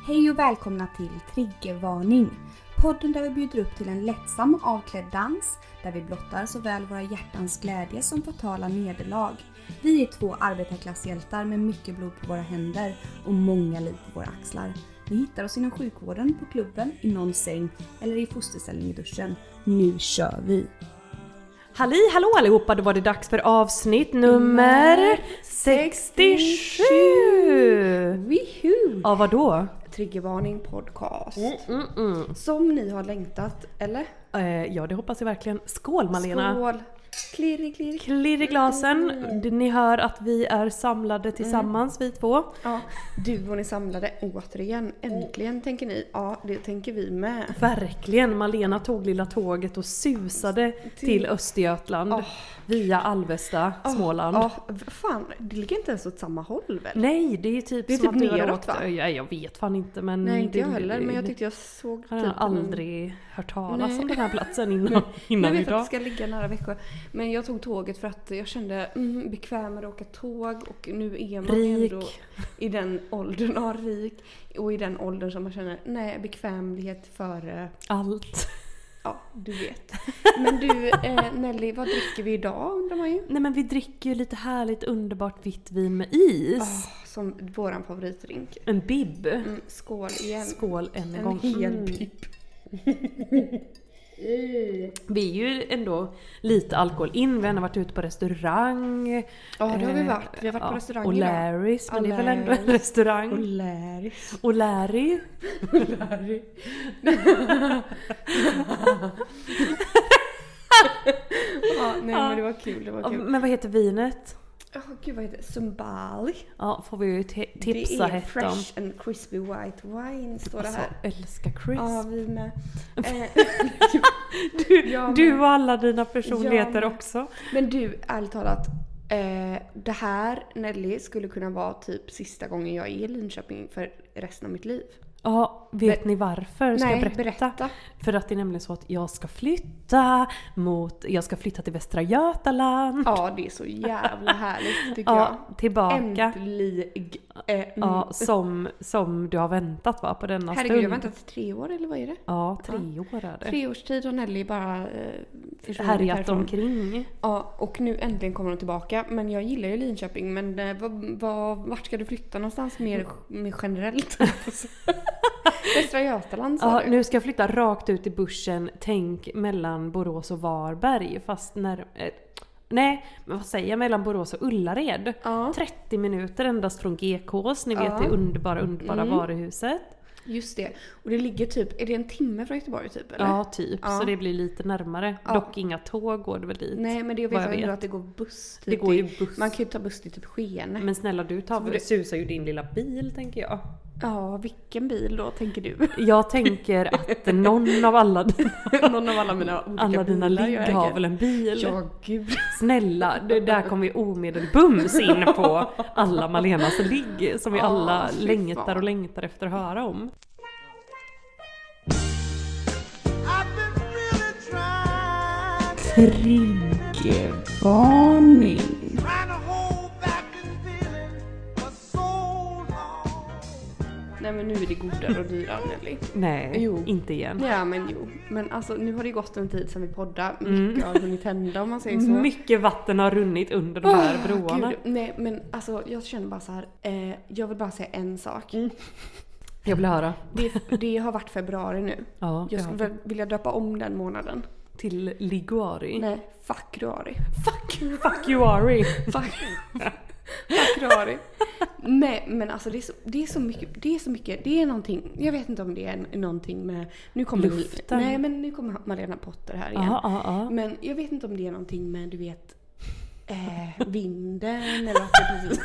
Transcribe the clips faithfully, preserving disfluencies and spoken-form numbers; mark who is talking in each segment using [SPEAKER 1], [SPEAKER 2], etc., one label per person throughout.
[SPEAKER 1] Hej och välkomna till Triggervarning. Podden där vi bjuder upp till en lättsam och avklädd dans. Där vi blottar såväl våra hjärtans glädje som fatala nederlag. Vi är två arbetarklasshjältar med mycket blod på våra händer och många liv på våra axlar. Ni hittar oss inom sjukvården, på klubben, i någon säng eller i fosterställning i duschen. Nu kör vi!
[SPEAKER 2] Halli, hallå allihopa, då var det dags för avsnitt nummer sextiosju!
[SPEAKER 1] Woohoo!
[SPEAKER 2] Ja, vadå?
[SPEAKER 1] Triggervarning podcast.
[SPEAKER 2] Mm, mm, mm.
[SPEAKER 1] Som ni har längtat, eller?
[SPEAKER 2] Eh, ja, det hoppas jag verkligen. Skål Malena!
[SPEAKER 1] Skål! Klirr, klirr.
[SPEAKER 2] Klirr i glasen. Mm. Ni hör att vi är samlade tillsammans, mm. vi två.
[SPEAKER 1] Ja, du och ni samlade återigen. Äntligen mm. tänker ni. Ja, det tänker vi med.
[SPEAKER 2] Verkligen. Malena tog lilla tåget och susade till, till Östergötland. Oh. Via Alvesta, oh. Småland.
[SPEAKER 1] Ja, oh. fan. Det ligger inte ens åt samma håll väl?
[SPEAKER 2] Nej, det är typ
[SPEAKER 1] det är
[SPEAKER 2] som
[SPEAKER 1] typ
[SPEAKER 2] att du har
[SPEAKER 1] neråt,
[SPEAKER 2] åkt. Ja, jag vet fan inte. Men
[SPEAKER 1] nej, inte
[SPEAKER 2] det,
[SPEAKER 1] jag heller. Men jag tyckte jag såg
[SPEAKER 2] jag
[SPEAKER 1] typ
[SPEAKER 2] har aldrig en... hört talas
[SPEAKER 1] nej.
[SPEAKER 2] om den här platsen innan, innan
[SPEAKER 1] jag vet
[SPEAKER 2] idag.
[SPEAKER 1] att det ska ligga nära Växjö. Men jag tog tåget för att jag kände mm, bekvämare att åka tåg. Och nu är man
[SPEAKER 2] rik.
[SPEAKER 1] ändå i den åldern, ja, rik. Och i den åldern som man känner, nej, bekvämlighet före
[SPEAKER 2] allt.
[SPEAKER 1] Ja, du vet. Men du, eh, Nelly, vad dricker vi idag, undrar man ju?
[SPEAKER 2] Nej, men vi dricker ju lite härligt underbart vitt vin med is.
[SPEAKER 1] Oh, som våran favoritdrink.
[SPEAKER 2] En bib.
[SPEAKER 1] Mm, skål igen.
[SPEAKER 2] Skål än en,
[SPEAKER 1] en
[SPEAKER 2] gång.
[SPEAKER 1] hel
[SPEAKER 2] mm.
[SPEAKER 1] bib.
[SPEAKER 2] Vi är ju ändå lite alkohol in. Vi har varit ute på restaurang.
[SPEAKER 1] Ja, det har vi varit. Vi har varit
[SPEAKER 2] ja,
[SPEAKER 1] på restaurang
[SPEAKER 2] och
[SPEAKER 1] idag.
[SPEAKER 2] Larrys, men det är väl ändå en restaurang.
[SPEAKER 1] Och Larrys.
[SPEAKER 2] Och Larry.
[SPEAKER 1] Och Larry. Ja, nej, men det var kul. Det var kul.
[SPEAKER 2] Men vad heter vinet?
[SPEAKER 1] Åh, oh, gud, vad heter det? Zumbali.
[SPEAKER 2] Ja, får vi ju te- tipsa hett om.
[SPEAKER 1] Det är fresh and crispy white wine, står det här.
[SPEAKER 2] Alltså, älskar crisp.
[SPEAKER 1] Ja, vi med.
[SPEAKER 2] du,
[SPEAKER 1] ja,
[SPEAKER 2] du och alla dina personligheter
[SPEAKER 1] ja,
[SPEAKER 2] också.
[SPEAKER 1] Men du, ärligt talat, eh, det här, Nelly, skulle kunna vara typ sista gången jag är i Linköping för resten av mitt liv.
[SPEAKER 2] Ja, vet
[SPEAKER 1] Be-
[SPEAKER 2] ni varför? Ska
[SPEAKER 1] nej,
[SPEAKER 2] jag berätta?
[SPEAKER 1] berätta?
[SPEAKER 2] För att det är nämligen så att jag ska flytta mot, jag ska flytta till Västra Götaland.
[SPEAKER 1] Ja, det är så jävla härligt tycker
[SPEAKER 2] ja,
[SPEAKER 1] jag.
[SPEAKER 2] Tillbaka.
[SPEAKER 1] Äntlig. Eh, mm.
[SPEAKER 2] Ja, som, som du har väntat va, på denna
[SPEAKER 1] Herregud,
[SPEAKER 2] stund.
[SPEAKER 1] jag har väntat tre år eller vad är det?
[SPEAKER 2] Ja, tre
[SPEAKER 1] ja.
[SPEAKER 2] år är det.
[SPEAKER 1] Tre års tid har Nelly bara eh, försvunnit
[SPEAKER 2] härjat
[SPEAKER 1] härifrån.
[SPEAKER 2] omkring.
[SPEAKER 1] Ja, och nu äntligen kommer hon tillbaka. Men jag gillar ju Linköping, men eh, vad, vad, vart ska du flytta någonstans mer, mer generellt? Västra Götaland, sa
[SPEAKER 2] Ja,
[SPEAKER 1] du?
[SPEAKER 2] nu ska jag flytta rakt ut i bussen. Tänk mellan Borås och Varberg. Fast när... Eh, nej, men vad säger jag? Mellan Borås och Ullared.
[SPEAKER 1] Ja.
[SPEAKER 2] trettio minuter endast från G K:s. Ni vet
[SPEAKER 1] Ja.
[SPEAKER 2] det underbara, underbara
[SPEAKER 1] Mm.
[SPEAKER 2] varuhuset.
[SPEAKER 1] Just det. Och det ligger typ... Är det en timme från Göteborg typ? Eller?
[SPEAKER 2] Ja, typ.
[SPEAKER 1] Ja.
[SPEAKER 2] Så det blir lite närmare.
[SPEAKER 1] Ja.
[SPEAKER 2] Dock inga tåg går det väl dit.
[SPEAKER 1] Nej, men det jag vet
[SPEAKER 2] vad
[SPEAKER 1] jag
[SPEAKER 2] jag
[SPEAKER 1] ändå
[SPEAKER 2] vet.
[SPEAKER 1] att det går buss. Typ
[SPEAKER 2] Det går ju
[SPEAKER 1] till-
[SPEAKER 2] buss.
[SPEAKER 1] Man kan ju ta buss till typ Skene.
[SPEAKER 2] Men snälla, du tar,
[SPEAKER 1] Så det-
[SPEAKER 2] susar ju din lilla bil, tänker jag.
[SPEAKER 1] Ja, vilken bil då, tänker du?
[SPEAKER 2] Jag tänker att någon av alla dina,
[SPEAKER 1] Någon av alla mina olika
[SPEAKER 2] alla dina
[SPEAKER 1] bilar
[SPEAKER 2] ligg
[SPEAKER 1] jag
[SPEAKER 2] har
[SPEAKER 1] äger.
[SPEAKER 2] väl en bil?
[SPEAKER 1] Ja, gud.
[SPEAKER 2] Snälla, det där kommer vi omedelbums in på alla Malenas ligg som vi
[SPEAKER 1] Ja,
[SPEAKER 2] alla
[SPEAKER 1] fy
[SPEAKER 2] längtar
[SPEAKER 1] fan.
[SPEAKER 2] och längtar efter att höra om.
[SPEAKER 1] Triggervarning. Nej, men nu är det godare och dyrare, Nelly.
[SPEAKER 2] Nej,
[SPEAKER 1] Jo.
[SPEAKER 2] inte igen.
[SPEAKER 1] Ja, men jo. Men alltså, nu har det gått en tid sedan vi poddade. Mycket
[SPEAKER 2] Mm.
[SPEAKER 1] har hunnit hända, om man säger så.
[SPEAKER 2] Mycket vatten har runnit under de här
[SPEAKER 1] Åh,
[SPEAKER 2] broarna.
[SPEAKER 1] Gud. Nej, men alltså, jag känner bara så här. Eh, jag vill bara säga en sak.
[SPEAKER 2] Mm. Jag vill höra.
[SPEAKER 1] Det, det har varit februari nu.
[SPEAKER 2] Ja,
[SPEAKER 1] Jag
[SPEAKER 2] ja.
[SPEAKER 1] skulle väl vilja döpa om den månaden.
[SPEAKER 2] Till Liguari.
[SPEAKER 1] Nej, fuckruari.
[SPEAKER 2] Fuck, fuck you Ari.
[SPEAKER 1] Fuck. Fuckruari. Nej, men alltså det är, så, det är så mycket, det är så mycket, det är någonting, jag vet inte om det är någonting med, nu kommer
[SPEAKER 2] Luften.
[SPEAKER 1] Nej, men nu kommer Malena Potter här igen.
[SPEAKER 2] Ja, ja, ja.
[SPEAKER 1] Men jag vet inte om det är någonting med, du vet, eh, vinden eller att det precis...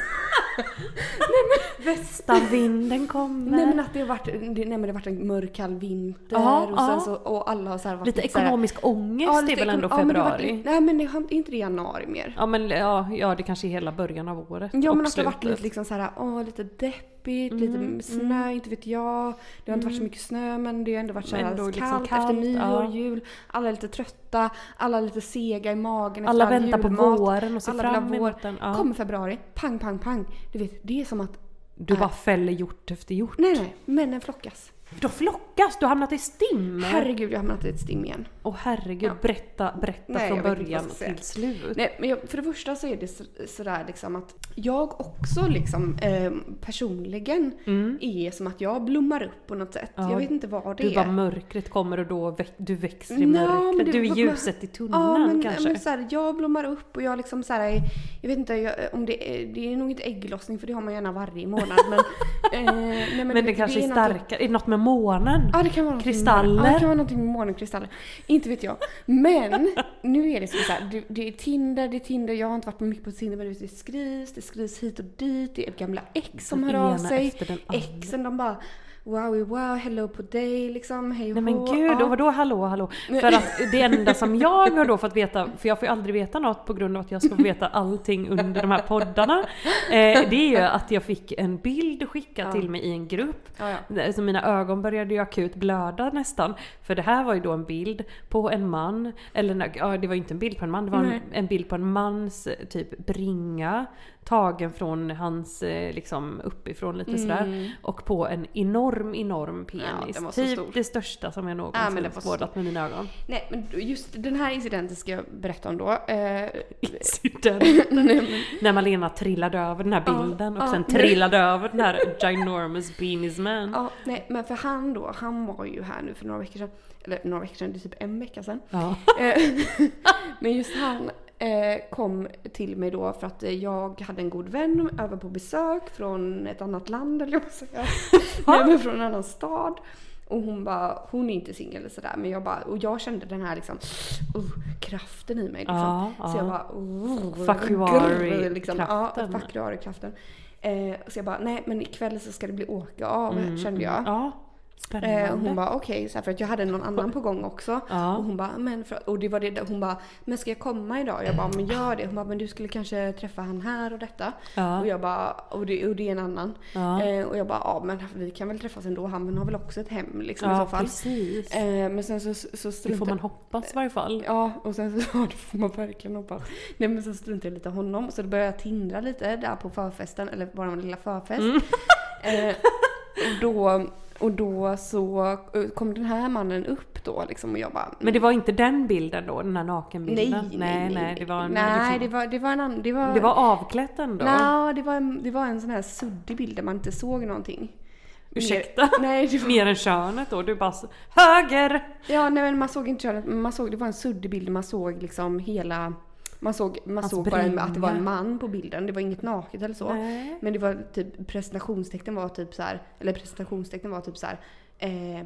[SPEAKER 2] Västavinden kommer.
[SPEAKER 1] Nej, men att det har varit, det, nej, men det har varit en mörk kall vinter.
[SPEAKER 2] Ja,
[SPEAKER 1] och, sen
[SPEAKER 2] ja.
[SPEAKER 1] så, och alla har så här varit
[SPEAKER 2] Lite
[SPEAKER 1] så här,
[SPEAKER 2] ekonomisk ångest
[SPEAKER 1] ja,
[SPEAKER 2] är
[SPEAKER 1] lite
[SPEAKER 2] väl ändå
[SPEAKER 1] ekon- ja, men det har
[SPEAKER 2] februari?
[SPEAKER 1] varit, nej, men det har inte det januari mer.
[SPEAKER 2] Ja, men ja, ja, det kanske är hela början av året.
[SPEAKER 1] Ja,
[SPEAKER 2] och
[SPEAKER 1] men att det har varit
[SPEAKER 2] slutet.
[SPEAKER 1] lite, liksom så här, åh, lite deppigt,
[SPEAKER 2] Mm,
[SPEAKER 1] lite snö, inte vet jag. Det har inte varit så mycket snö, men det har ändå varit så
[SPEAKER 2] Men
[SPEAKER 1] här
[SPEAKER 2] ändå
[SPEAKER 1] kallt,
[SPEAKER 2] liksom
[SPEAKER 1] efter
[SPEAKER 2] kallt,
[SPEAKER 1] nyår,
[SPEAKER 2] ja.
[SPEAKER 1] jul. Alla är lite trötta, alla är lite sega i magen
[SPEAKER 2] Alla
[SPEAKER 1] efter all
[SPEAKER 2] väntar på
[SPEAKER 1] julmat.
[SPEAKER 2] våren och ser
[SPEAKER 1] Alla vill ha
[SPEAKER 2] fram
[SPEAKER 1] vår.
[SPEAKER 2] emot den. Ja.
[SPEAKER 1] Kommer februari, pang, pang, pang. Du vet, det är som att
[SPEAKER 2] Du bara fäller hjort efter hjort.
[SPEAKER 1] Nej, nej. Männen flockas.
[SPEAKER 2] Då flockas, du har hamnat i stim.
[SPEAKER 1] Herregud, jag har hamnat i ett stim igen.
[SPEAKER 2] Åh herregud, ja. berätta, berätta Nej, från början till slut.
[SPEAKER 1] Nej, men jag, för det första så är det så, sådär liksom att jag också liksom eh, personligen mm. är som att jag blommar upp på något sätt. Ja. Jag vet inte vad det
[SPEAKER 2] du
[SPEAKER 1] är.
[SPEAKER 2] Du bara mörkret kommer och då väx, du växer i mörkret. No, det, du är ljuset men, i tunneln
[SPEAKER 1] ja, men,
[SPEAKER 2] kanske.
[SPEAKER 1] Men såhär, jag blommar upp och jag liksom såhär, jag vet inte jag, om det är, det är nog inte ägglossning för det har man gärna varje månad. Men, eh, nej, men,
[SPEAKER 2] men det, det kanske är starkare, är det något med månen?
[SPEAKER 1] Ja, det kan vara
[SPEAKER 2] kristaller.
[SPEAKER 1] Ja, det kan vara någonting med månenkristaller. Inte vet jag. Men nu är det så här, det, det är Tinder, det är Tinder. Jag har inte varit mycket på Tinder, men det skrivs, det skrivs hit och dit. Det är gamla ex som hör av sig. Exen, de bara wow, wow, hello på dig, liksom, hej
[SPEAKER 2] Nej men gud, och vadå hallå, hallå? För att det enda som jag har då fått veta, för jag får ju aldrig veta något på grund av att jag ska få veta allting under de här poddarna, eh, det är ju att jag fick en bild skickad ja. till mig i en grupp. Ja, ja. Så mina ögon började ju akut blöda nästan. För det här var ju då en bild på en man, eller ja, det var ju inte en bild på en man, det var en, en bild på en mans typ bringa, tagen från hans liksom uppifrån lite mm. sådär, och på en enorm enorm penis, ja, typ stor. Det största som jag någonsin ja, skådat med mina ögon.
[SPEAKER 1] Nej, men just den här incidenten ska jag berätta om då. Eh,
[SPEAKER 2] Incident. När Malena trillade över den här bilden ja, och sen ja, trillade nej. över den här ginormous penis man.
[SPEAKER 1] Ja, nej, men för han då, han var ju här nu för några veckor sedan, eller några veckor sedan, det är typ en vecka sedan. Ja. Men just han kom till mig då för att jag hade en god vän över på besök från ett annat land, eller jag säga. Nej, men från en annan stad. Och hon bara, hon är inte singel eller sådär, men jag bara, och jag kände den här liksom uh, kraften i mig liksom. Ja, så jag bara uh,
[SPEAKER 2] Fakuari
[SPEAKER 1] liksom.
[SPEAKER 2] kraften.
[SPEAKER 1] Ja, Fakuari kraften. Eh, så jag bara, nej men ikväll så ska det bli åka av, mm, kände jag.
[SPEAKER 2] Ja.
[SPEAKER 1] Eh, hon bara okej, okay, för att jag hade någon annan på gång också. Ja. Och hon bara men för, och det var det hon bara men ska jag komma idag? Jag bara men gör det. Hon bara men du skulle kanske träffa han här och detta. Ja. Och jag bara och det, och det är en annan. Ja. Eh, och jag bara ja men vi kan väl träffas ändå. Han har väl också ett hem liksom ja, i så fall.
[SPEAKER 2] Precis.
[SPEAKER 1] Eh, men sen så så struntade,
[SPEAKER 2] det får man hoppas i varje fall.
[SPEAKER 1] Ja, och sen så ja, det får man verkligen hoppas. Nej men så struntade jag lite honom, så då började jag tindra lite där på förfesten, eller bara en lilla förfest. Mm. Eh, och då Och då så kom den här mannen upp då liksom, och jag bara mm.
[SPEAKER 2] Men det var inte den bilden då, den här nakenbilden?
[SPEAKER 1] Nej, nej, nej,
[SPEAKER 2] nej det var en,
[SPEAKER 1] nej,
[SPEAKER 2] liksom,
[SPEAKER 1] det var det var en annan, det var
[SPEAKER 2] det var avklätt ändå.
[SPEAKER 1] Nej, det var en, det var en sån här suddig bild där man inte såg någonting.
[SPEAKER 2] Ursäkta?
[SPEAKER 1] Nej, det var...
[SPEAKER 2] Mer än könet då, du bara så, höger.
[SPEAKER 1] Ja, nej men man såg inte könet, men man såg, det var en suddig bild, man såg liksom hela. Man såg, man såg bara en, att det var en man på bilden. Det var inget naket eller så. Nej. Men det var typ, presentationstecknen var typ så här, eller presentationstecknen var typ så här, eh,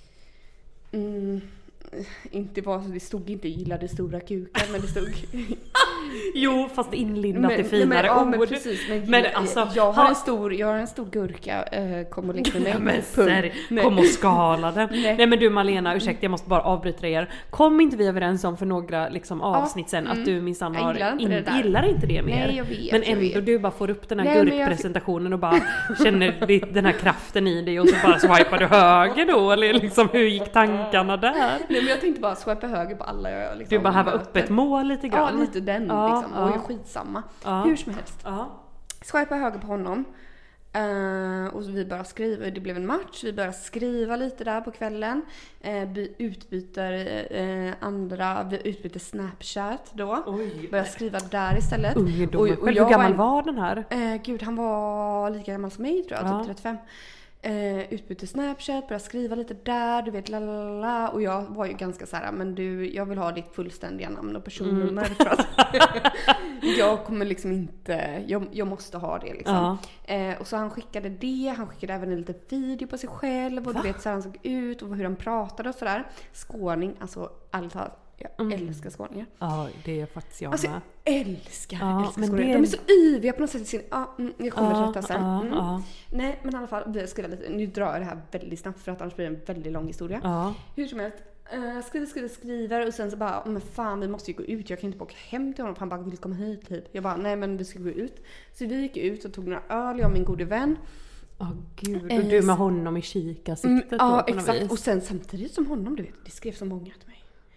[SPEAKER 1] mm, inte var så, det stod inte gillade stora kukar, men det stod
[SPEAKER 2] jo, fast inlindat i finare
[SPEAKER 1] men,
[SPEAKER 2] ord.
[SPEAKER 1] Ja, men precis. Men,
[SPEAKER 2] men
[SPEAKER 1] jag,
[SPEAKER 2] alltså,
[SPEAKER 1] jag har ha... en stor, jag har en stor gurka, eh, kom och liksom med.
[SPEAKER 2] Men ser, kom och skala den. Nej. Nej men du Malena, ursäkta, jag måste bara avbryta er. Kom inte vi överens om för några liksom avsnitt sen ja, mm. att du minsann har
[SPEAKER 1] gillar inte,
[SPEAKER 2] in,
[SPEAKER 1] det
[SPEAKER 2] gillar inte det mer.
[SPEAKER 1] Nej, jag vet,
[SPEAKER 2] men ändå
[SPEAKER 1] vet.
[SPEAKER 2] Du bara får upp den här Nej, gurkpresentationen jag... och bara känner den här kraften i dig och så bara swipar du höger då, eller liksom hur gick tankarna där?
[SPEAKER 1] Nej men jag tänkte bara swipa höger på alla jag liksom.
[SPEAKER 2] Du bara här upp ett mål lite grann.
[SPEAKER 1] Ja, lite den ja, liksom. Ja. Och jag skitsamma. Ja. Hur som helst. Ja. Swipa höger på honom. Uh, och så vi började skriva, det blev en match, vi började skriva lite där på kvällen. Uh, vi utbyter uh, andra, vi utbyter Snapchat då. Oj. Började skriva där istället.
[SPEAKER 2] Ungdom. Och, och hur gammal var, en, var den här?
[SPEAKER 1] Uh, gud, han var lika gammal som mig tror jag, ja. typ trettiofem. Uh, utbytte Snapchat, började skriva lite där, du vet, lalala. Och jag var ju ganska så här, men du, jag vill ha ditt fullständiga namn och personnummer mm. för att jag kommer liksom inte, jag, jag måste ha det liksom. Ja. Uh, och så han skickade det, han skickade även en liten video på sig själv och Va? du vet så här han såg ut och hur han pratade och sådär. Skåning, alltså allt har jag mm. älskar skåningar.
[SPEAKER 2] Ja, det är faktiskt jag
[SPEAKER 1] alltså,
[SPEAKER 2] med.
[SPEAKER 1] Jag älskar,
[SPEAKER 2] ja,
[SPEAKER 1] älskar
[SPEAKER 2] men
[SPEAKER 1] skåningar.
[SPEAKER 2] Det...
[SPEAKER 1] De är så yviga på något sätt i sin... Ja, mm, jag kommer
[SPEAKER 2] ja,
[SPEAKER 1] till detta sen.
[SPEAKER 2] Ja,
[SPEAKER 1] mm.
[SPEAKER 2] ja.
[SPEAKER 1] Nej, men i alla fall, vi skriver lite. Nu drar jag det här väldigt snabbt för att annars blir det en väldigt lång historia. Ja. Hur som helst. Uh, skriver, skriver, skriver och sen så bara, men fan vi måste ju gå ut, jag kan inte bara åka hem till honom för han bara vill komma hit hit. Jag bara, nej men vi ska gå ut. Så vi gick ut och tog några öl, jag och min gode vän.
[SPEAKER 2] Åh oh, gud, och du med honom i kikarsiktet
[SPEAKER 1] mm,
[SPEAKER 2] då,
[SPEAKER 1] ja exakt, vis. Och sen samtidigt som honom, du vet, det skrev så många till mig.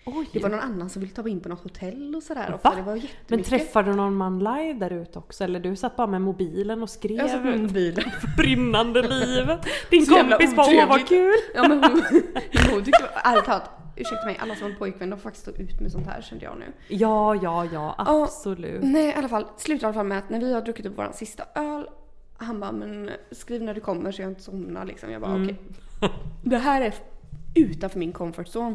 [SPEAKER 1] Oj. Det var någon annan som ville ta in på något hotell och sådär.
[SPEAKER 2] Va?
[SPEAKER 1] Det var jättemycket.
[SPEAKER 2] Men träffade du någon man live där ute också? Eller du satt bara med mobilen och skrev?
[SPEAKER 1] Jag satt med mobilen.
[SPEAKER 2] Brinnande livet. Din kompis bara, åh vad kul.
[SPEAKER 1] Ja, men hon, hon tyckte, ärligt talat, ursäkta mig, alla som var pojkvän, de får faktiskt stå ut med sånt här, kände jag nu.
[SPEAKER 2] Ja, ja, ja, absolut.
[SPEAKER 1] Och, nej, i alla fall, slutar i alla fall med att när vi har druckit upp vår sista öl, han bara, men skriv när du kommer så jag inte somnar liksom. Jag bara, mm. okej. Okay. Det här är utanför min comfort zone.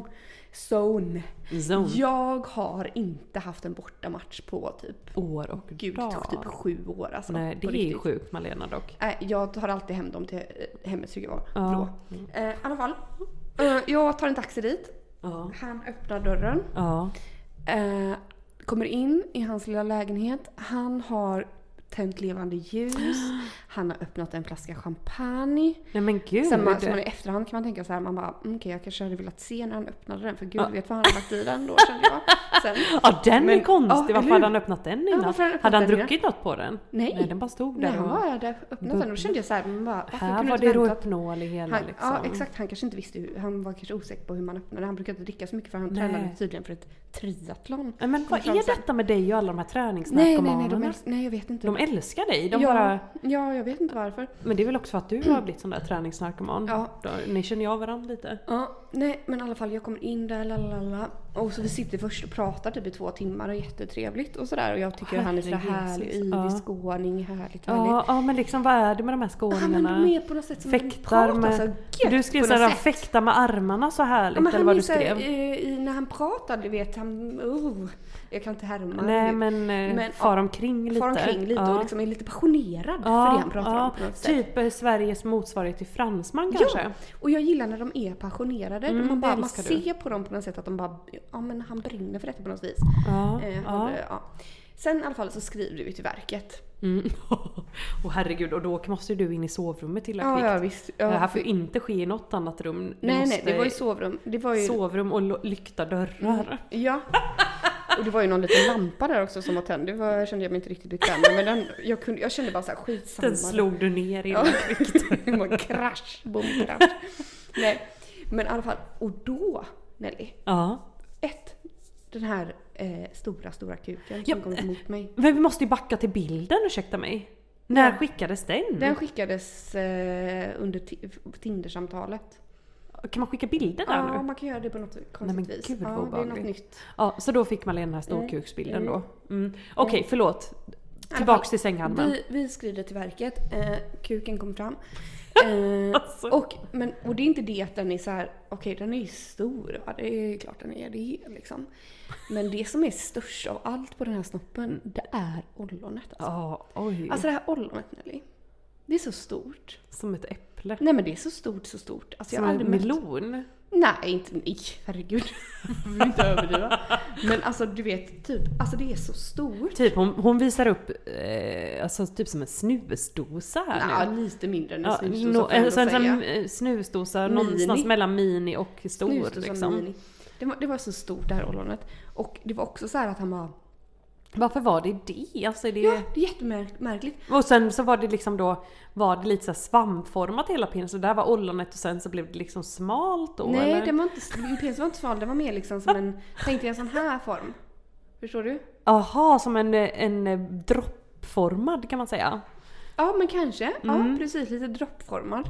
[SPEAKER 1] Zone.
[SPEAKER 2] Zone.
[SPEAKER 1] Jag har inte haft en bortamatch på typ
[SPEAKER 2] år och
[SPEAKER 1] Gud, typ sju år. Alltså,
[SPEAKER 2] nej, det är riktigt sjukt, Malena dock.
[SPEAKER 1] Äh, jag tar alltid hem dem till hemmet tycker jag.
[SPEAKER 2] Ja.
[SPEAKER 1] Äh, I alla fall, äh, jag tar en taxi dit.
[SPEAKER 2] Ja.
[SPEAKER 1] Han öppnar dörren.
[SPEAKER 2] Ja.
[SPEAKER 1] Äh, kommer in i hans lilla lägenhet. Han har tänt levande ljus. Han har öppnat en flaska champagne.
[SPEAKER 2] Nej men gud.
[SPEAKER 1] Sen man, så man i efterhand kan man tänka så här, man bara, okej okay, jag kanske hade velat se när han öppnade den. För gud ja. vet vad han har lagt i den då, kände jag. Sen,
[SPEAKER 2] ja, den
[SPEAKER 1] men,
[SPEAKER 2] är konstig.
[SPEAKER 1] Ja,
[SPEAKER 2] varför hade han öppnat den innan?
[SPEAKER 1] Ja, hade han,
[SPEAKER 2] hade han druckit något på den?
[SPEAKER 1] Nej.
[SPEAKER 2] Nej, den bara stod där.
[SPEAKER 1] Nej, han bara hade öppnat den och kände jag så här, man bara,
[SPEAKER 2] här var det Rohypnol i hela
[SPEAKER 1] han,
[SPEAKER 2] liksom.
[SPEAKER 1] Ja, exakt. Han kanske inte visste hur, han var kanske osäker på hur man öppnade. Han brukade inte dricka så mycket för han nej. tränade tydligen för ett triathlon.
[SPEAKER 2] Men vad är detta med dig och alla de här träningsnarkomanerna?
[SPEAKER 1] Nej, nej, nej, de, nej, jag vet inte.
[SPEAKER 2] De älskar dig. De
[SPEAKER 1] ja,
[SPEAKER 2] bara...
[SPEAKER 1] ja, jag vet inte varför.
[SPEAKER 2] Men det är väl också för att du har blivit sån där träningsnarkoman.
[SPEAKER 1] Ja.
[SPEAKER 2] Då, ni känner jag varandra lite.
[SPEAKER 1] Ja, nej, men i alla fall jag kommer in där, lalala. Och så vi sitter först och pratar typ i två timmar och jättetrevligt och sådär. Och jag tycker att han är så härlig, yvig ja. skåning, härligt,
[SPEAKER 2] ja,
[SPEAKER 1] härligt.
[SPEAKER 2] Ja, men liksom vad är det med de här skåningarna?
[SPEAKER 1] Ja, men de är på något sätt som
[SPEAKER 2] fäktar
[SPEAKER 1] pratar
[SPEAKER 2] med,
[SPEAKER 1] så gött.
[SPEAKER 2] Du skrev såhär, fäkta med armarna så härligt,
[SPEAKER 1] ja,
[SPEAKER 2] eller vad du
[SPEAKER 1] så,
[SPEAKER 2] skrev?
[SPEAKER 1] I, när han pratade, du vet, han, oh, jag kan inte härma.
[SPEAKER 2] Nej, men, men far omkring lite.
[SPEAKER 1] Far omkring lite
[SPEAKER 2] ja.
[SPEAKER 1] och liksom är lite passionerad
[SPEAKER 2] ja,
[SPEAKER 1] för det han pratar
[SPEAKER 2] ja.
[SPEAKER 1] om på något sätt.
[SPEAKER 2] Typ Sveriges motsvarighet till fransman kanske.
[SPEAKER 1] Ja, och jag gillar när de är passionerade.
[SPEAKER 2] Mm,
[SPEAKER 1] man bara, man
[SPEAKER 2] ser
[SPEAKER 1] du. på dem på något sätt att de bara, ja men han brinner för detta på något vis.
[SPEAKER 2] Ja,
[SPEAKER 1] eh,
[SPEAKER 2] ja.
[SPEAKER 1] Det, ja. Sen i alla fall så skriver vi till verket.
[SPEAKER 2] Mm. Och herregud, och då måste du in i sovrummet till
[SPEAKER 1] ja, ja, visst. Ja.
[SPEAKER 2] Det här får inte ske i något annat rum.
[SPEAKER 1] Nej, måste... nej, det var ju sovrum. Det var ju...
[SPEAKER 2] Sovrum och lyckta dörrar. Mm.
[SPEAKER 1] Ja. Och det var ju någon liten lampa där också som var tänd. Det var, kände jag mig inte riktigt bekväm med. Men den, jag, kunde, jag kände bara så här skitsamma.
[SPEAKER 2] Den slog du ner i
[SPEAKER 1] ja. Det var en krasch, boom, krasch. Nej, men i alla fall. Och då, Nelly.
[SPEAKER 2] Ja.
[SPEAKER 1] Ett, den här eh, stora, stora kuken
[SPEAKER 2] ja,
[SPEAKER 1] som kom emot mig.
[SPEAKER 2] Men vi måste ju backa till bilden, ursäkta mig. När ja. skickades den?
[SPEAKER 1] Den skickades eh, under t- Tinder-samtalet.
[SPEAKER 2] Kan man skicka bilder där
[SPEAKER 1] ja,
[SPEAKER 2] nu?
[SPEAKER 1] Ja, man kan göra det på något konstigt
[SPEAKER 2] Nej, men
[SPEAKER 1] vis.
[SPEAKER 2] Gud,
[SPEAKER 1] ja, det är något nytt.
[SPEAKER 2] Ja, så då fick man den här storkuksbilden
[SPEAKER 1] mm.
[SPEAKER 2] då. Mm. Okej, okay, förlåt. Tillbaks till sänghalmen.
[SPEAKER 1] Vi, vi skriver till verket. Eh, kuken kom fram. Eh, alltså. och, men, och det är inte det att den är så här, okej okay, den är stor, va? Det är klart den är det liksom. Men det som är störst av allt på den här snoppen, det är ollonet alltså.
[SPEAKER 2] Oh, oj.
[SPEAKER 1] Alltså det här ollonet, Nelly, det är så stort.
[SPEAKER 2] Som ett äpple.
[SPEAKER 1] Nej men det är så stort, så stort. Alltså,
[SPEAKER 2] som
[SPEAKER 1] jag
[SPEAKER 2] en melon.
[SPEAKER 1] Mätt. Nej, inte, nej, herregud. Jag vill inte överdriva. Men alltså du vet, typ, alltså det är så stort.
[SPEAKER 2] Typ hon, hon visar upp, eh, alltså typ som en snusdosa här
[SPEAKER 1] ja,
[SPEAKER 2] nu.
[SPEAKER 1] lite mindre än en
[SPEAKER 2] ja,
[SPEAKER 1] snusdosa.
[SPEAKER 2] No, alltså en, en snusdosa
[SPEAKER 1] mini.
[SPEAKER 2] Någonstans mellan mini och stor.
[SPEAKER 1] Snusdosa
[SPEAKER 2] liksom.
[SPEAKER 1] mini. Det var, det var så stort det här ollonet. Och det var också så här att han var...
[SPEAKER 2] Varför var det det? Alltså det...
[SPEAKER 1] Ja, det är jättemärkligt.
[SPEAKER 2] Och sen så var det liksom då, var det lite så här svampformat hela penisen. Så där var ollonet och sen så blev det liksom smalt då.
[SPEAKER 1] Nej,
[SPEAKER 2] eller?
[SPEAKER 1] det var inte, penisen var inte smal. Det var mer liksom som en, tänkte jag en sån här form. Förstår du?
[SPEAKER 2] Aha, som en, en droppformad kan man säga.
[SPEAKER 1] Ja, men kanske.
[SPEAKER 2] Mm.
[SPEAKER 1] Ja, precis. Lite droppformad.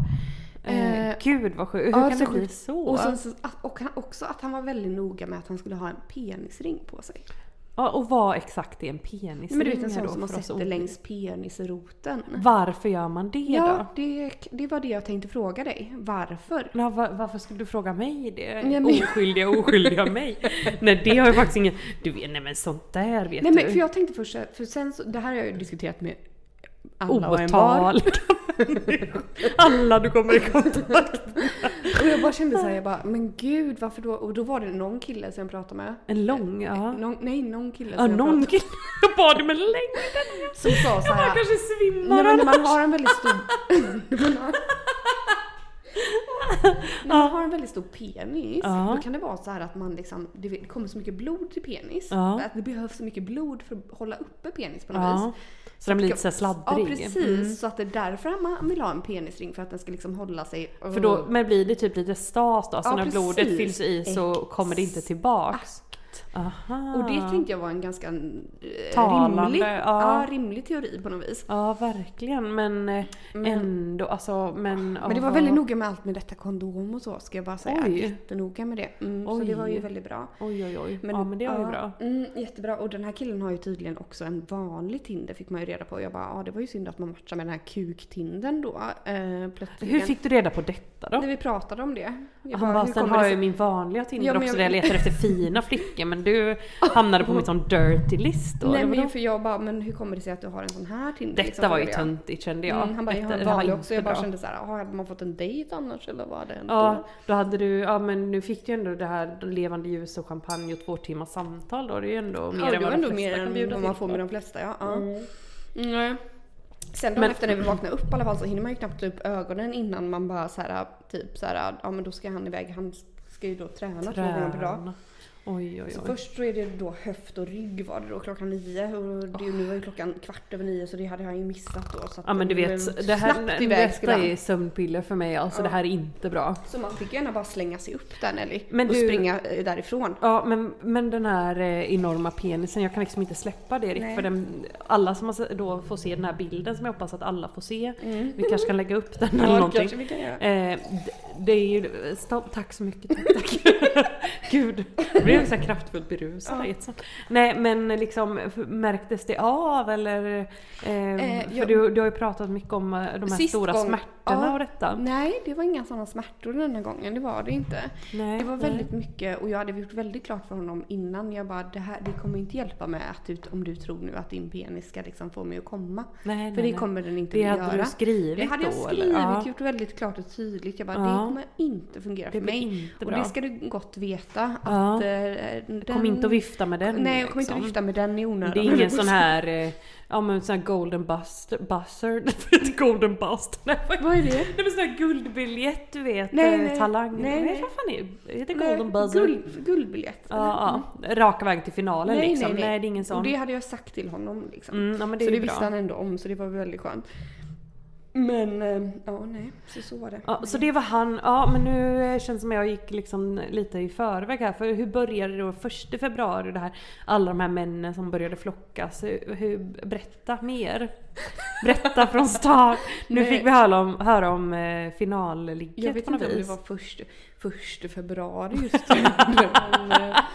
[SPEAKER 2] Eh, eh, Gud vad sjukt. Hur
[SPEAKER 1] ja,
[SPEAKER 2] kan
[SPEAKER 1] så
[SPEAKER 2] det bli
[SPEAKER 1] sjukt.
[SPEAKER 2] så?
[SPEAKER 1] Och, sen, så, och han, också att han var väldigt noga med att han skulle ha en penisring på sig.
[SPEAKER 2] Ja, och vad exakt är en penisring?
[SPEAKER 1] Men du vet en sån
[SPEAKER 2] då,
[SPEAKER 1] som man sätter
[SPEAKER 2] oss...
[SPEAKER 1] längs penisroten.
[SPEAKER 2] Varför gör man det
[SPEAKER 1] ja,
[SPEAKER 2] då?
[SPEAKER 1] Ja, det, det var det jag tänkte fråga dig. Varför?
[SPEAKER 2] Ja, var, varför skulle du fråga mig det?
[SPEAKER 1] Ja, men...
[SPEAKER 2] Oskyldiga, oskyldiga mig. Nej, det har jag faktiskt ingen... Du vet, nej men sånt där vet
[SPEAKER 1] nej,
[SPEAKER 2] du.
[SPEAKER 1] Men för jag tänkte först, för sen så, det här har jag ju diskuterat med alla och en
[SPEAKER 2] var. Alla du kommer i kontakt.
[SPEAKER 1] Och jag bara kände så här, jag bara, men gud, varför då? Och då var det någon kille som jag pratade med.
[SPEAKER 2] En lång, ja.
[SPEAKER 1] Någon, nej, någon kille
[SPEAKER 2] ja,
[SPEAKER 1] som jag
[SPEAKER 2] någon
[SPEAKER 1] pratade
[SPEAKER 2] kille. Jag bad med längden.
[SPEAKER 1] Som sa så här.
[SPEAKER 2] Jag kanske svimmar.
[SPEAKER 1] Nej, men när man har en väldigt stor... när man har en väldigt stor penis,
[SPEAKER 2] ja.
[SPEAKER 1] Då kan det vara så här att man liksom, det kommer så mycket blod till penis.
[SPEAKER 2] Ja.
[SPEAKER 1] Att det behövs så mycket blod för att hålla uppe penis på något
[SPEAKER 2] ja.
[SPEAKER 1] vis.
[SPEAKER 2] Så den blir lite så sladdrig.
[SPEAKER 1] Ja, precis. Mm. Så att det är därför man vill ha en penisring. För att den ska liksom hålla sig.
[SPEAKER 2] För då men blir det typ lite stas då. Så
[SPEAKER 1] ja,
[SPEAKER 2] när
[SPEAKER 1] precis.
[SPEAKER 2] blodet fylls i så Exakt. kommer det inte tillbaks. Aha.
[SPEAKER 1] Och det tänkte jag var en ganska
[SPEAKER 2] Talande,
[SPEAKER 1] rimlig,
[SPEAKER 2] ja.
[SPEAKER 1] Ja, rimlig teori på något vis.
[SPEAKER 2] Ja, verkligen. Men mm. ändå, alltså, men...
[SPEAKER 1] Men det var väldigt noga med allt med detta kondom och så, ska jag bara säga.
[SPEAKER 2] Oj.
[SPEAKER 1] Jättenoga med det. Mm, så det var ju väldigt bra.
[SPEAKER 2] Oj, oj, oj. Men, ja, men det var ju
[SPEAKER 1] ja,
[SPEAKER 2] bra.
[SPEAKER 1] Mm, jättebra. Och den här killen har ju tydligen också en vanlig Tinder, fick man ju reda på. Jag bara, ja, det var ju synd att man matchade med den här kuk-tindern då. Eh, plötsligt.
[SPEAKER 2] Hur fick du reda på detta då?
[SPEAKER 1] När vi pratade om det.
[SPEAKER 2] Jag Han bara, sen har jag ju min vanliga Tinder ja, också jag... där jag letar efter fina flickor. Men du hamnade på min sån dirty list då.
[SPEAKER 1] Nej, men för jag bara, men hur kommer det sig att du har en sån här Tinder?
[SPEAKER 2] Detta
[SPEAKER 1] liksom,
[SPEAKER 2] var ju töntigt kände jag.
[SPEAKER 1] Mm, han bara, jag har en vanlig också. Jag bara kände så här, hade man fått en dejt annars eller vad det ändå?
[SPEAKER 2] Ja, då hade du, ja men nu fick du ändå det här levande ljus och champagne och två timmars samtal då. Det är ju ändå mer
[SPEAKER 1] ja,
[SPEAKER 2] än vad
[SPEAKER 1] de
[SPEAKER 2] flesta
[SPEAKER 1] mer
[SPEAKER 2] kan
[SPEAKER 1] än
[SPEAKER 2] bjuda
[SPEAKER 1] vad man
[SPEAKER 2] till
[SPEAKER 1] får
[SPEAKER 2] på.
[SPEAKER 1] med de flesta, ja. ja. Mm. Mm. Sen då men, efter när vi vaknar upp i alla fall så hinner man ju knappt upp ögonen innan man bara så här typ så här, ja men då ska han iväg, han ska ju då träna, träna. två gånger per dag.
[SPEAKER 2] Oj, oj, oj.
[SPEAKER 1] Så först så är det då höft och rygg var det då klockan nio och det, oh. nu var ju klockan kvart över nio så det hade jag ju missat då. Så att
[SPEAKER 2] ja men du vet, det här iväg, detta är sömnpiller för mig alltså ja. Det här är inte bra.
[SPEAKER 1] Så man fick gärna bara slänga sig upp där Nelly
[SPEAKER 2] men
[SPEAKER 1] och
[SPEAKER 2] du,
[SPEAKER 1] springa därifrån.
[SPEAKER 2] Ja men, men den här eh, enorma penisen, jag kan liksom inte släppa det riktigt för den, alla som har, då får se den här bilden som jag hoppas att alla får se. Mm. Vi kanske kan lägga upp den
[SPEAKER 1] ja,
[SPEAKER 2] eller någonting.
[SPEAKER 1] Vi kan göra.
[SPEAKER 2] Eh, det, det är ju, stopp, tack så mycket. Tack, tack. Gud, det blev så här kraftfullt berusad. Ja. Nej men liksom märktes det av eller eh, eh, för jag, du, du har ju pratat mycket om de här stora gång, smärtorna ja, och detta.
[SPEAKER 1] Nej, det var inga sådana smärtor den här gången, det var det inte. Nej, det var väldigt nej. mycket och jag hade gjort väldigt klart för honom innan. Jag bara, det här det kommer inte hjälpa mig att ut, om du tror nu att din penis ska liksom få mig att komma. Nej, för nej, det kommer den inte
[SPEAKER 2] det
[SPEAKER 1] att göra.
[SPEAKER 2] Det hade du skrivit
[SPEAKER 1] Det hade jag
[SPEAKER 2] då,
[SPEAKER 1] skrivit,
[SPEAKER 2] eller? Ja.
[SPEAKER 1] gjort väldigt klart och tydligt. Jag bara,
[SPEAKER 2] ja.
[SPEAKER 1] det kommer inte fungera
[SPEAKER 2] det
[SPEAKER 1] för mig.
[SPEAKER 2] Inte
[SPEAKER 1] och
[SPEAKER 2] bra.
[SPEAKER 1] det ska du gott veta.
[SPEAKER 2] Ja.
[SPEAKER 1] Att, eh, den,
[SPEAKER 2] kom inte att vifta med den.
[SPEAKER 1] Nej, jag kommer
[SPEAKER 2] liksom.
[SPEAKER 1] inte att vifta med den i onödan.
[SPEAKER 2] Det är ingen sån här eh, ja men sån här golden buster buster golden bust. Nej,
[SPEAKER 1] vad är det?
[SPEAKER 2] Det är en sån här guldbiljett du vet
[SPEAKER 1] nej, nej,
[SPEAKER 2] talang.
[SPEAKER 1] Nej, nej.
[SPEAKER 2] Vad fan är det? Det heter golden buzzer.
[SPEAKER 1] Guld, guldbiljett.
[SPEAKER 2] Ja, ja, raka väg till finalen
[SPEAKER 1] nej,
[SPEAKER 2] liksom.
[SPEAKER 1] Nej, nej.
[SPEAKER 2] nej, det är ingen sån.
[SPEAKER 1] Och det hade jag sagt till honom liksom.
[SPEAKER 2] Mm, ja, men det
[SPEAKER 1] så
[SPEAKER 2] är
[SPEAKER 1] det
[SPEAKER 2] bra.
[SPEAKER 1] visste han ändå om så det var väldigt skönt. Men, ja nej, så så var det.
[SPEAKER 2] Ja, så det var han, ja men nu känns det som jag gick liksom lite i förväg här. För hur började det då första februari det här, alla de här männen som började flockas? Hur, hur, berätta mer. Berätta från start. Nu nej. fick vi höra om, höra om eh, finalligget
[SPEAKER 1] jag vet
[SPEAKER 2] på något
[SPEAKER 1] inte
[SPEAKER 2] vis.
[SPEAKER 1] om det var första, första februari just det. men,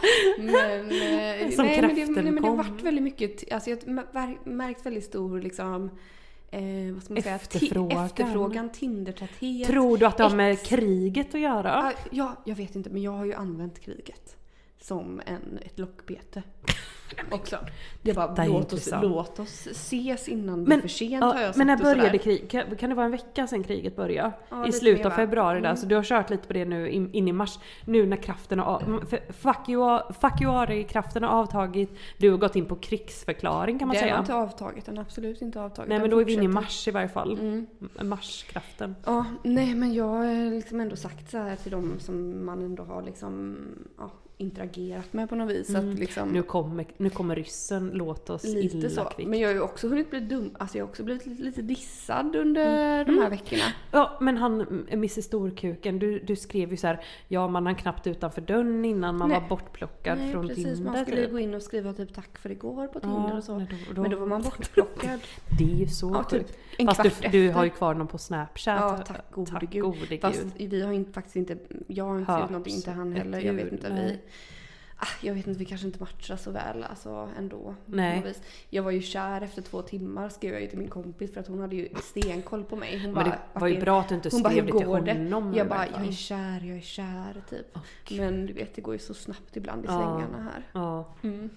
[SPEAKER 1] men,
[SPEAKER 2] som
[SPEAKER 1] nej, men, det,
[SPEAKER 2] men
[SPEAKER 1] det, men det har varit väldigt mycket, alltså jag har märkt väldigt stor liksom Eh, vad ska man
[SPEAKER 2] efterfrågan.
[SPEAKER 1] säga? Efterfrågan, Tinder-täthet.
[SPEAKER 2] Tror du att det har med kriget att göra?
[SPEAKER 1] Ah, ja, jag vet inte, men jag har ju använt kriget som en, ett lockbete. Också. Det var bara, låt oss, låt oss ses innan det är för sent.
[SPEAKER 2] Ja,
[SPEAKER 1] har jag
[SPEAKER 2] men när började
[SPEAKER 1] krig?
[SPEAKER 2] krig? Kan, kan det vara en vecka sedan kriget började?
[SPEAKER 1] Ja,
[SPEAKER 2] I slutet av
[SPEAKER 1] mer,
[SPEAKER 2] februari
[SPEAKER 1] mm.
[SPEAKER 2] där. Så du har kört lite på det nu in, in i mars. Nu när kraften har fuck you, fuck you kraften har avtagit. Du har gått in på krigsförklaring kan man
[SPEAKER 1] det
[SPEAKER 2] säga.
[SPEAKER 1] Det har inte avtagit, den har absolut inte avtagit.
[SPEAKER 2] Nej men då är vi inne i mars i varje fall.
[SPEAKER 1] Mm.
[SPEAKER 2] Marskraften.
[SPEAKER 1] Ja, nej men jag har liksom ändå sagt så här till dem som man ändå har liksom ja, interagerat med på något vis.
[SPEAKER 2] Mm.
[SPEAKER 1] Att liksom,
[SPEAKER 2] nu, kommer, nu kommer ryssen, låt oss
[SPEAKER 1] lite
[SPEAKER 2] illa
[SPEAKER 1] så.
[SPEAKER 2] kvickt.
[SPEAKER 1] Men jag har ju också hunnit bli dum. Alltså jag har också blivit lite, lite dissad under mm. de här
[SPEAKER 2] mm.
[SPEAKER 1] veckorna.
[SPEAKER 2] Ja, men han, missus Storkuken, du, du skrev ju så här, ja man har knappt utanför dörren innan man Nej. var bortplockad
[SPEAKER 1] Nej,
[SPEAKER 2] från
[SPEAKER 1] precis.
[SPEAKER 2] Tinder.
[SPEAKER 1] Man skulle
[SPEAKER 2] typ.
[SPEAKER 1] gå in och skriva typ tack för igår på Tinder
[SPEAKER 2] ja,
[SPEAKER 1] och så.
[SPEAKER 2] Då, då,
[SPEAKER 1] men då var man bortplockad.
[SPEAKER 2] Det är ju så
[SPEAKER 1] ja,
[SPEAKER 2] typ
[SPEAKER 1] en
[SPEAKER 2] Fast
[SPEAKER 1] kvart
[SPEAKER 2] du, du har ju kvar någon på Snapchat.
[SPEAKER 1] Ja, tack gode
[SPEAKER 2] tack
[SPEAKER 1] gud.
[SPEAKER 2] Gode
[SPEAKER 1] Fast
[SPEAKER 2] gud.
[SPEAKER 1] vi har inte, faktiskt inte, jag har inte gjort någonting, inte han heller. Jag vet inte, vi... Ah, jag vet inte, vi kanske inte matchar så väl alltså ändå.
[SPEAKER 2] Nej.
[SPEAKER 1] Jag var ju kär efter två timmar skrev jag ju till min kompis för att hon hade ju stenkoll på mig. Hon
[SPEAKER 2] men
[SPEAKER 1] bara,
[SPEAKER 2] det var ju bra att du inte skrev bara, det till honom.
[SPEAKER 1] Jag bara, jag är kär, jag är kär typ. Okay. Men du vet, det går ju så snabbt ibland i ja. slängarna här.
[SPEAKER 2] Ja.
[SPEAKER 1] Mm.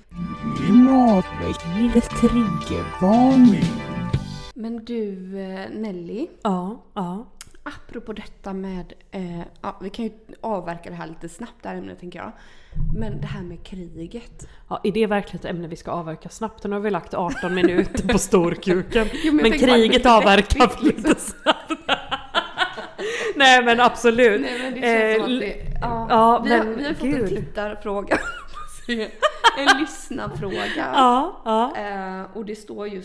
[SPEAKER 3] Triggervarning.
[SPEAKER 1] Men du Nelly.
[SPEAKER 2] Ja, ja.
[SPEAKER 1] Apropå detta med, eh, ja, vi kan ju avverka det här lite snabbt det här ämnet tänker jag. Men det här med kriget.
[SPEAKER 2] Ja, är det verkligen ett ämne vi ska avverka snabbt? Nu har vi lagt arton minuter på storkuken. Jo, men, men kriget avverkar vi lite snabbt. Nej men absolut.
[SPEAKER 1] Nej, men det känns eh, som att det, ja,
[SPEAKER 2] ja,
[SPEAKER 1] vi,
[SPEAKER 2] men,
[SPEAKER 1] har, vi har fått
[SPEAKER 2] Gud.
[SPEAKER 1] en tittarfråga. En lyssnarfråga.
[SPEAKER 2] Ja, ja.
[SPEAKER 1] Eh, och det står just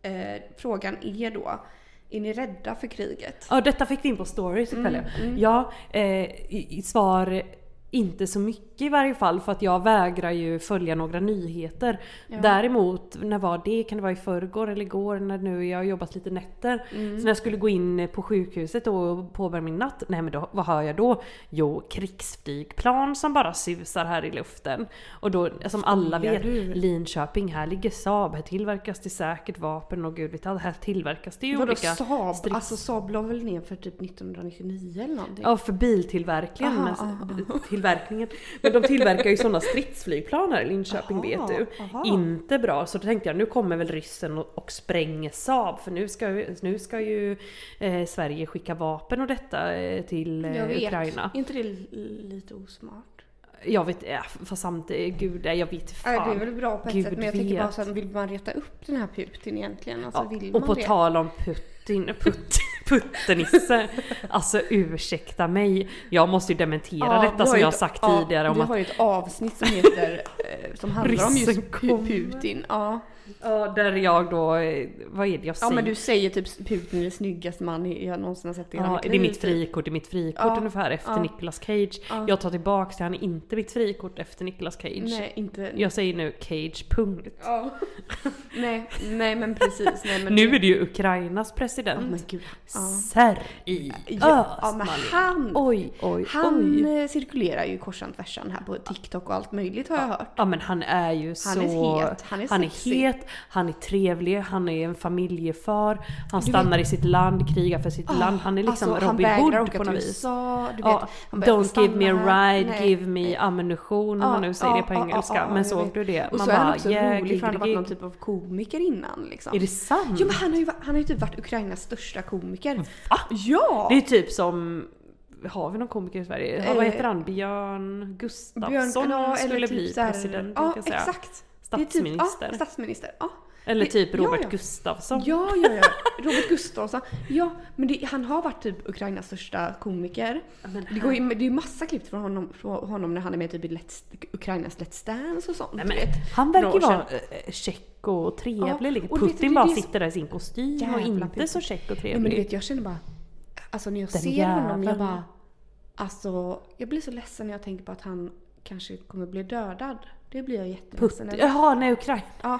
[SPEAKER 1] eh, frågan är då, är ni rädda för kriget?
[SPEAKER 2] Ja, detta fick vi in på stories ikväll. Mm, mm. Ja, eh, i, i svar inte så mycket i varje fall, för att jag vägrar ju följa några nyheter. Ja. Däremot, när var det? Kan det vara i förrgår eller igår, när nu jag har jobbat lite nätter. Mm. Så när jag skulle gå in på sjukhuset och påbörja min natt, nej men då, vad hör jag då? Jo, krigsflygplan som bara susar här i luften. Och då, som alla vet, du? Linköping, här ligger Saab, här tillverkas det säkert vapen och gud vet allt, här tillverkas det ju
[SPEAKER 1] Vadå,
[SPEAKER 2] olika
[SPEAKER 1] Saab?
[SPEAKER 2] strids...
[SPEAKER 1] Alltså Saab la väl ner för typ nittonhundranittionio eller någonting?
[SPEAKER 2] Ja, för biltillverkningen. Aha, aha. Tillverkningen. Men de tillverkar ju sådana stridsflygplan här i Linköping, aha, vet du. Aha. Inte bra. Så då tänkte jag, nu kommer väl ryssen och, och spränger Saab. För nu ska, nu ska ju eh, Sverige skicka vapen och detta eh, till eh,
[SPEAKER 1] jag vet.
[SPEAKER 2] Ukraina.
[SPEAKER 1] Är inte det lite osmart?
[SPEAKER 2] Jag vet, ja, för samtidigt, gud, jag vet fan.
[SPEAKER 1] Ja, det är väl bra på ett
[SPEAKER 2] gud
[SPEAKER 1] sätt, men jag
[SPEAKER 2] vet.
[SPEAKER 1] tänker bara så här, vill man reta upp den här Putin egentligen? Alltså,
[SPEAKER 2] ja,
[SPEAKER 1] vill
[SPEAKER 2] och
[SPEAKER 1] man
[SPEAKER 2] på
[SPEAKER 1] det?
[SPEAKER 2] tal om Putin, Put, Puttenisse, alltså ursäkta mig, jag måste ju dementera ja, detta som jag har sagt ja, tidigare. Om
[SPEAKER 1] vi
[SPEAKER 2] att
[SPEAKER 1] har ju ett avsnitt som heter, som handlar om just Putin. Ja.
[SPEAKER 2] Ja, där jag då, vad är det jag säger?
[SPEAKER 1] Ja, men du säger typ Putin är den snyggaste man jag någonsin har sett i hela
[SPEAKER 2] ja,
[SPEAKER 1] mitt liv.
[SPEAKER 2] det är mitt frikort, det är mitt frikort ja, ungefär efter ja. Nicolas Cage. Ja. Jag tar tillbaka det, han är inte mitt frikort efter Nicolas Cage.
[SPEAKER 1] Nej, inte.
[SPEAKER 2] Jag säger nu Cage, punkt.
[SPEAKER 1] Ja. nej, nej, men precis. Nej, men
[SPEAKER 2] nu
[SPEAKER 1] det...
[SPEAKER 2] är det ju Ukrainas president.
[SPEAKER 1] Oh, men gud. Ja.
[SPEAKER 2] Sergej
[SPEAKER 1] ja, ja, men han,
[SPEAKER 2] oj, oj,
[SPEAKER 1] han
[SPEAKER 2] oj.
[SPEAKER 1] cirkulerar ju korsan tvärsan här på TikTok och allt möjligt har jag hört.
[SPEAKER 2] Ja, men han är ju han så...
[SPEAKER 1] Är het. Han är
[SPEAKER 2] Han
[SPEAKER 1] sexy.
[SPEAKER 2] är het, han är trevlig, han är en familjefar, han du stannar vet... i sitt land, krigar för sitt oh, land, han är liksom
[SPEAKER 1] alltså,
[SPEAKER 2] Robin Hood på något vis.
[SPEAKER 1] USA, du vet,
[SPEAKER 2] ja, don't give me a ride, nej, give me
[SPEAKER 1] nej.
[SPEAKER 2] ammunition, om
[SPEAKER 1] ja,
[SPEAKER 2] man nu säger
[SPEAKER 1] ja,
[SPEAKER 2] det på
[SPEAKER 1] ja,
[SPEAKER 2] engelska.
[SPEAKER 1] ja, ja,
[SPEAKER 2] men såg du det?
[SPEAKER 1] Och
[SPEAKER 2] man
[SPEAKER 1] så är han
[SPEAKER 2] bara,
[SPEAKER 1] också
[SPEAKER 2] yeah,
[SPEAKER 1] rolig, för han har varit
[SPEAKER 2] gig.
[SPEAKER 1] någon typ av komiker innan liksom.
[SPEAKER 2] Är det sant?
[SPEAKER 1] Jo, men han har ju, han har ju typ varit Ukrainas största komiker.
[SPEAKER 2] Va?
[SPEAKER 1] Ja!
[SPEAKER 2] Det är typ som... Har vi någon komiker i Sverige? Eh, vad heter han? Björn Gustafsson Björn, ja, skulle typ bli här, president.
[SPEAKER 1] Ja, exakt.
[SPEAKER 2] Statsminister.
[SPEAKER 1] Typ, ja, statsminister. Ja.
[SPEAKER 2] Eller typ Robert
[SPEAKER 1] ja, ja.
[SPEAKER 2] Gustafsson.
[SPEAKER 1] Ja, ja, ja. Robert Gustafsson. Ja, men det, han har varit typ Ukrainas största komiker. Men det, går ju, det är ju massa klipp från honom, från honom när han är med typ i Let's, Ukrainas Let's Dance och sånt.
[SPEAKER 2] Nej, men, han verkar ju vara äh, check och trevlig. Ja, och Putin vet, det, bara det, sitter där i sin kostym och inte Putin. Så check och trevlig.
[SPEAKER 1] Ja, men du vet, jag känner bara... Alltså när jag Den ser jävla. honom, jag bara... Alltså, jag blir så ledsen när jag tänker på att han kanske kommer bli dödad. Det blir jag jätteledsen.
[SPEAKER 2] Putin. Jaha, nej, Ukraina. Ja.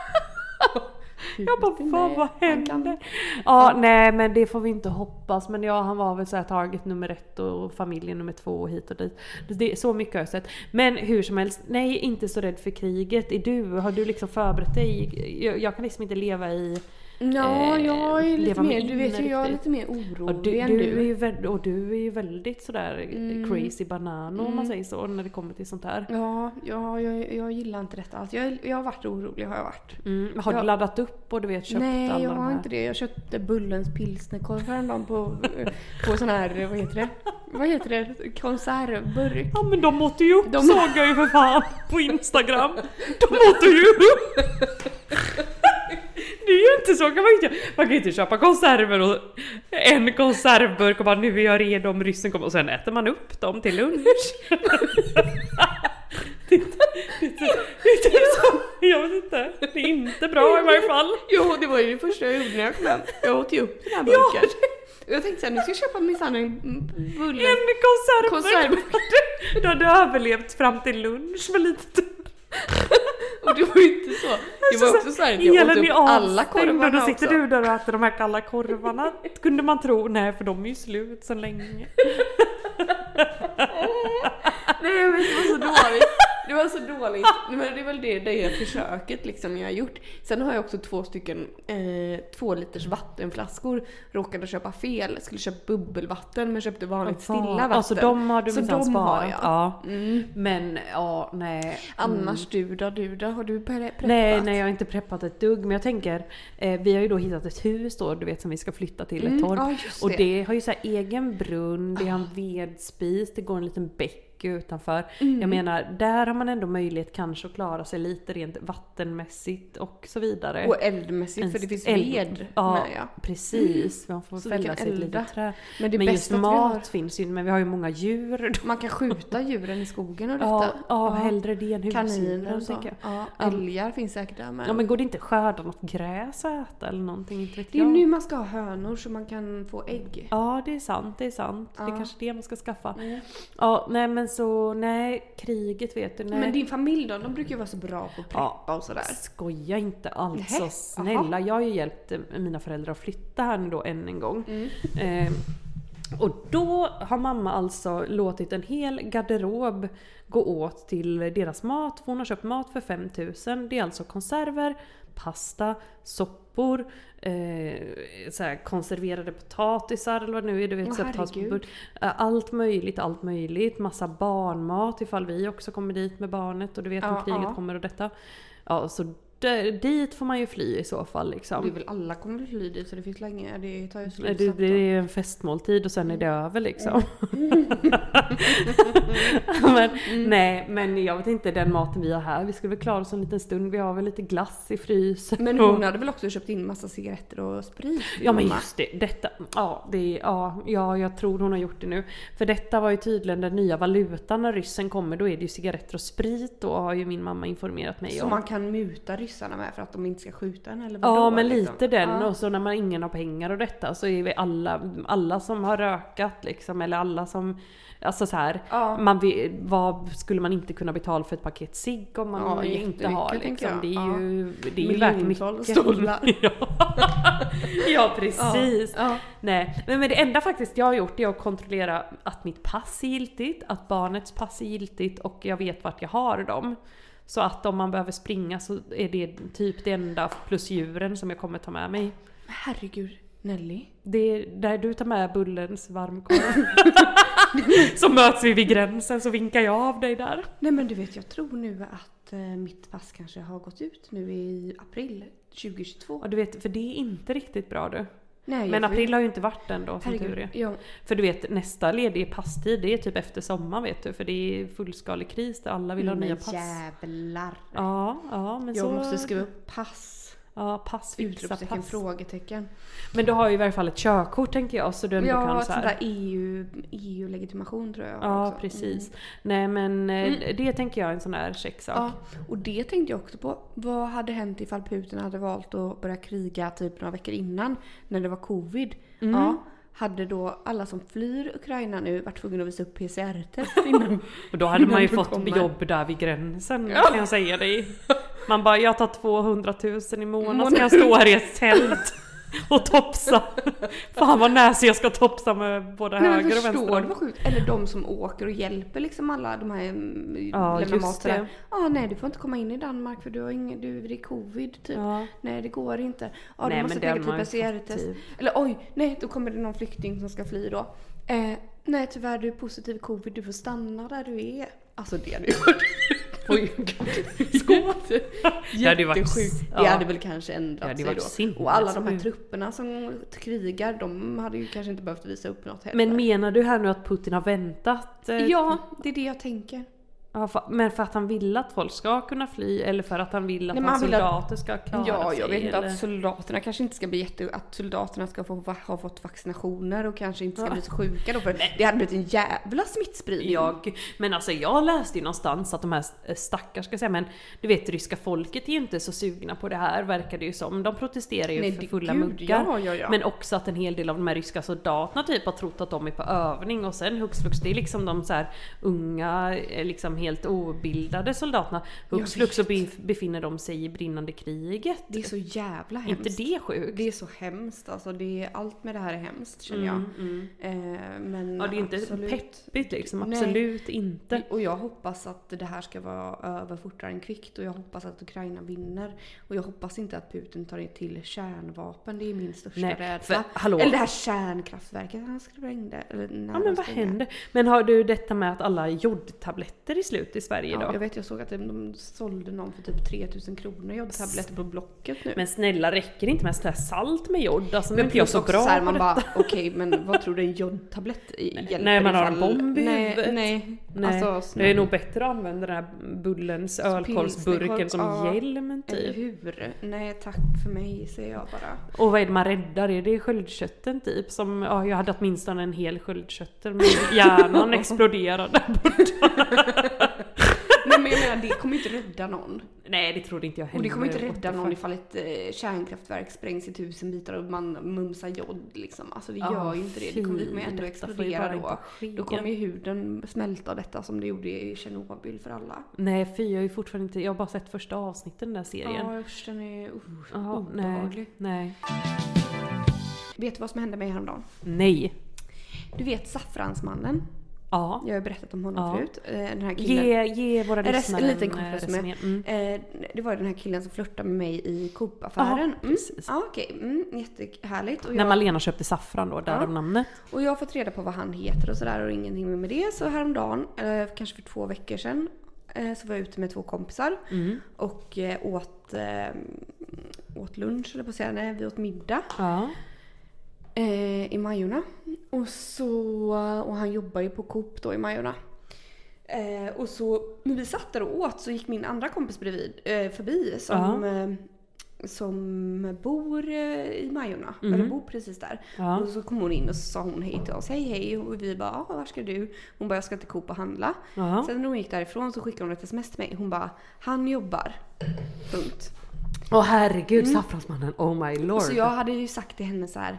[SPEAKER 2] Jag bara, fan, vad hände? Ja, ja, nej, men det får vi inte hoppas. Men ja, han var väl så här taget nummer ett och familjen nummer två och hit och dit. Det är så mycket har jag sett. Men hur som helst, nej, inte så rädd för kriget. Är du, har du liksom förberett dig? Jag, jag kan liksom inte leva i...
[SPEAKER 1] Ja, jag är lite mer, du vet ju, jag är lite mer orolig
[SPEAKER 2] och du,
[SPEAKER 1] än
[SPEAKER 2] du.
[SPEAKER 1] du.
[SPEAKER 2] Är ju väldigt, och du är ju väldigt sådär mm. crazy banana mm. om man säger så, när det kommer till sånt här.
[SPEAKER 1] Ja, ja jag, jag gillar inte detta alls. Jag, jag har varit orolig, har jag varit.
[SPEAKER 2] Mm. Har jag, du laddat upp och du vet köpt
[SPEAKER 1] nej,
[SPEAKER 2] alla
[SPEAKER 1] jag
[SPEAKER 2] de
[SPEAKER 1] har
[SPEAKER 2] här?
[SPEAKER 1] inte det. Jag köpte Bullens pilsnerkorv häromdagen på, på sån här, vad heter det? Vad heter det? Konservburk.
[SPEAKER 2] Ja, men de måste ju upp, de... såg jag ju för fan på Instagram. De måste ju upp. Det är ju inte så, kan man inte, man kan inte köpa konserver och en konservburk och bara nu är jag redo om ryssen kommer och sen äter man upp dem till lunch. det, det, det, det, det är så, jag vet inte, det är inte bra i varje fall.
[SPEAKER 1] Jo, det var ju det första jag gjorde när jag kom hem. Jag åt ju upp den här burken. Ja. Jag tänkte så här, nu ska jag köpa min sann en bulle.
[SPEAKER 2] En konservburk. konservburk. Du hade överlevt fram till lunch med lite tid.
[SPEAKER 1] Och det var ju inte så. Det var också så här att jag åt upp alla korvarna
[SPEAKER 2] och då sitter
[SPEAKER 1] också.
[SPEAKER 2] du där och äter de här kalla korvarna. Kunde man tro, nej, för de är ju slut så länge.
[SPEAKER 1] Nej, jag vet, det var så dåligt. Det var så dåligt. Men det är väl det, det är försöket liksom jag har gjort. Sen har jag också två stycken eh, två liters vattenflaskor. Råkade köpa fel. Jag skulle köpa bubbelvatten men köpte vanligt stilla vatten.
[SPEAKER 2] Alltså de har du
[SPEAKER 1] så de
[SPEAKER 2] sparat.
[SPEAKER 1] har jag.
[SPEAKER 2] Ja.
[SPEAKER 1] Mm.
[SPEAKER 2] Men ja, nej.
[SPEAKER 1] Annars mm. du då, du då? Har du preppat?
[SPEAKER 2] Nej, nej, jag har inte preppat ett dugg. Men jag tänker, eh, vi har ju då hittat ett hus då, du vet, som vi ska flytta till ett torp.
[SPEAKER 1] Mm, ja,
[SPEAKER 2] och det har ju så här egen brunn, det har en vedspis, det går en liten bäck. mycket utanför.
[SPEAKER 1] Mm.
[SPEAKER 2] Jag menar, där har man ändå möjlighet kanske att klara sig lite rent vattenmässigt och så vidare.
[SPEAKER 1] Och eldmässigt, en, för det finns
[SPEAKER 2] eld,
[SPEAKER 1] ved
[SPEAKER 2] ja,
[SPEAKER 1] med, ja.
[SPEAKER 2] precis. Man får
[SPEAKER 1] Så
[SPEAKER 2] fälla sig ett litet trä.
[SPEAKER 1] Men, det
[SPEAKER 2] men just mat
[SPEAKER 1] har...
[SPEAKER 2] finns ju, men vi har ju många djur.
[SPEAKER 1] Man kan skjuta djuren i skogen och detta.
[SPEAKER 2] Ja, ja, hellre det än
[SPEAKER 1] kaniner och så.
[SPEAKER 2] tänker jag.
[SPEAKER 1] Ja, älgar um, finns säkert där med.
[SPEAKER 2] Ja, men går det inte skörda något gräs och äta eller någonting? Inte vet
[SPEAKER 1] det är
[SPEAKER 2] jag.
[SPEAKER 1] nu man ska ha hönor så man kan få ägg.
[SPEAKER 2] Ja, det är sant, det är sant.
[SPEAKER 1] Ja.
[SPEAKER 2] Det är kanske det man ska skaffa.
[SPEAKER 1] Mm.
[SPEAKER 2] Ja, nej men så, nej, kriget vet du. Nej.
[SPEAKER 1] Men din familj då, de brukar ju vara så bra på att preppa ja, och sådär.
[SPEAKER 2] Skoja inte alls, så snälla.
[SPEAKER 1] Aha.
[SPEAKER 2] Jag har ju hjälpt mina föräldrar att flytta här nu då än en gång.
[SPEAKER 1] Mm.
[SPEAKER 2] Eh, och då har mamma alltså låtit en hel garderob gå åt till deras mat. Hon har köpt mat för fem tusen. Det är alltså konserver, pasta, soppor, eh, så här konserverade potatisar eller vad nu är det. Vet,
[SPEAKER 1] Åh,
[SPEAKER 2] så
[SPEAKER 1] herregud.
[SPEAKER 2] allt möjligt, allt möjligt. Massa barnmat ifall vi också kommer dit med barnet. Och du vet
[SPEAKER 1] ja,
[SPEAKER 2] om kriget
[SPEAKER 1] ja.
[SPEAKER 2] kommer och detta. Ja, så d- dit får man ju fly i så fall liksom.
[SPEAKER 1] Det är väl alla kommer fly dit så det finns länge. Det tar ju slut.
[SPEAKER 2] Det, det är en festmåltid och sen är det över liksom.
[SPEAKER 1] Mm.
[SPEAKER 2] men, mm. Nej, men jag vet inte den maten vi har här. Vi skulle väl klara oss en liten stund. Vi har väl lite glass i frysen.
[SPEAKER 1] Men hon hade väl också köpt in massa cigaretter och sprit?
[SPEAKER 2] Ja, men just det. Detta, ja, det, ja, ja, jag tror hon har gjort det nu. För detta var ju tydligen den nya valutan när ryssen kommer. Då är det ju cigaretter och sprit. Då har ju min mamma informerat mig
[SPEAKER 1] så
[SPEAKER 2] om.
[SPEAKER 1] Så man kan muta ryssarna med för att de inte ska skjuta en? Eller vadå,
[SPEAKER 2] ja, men
[SPEAKER 1] liksom?
[SPEAKER 2] lite den.
[SPEAKER 1] Ja.
[SPEAKER 2] Och så när man ingen har pengar och detta så är vi alla, alla som har rökat liksom. Eller alla som... Alltså så här,
[SPEAKER 1] ja.
[SPEAKER 2] man vill, vad skulle man inte kunna betala för ett paket cigg om man
[SPEAKER 1] ja,
[SPEAKER 2] inte har liksom. Det är
[SPEAKER 1] ja.
[SPEAKER 2] ju, det är ju värt mycket.
[SPEAKER 1] Stålar.
[SPEAKER 2] ja. ja, precis.
[SPEAKER 1] Ja. Ja.
[SPEAKER 2] Nej, men det enda faktiskt jag har gjort är att kontrollera att mitt pass är giltigt, att barnets pass är giltigt och jag vet vart jag har dem. Så att om man behöver springa så är det typ det enda plus djuren som jag kommer ta med mig.
[SPEAKER 1] Herregud, Nelly.
[SPEAKER 2] Det är där du tar med Bullens varmkorv. Så möts vi vid gränsen så vinkar jag av dig där.
[SPEAKER 1] Nej men du vet, jag tror nu att eh, mitt pass kanske har gått ut nu i april tjugohundratjugotvå.
[SPEAKER 2] Ja, du vet, för det är inte riktigt bra du.
[SPEAKER 1] Nej,
[SPEAKER 2] men april har ju inte varit den då som
[SPEAKER 1] Herregud,
[SPEAKER 2] tur är.
[SPEAKER 1] ja.
[SPEAKER 2] För du vet, nästa ledig passtid det är typ efter sommar vet du. För det är fullskalig kris där alla vill ha
[SPEAKER 1] men
[SPEAKER 2] nya pass.
[SPEAKER 1] Jävlar.
[SPEAKER 2] Ja, ja men
[SPEAKER 1] jag
[SPEAKER 2] så...
[SPEAKER 1] måste skriva upp pass.
[SPEAKER 2] Ja, pass, fixa pass.
[SPEAKER 1] Frågetecken.
[SPEAKER 2] Men du har ju i varje fall ett körkort tänker jag. Så du ändå
[SPEAKER 1] ja,
[SPEAKER 2] kan så här...
[SPEAKER 1] där E U, E U-legitimation tror jag.
[SPEAKER 2] Ja,
[SPEAKER 1] också.
[SPEAKER 2] precis.
[SPEAKER 1] Mm.
[SPEAKER 2] Nej men
[SPEAKER 1] Mm.
[SPEAKER 2] det tänker jag är en sån här checksak.
[SPEAKER 1] Ja, och det tänkte jag också på. Vad hade hänt ifall Putin hade valt att börja kriga typ några veckor innan när det var covid?
[SPEAKER 2] Mm.
[SPEAKER 1] Ja, hade då alla som flyr Ukraina nu varit tvungna att visa upp P C R-test innan?
[SPEAKER 2] Och då hade man ju
[SPEAKER 1] de
[SPEAKER 2] fått
[SPEAKER 1] kommer.
[SPEAKER 2] jobb där vid gränsen
[SPEAKER 1] Ja.
[SPEAKER 2] kan jag säga dig. Man bara, jag tar tvåhundratusen i månaden
[SPEAKER 1] Månad.
[SPEAKER 2] så kan jag stå här i ett tält och topsa. Fan vad näs jag ska topsa med både
[SPEAKER 1] Nej,
[SPEAKER 2] höger och
[SPEAKER 1] förstår
[SPEAKER 2] vänster.
[SPEAKER 1] du vad sjukt? Eller de som åker och hjälper liksom alla de här
[SPEAKER 2] Ja,
[SPEAKER 1] lämnar
[SPEAKER 2] just
[SPEAKER 1] mat där.
[SPEAKER 2] det.
[SPEAKER 1] Ja, nej du får inte komma in i Danmark för du har ingen, du, det är covid typ.
[SPEAKER 2] Ja.
[SPEAKER 1] Nej det går inte. Ja,
[SPEAKER 2] Nej,
[SPEAKER 1] du måste
[SPEAKER 2] men det
[SPEAKER 1] lägga
[SPEAKER 2] har
[SPEAKER 1] till
[SPEAKER 2] man ju
[SPEAKER 1] P C R-test.
[SPEAKER 2] fått typ.
[SPEAKER 1] Eller oj, nej då kommer det någon flykting som ska fly då. Eh, nej tyvärr du är positiv covid, du får stanna där du är. Alltså det hade ju varit... Oj, skåt. Jättesjukt.
[SPEAKER 2] Ja.
[SPEAKER 1] Det hade väl kanske ändrat sig då.
[SPEAKER 2] Sinnes.
[SPEAKER 1] Och alla de här trupperna som krigar, de hade ju kanske inte behövt visa upp något heller.
[SPEAKER 2] Men menar du här nu att Putin har väntat? Eh,
[SPEAKER 1] Ja, det är det jag tänker.
[SPEAKER 2] Ja, för, men för att han vill att folk ska kunna fly eller för att han vill att
[SPEAKER 1] Nej, men
[SPEAKER 2] hans
[SPEAKER 1] han vill att-
[SPEAKER 2] soldater ska klara
[SPEAKER 1] Ja,
[SPEAKER 2] sig?
[SPEAKER 1] jag vet inte
[SPEAKER 2] eller?
[SPEAKER 1] att soldaterna kanske inte ska bli jätte... Att soldaterna ska få, ha fått vaccinationer och kanske inte ska
[SPEAKER 2] Ja.
[SPEAKER 1] bli så sjuka då. För det hade blivit en jävla smittspridning.
[SPEAKER 2] Jag, men alltså jag läste ju någonstans att de här stackars ska jag säga, men du vet ryska folket är ju inte så sugna på det här verkar det ju som. De protesterar ju
[SPEAKER 1] Nej,
[SPEAKER 2] för
[SPEAKER 1] det-
[SPEAKER 2] fulla
[SPEAKER 1] gud,
[SPEAKER 2] muggar.
[SPEAKER 1] ja, ja, ja.
[SPEAKER 2] Men också att en hel del av de här ryska soldaterna typ har trott att de är på övning och sen hux flux, det är liksom de så här unga, eh, liksom helt obildade soldaterna. Hux flux så be, befinner de sig i brinnande kriget.
[SPEAKER 1] Det är så jävla hemskt.
[SPEAKER 2] inte det sjukt?
[SPEAKER 1] Det är så hemskt. Alltså, det är, allt med det här är hemskt känner jag.
[SPEAKER 2] Mm, mm.
[SPEAKER 1] Eh, men
[SPEAKER 2] Ja, det är inte
[SPEAKER 1] absolut.
[SPEAKER 2] peppigt liksom,
[SPEAKER 1] Nej.
[SPEAKER 2] absolut inte.
[SPEAKER 1] Och jag hoppas att det här ska vara över fortare än kvickt. Och jag hoppas att Ukraina vinner. Och jag hoppas inte att Putin tar till kärnvapen. Det är min största
[SPEAKER 2] Nej,
[SPEAKER 1] rädsla.
[SPEAKER 2] för, hallå.
[SPEAKER 1] Eller det här kärnkraftverket han sprängde. Eller när
[SPEAKER 2] Ja
[SPEAKER 1] han
[SPEAKER 2] men vad
[SPEAKER 1] sprängde.
[SPEAKER 2] händer? Men har du detta med att alla jodtabletter i slut i Sverige idag.
[SPEAKER 4] Ja, jag vet, jag såg att de, de sålde någon för typ tre tusen kronor jodtabletter på Blocket nu.
[SPEAKER 2] Men snälla, räcker det inte med sådär salt med jod? Alltså,
[SPEAKER 4] men
[SPEAKER 2] inte jag så bra
[SPEAKER 4] så här,
[SPEAKER 2] på
[SPEAKER 4] man
[SPEAKER 2] detta.
[SPEAKER 4] bara, okej, okay, men vad tror du en jodtablett hjälper?
[SPEAKER 2] Nej, man har
[SPEAKER 4] ifall...
[SPEAKER 2] en bomb i
[SPEAKER 4] nej,
[SPEAKER 2] huvudet.
[SPEAKER 4] Nej,
[SPEAKER 2] nej.
[SPEAKER 4] Alltså,
[SPEAKER 2] det är nog bättre att använda den här Bullens ölkorvsburken som
[SPEAKER 4] ja,
[SPEAKER 2] hjälm typ.
[SPEAKER 4] Eller hur? Nej, tack för mig, säger jag bara.
[SPEAKER 2] Och vad är det man räddar? Är det sköldkötten typ? Som, ja, jag hade åtminstone en hel sköldkötter, men hjärnan exploderade där borta.
[SPEAKER 4] Nej, men jag menar, det kommer inte rädda någon.
[SPEAKER 2] Nej, det tror inte jag heller.
[SPEAKER 4] Och det kommer inte rädda någon ifall ett eh, kärnkraftverk sprängs i tusen bitar och man mumsar jod liksom. Alltså det gör
[SPEAKER 2] ah,
[SPEAKER 4] ju inte det. Det kommer, kommer ändå explodera då. Då kommer ju huden smälta av detta som det gjorde i Tjernobyl för alla.
[SPEAKER 2] Nej, för jag är ju fortfarande inte... Jag har bara sett första avsnitten den där serien.
[SPEAKER 4] Ja, usch, den är uh,
[SPEAKER 2] ah,
[SPEAKER 4] obehaglig.
[SPEAKER 2] Nej, nej.
[SPEAKER 4] Vet du vad som hände mig häromdagen?
[SPEAKER 2] Nej.
[SPEAKER 4] Du vet Saffransmannen?
[SPEAKER 2] Ja.
[SPEAKER 4] Jag har berättat om honom
[SPEAKER 2] ja.
[SPEAKER 4] förut. Den här killen.
[SPEAKER 2] Ge, ge våra lyssnare
[SPEAKER 4] en liten kort resumé.
[SPEAKER 2] Mm.
[SPEAKER 4] Det var den här killen som flörtade med mig i Coop-affären.
[SPEAKER 2] Ja, precis.
[SPEAKER 4] Mm. Ja, okej. Mm, jättehärligt. Och
[SPEAKER 2] När
[SPEAKER 4] jag...
[SPEAKER 2] Malena köpte saffran då, därav
[SPEAKER 4] ja.
[SPEAKER 2] namnet.
[SPEAKER 4] Och jag har fått reda på vad han heter och sådär och ingenting med det. Så häromdagen, eller kanske för två veckor sedan, så var jag ute med två kompisar.
[SPEAKER 2] Mm.
[SPEAKER 4] Och åt, åt lunch, eller på att säga. Nej, vi åt middag.
[SPEAKER 2] Ja.
[SPEAKER 4] I Majorna. Och, så, och han jobbar ju på Coop då i Majorna. Eh, och så när vi satt där och åt så gick min andra kompis bredvid, eh, förbi som, uh-huh. eh, som bor eh, i Majorna. Mm. Eller bor precis där. Uh-huh. Och så kom hon in och så sa hon hej till oss. Hej hej. Och vi bara, var ska du? Hon bara, jag ska till Coop och handla. Uh-huh. Sen när hon gick därifrån så skickade hon ett sms till mig. Hon bara, han jobbar. Punkt.
[SPEAKER 2] Åh oh, herregud, mm. Saffransmannen. Oh my lord.
[SPEAKER 4] Så jag hade ju sagt till henne så här.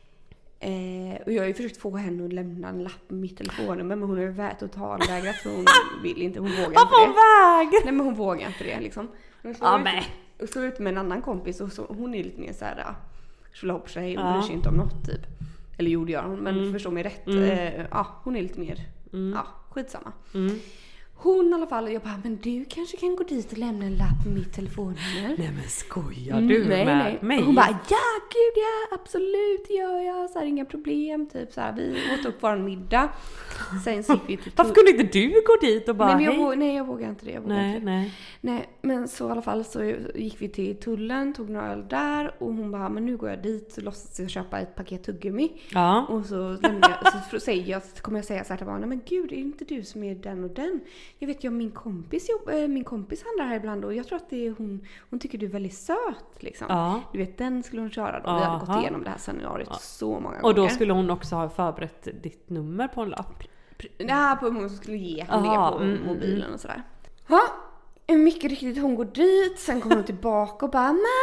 [SPEAKER 4] Eh, och jag har ju försökt få henne att lämna en lapp med mitt telefonnummer, men hon är värt totalvägrat för hon vill inte, hon vågar inte det.
[SPEAKER 2] Väg?
[SPEAKER 4] Nej, men hon vågar inte det liksom. Och så
[SPEAKER 2] ja,
[SPEAKER 4] men. Och så ut med en annan kompis och så, hon är lite mer så här tjolahopp sig, hon
[SPEAKER 2] ja.
[SPEAKER 4] bryr sig inte om något typ. Eller gjorde jag hon, men mm. förstå mig rätt.
[SPEAKER 2] Mm.
[SPEAKER 4] Eh, ja, hon är lite mer,
[SPEAKER 2] mm.
[SPEAKER 4] ja, skitsamma.
[SPEAKER 2] Mm.
[SPEAKER 4] Hon i alla fall, jag bara, men du kanske kan gå dit och lämna en lapp med mitt telefonnummer.
[SPEAKER 2] Nej men skojar du
[SPEAKER 4] mm, nej,
[SPEAKER 2] med
[SPEAKER 4] nej.
[SPEAKER 2] mig?
[SPEAKER 4] Hon bara, ja gud ja, absolut gör jag. Så här, inga problem, typ så här, vi åt upp vår middag. Sen gick vi till
[SPEAKER 2] varför kunde inte du gå dit och bara,
[SPEAKER 4] nej, jag
[SPEAKER 2] hej?
[SPEAKER 4] våg, nej jag vågar inte det. Jag vågar
[SPEAKER 2] nej,
[SPEAKER 4] inte.
[SPEAKER 2] nej.
[SPEAKER 4] nej, men så i alla fall så gick vi till tullen, tog några öl där. Och hon bara, men nu går jag dit och låtsas jag köpa ett paket tuggummi.
[SPEAKER 2] Ja.
[SPEAKER 4] Och så, jag, så säger jag, så kommer jag säga så här till barnen, men gud, är det inte du som är den och den? Jag vet ju, min kompis jobb, äh, min kompis handlar här ibland och jag tror att det är hon, hon tycker du är väldigt söt liksom. Ja. Du vet, den skulle hon köra då. Vi hade gått igenom det här scenariot ja. så många gånger.
[SPEAKER 2] Och då skulle hon också ha förberett ditt nummer på en lapp?
[SPEAKER 4] Nej, på hon skulle ge hon det på mm, mobilen mm. och sådär. Ja, mycket riktigt, hon går dit, sen kommer hon tillbaka och bara,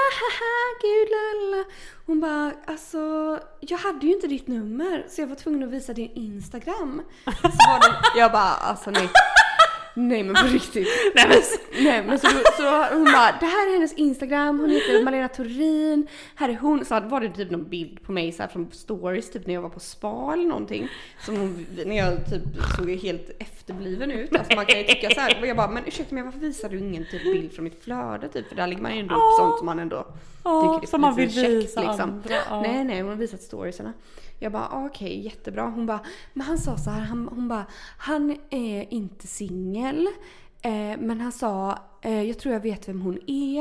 [SPEAKER 4] haha, gud lalla. Hon bara, alltså, jag hade ju inte ditt nummer så jag var tvungen att visa din Instagram. Så var det, jag bara, alltså nej. Nej men på riktigt. Nej men, nej, men så, så hon bara, det här är hennes Instagram, hon heter Malena Torin. Här är hon, så var det typ någon bild på mig så här från stories typ när jag var på spa eller någonting. Som hon, när jag typ såg helt efterbliven ut. Alltså man kan ju tycka så här, och jag bara, men ursäkta mig, varför visar du ingen typ bild från mitt flöde typ? För där ligger man ju ändå upp oh. sånt som man ändå oh, tycker det
[SPEAKER 2] som man vill
[SPEAKER 4] check,
[SPEAKER 2] visa
[SPEAKER 4] liksom.
[SPEAKER 2] andra. Oh.
[SPEAKER 4] Nej nej, hon har visat storiesarna. Jag bara, okej, okay, jättebra. Hon bara, men han sa så här, han, hon bara, han är inte singel. Eh, men han sa, eh, jag tror jag vet vem hon är.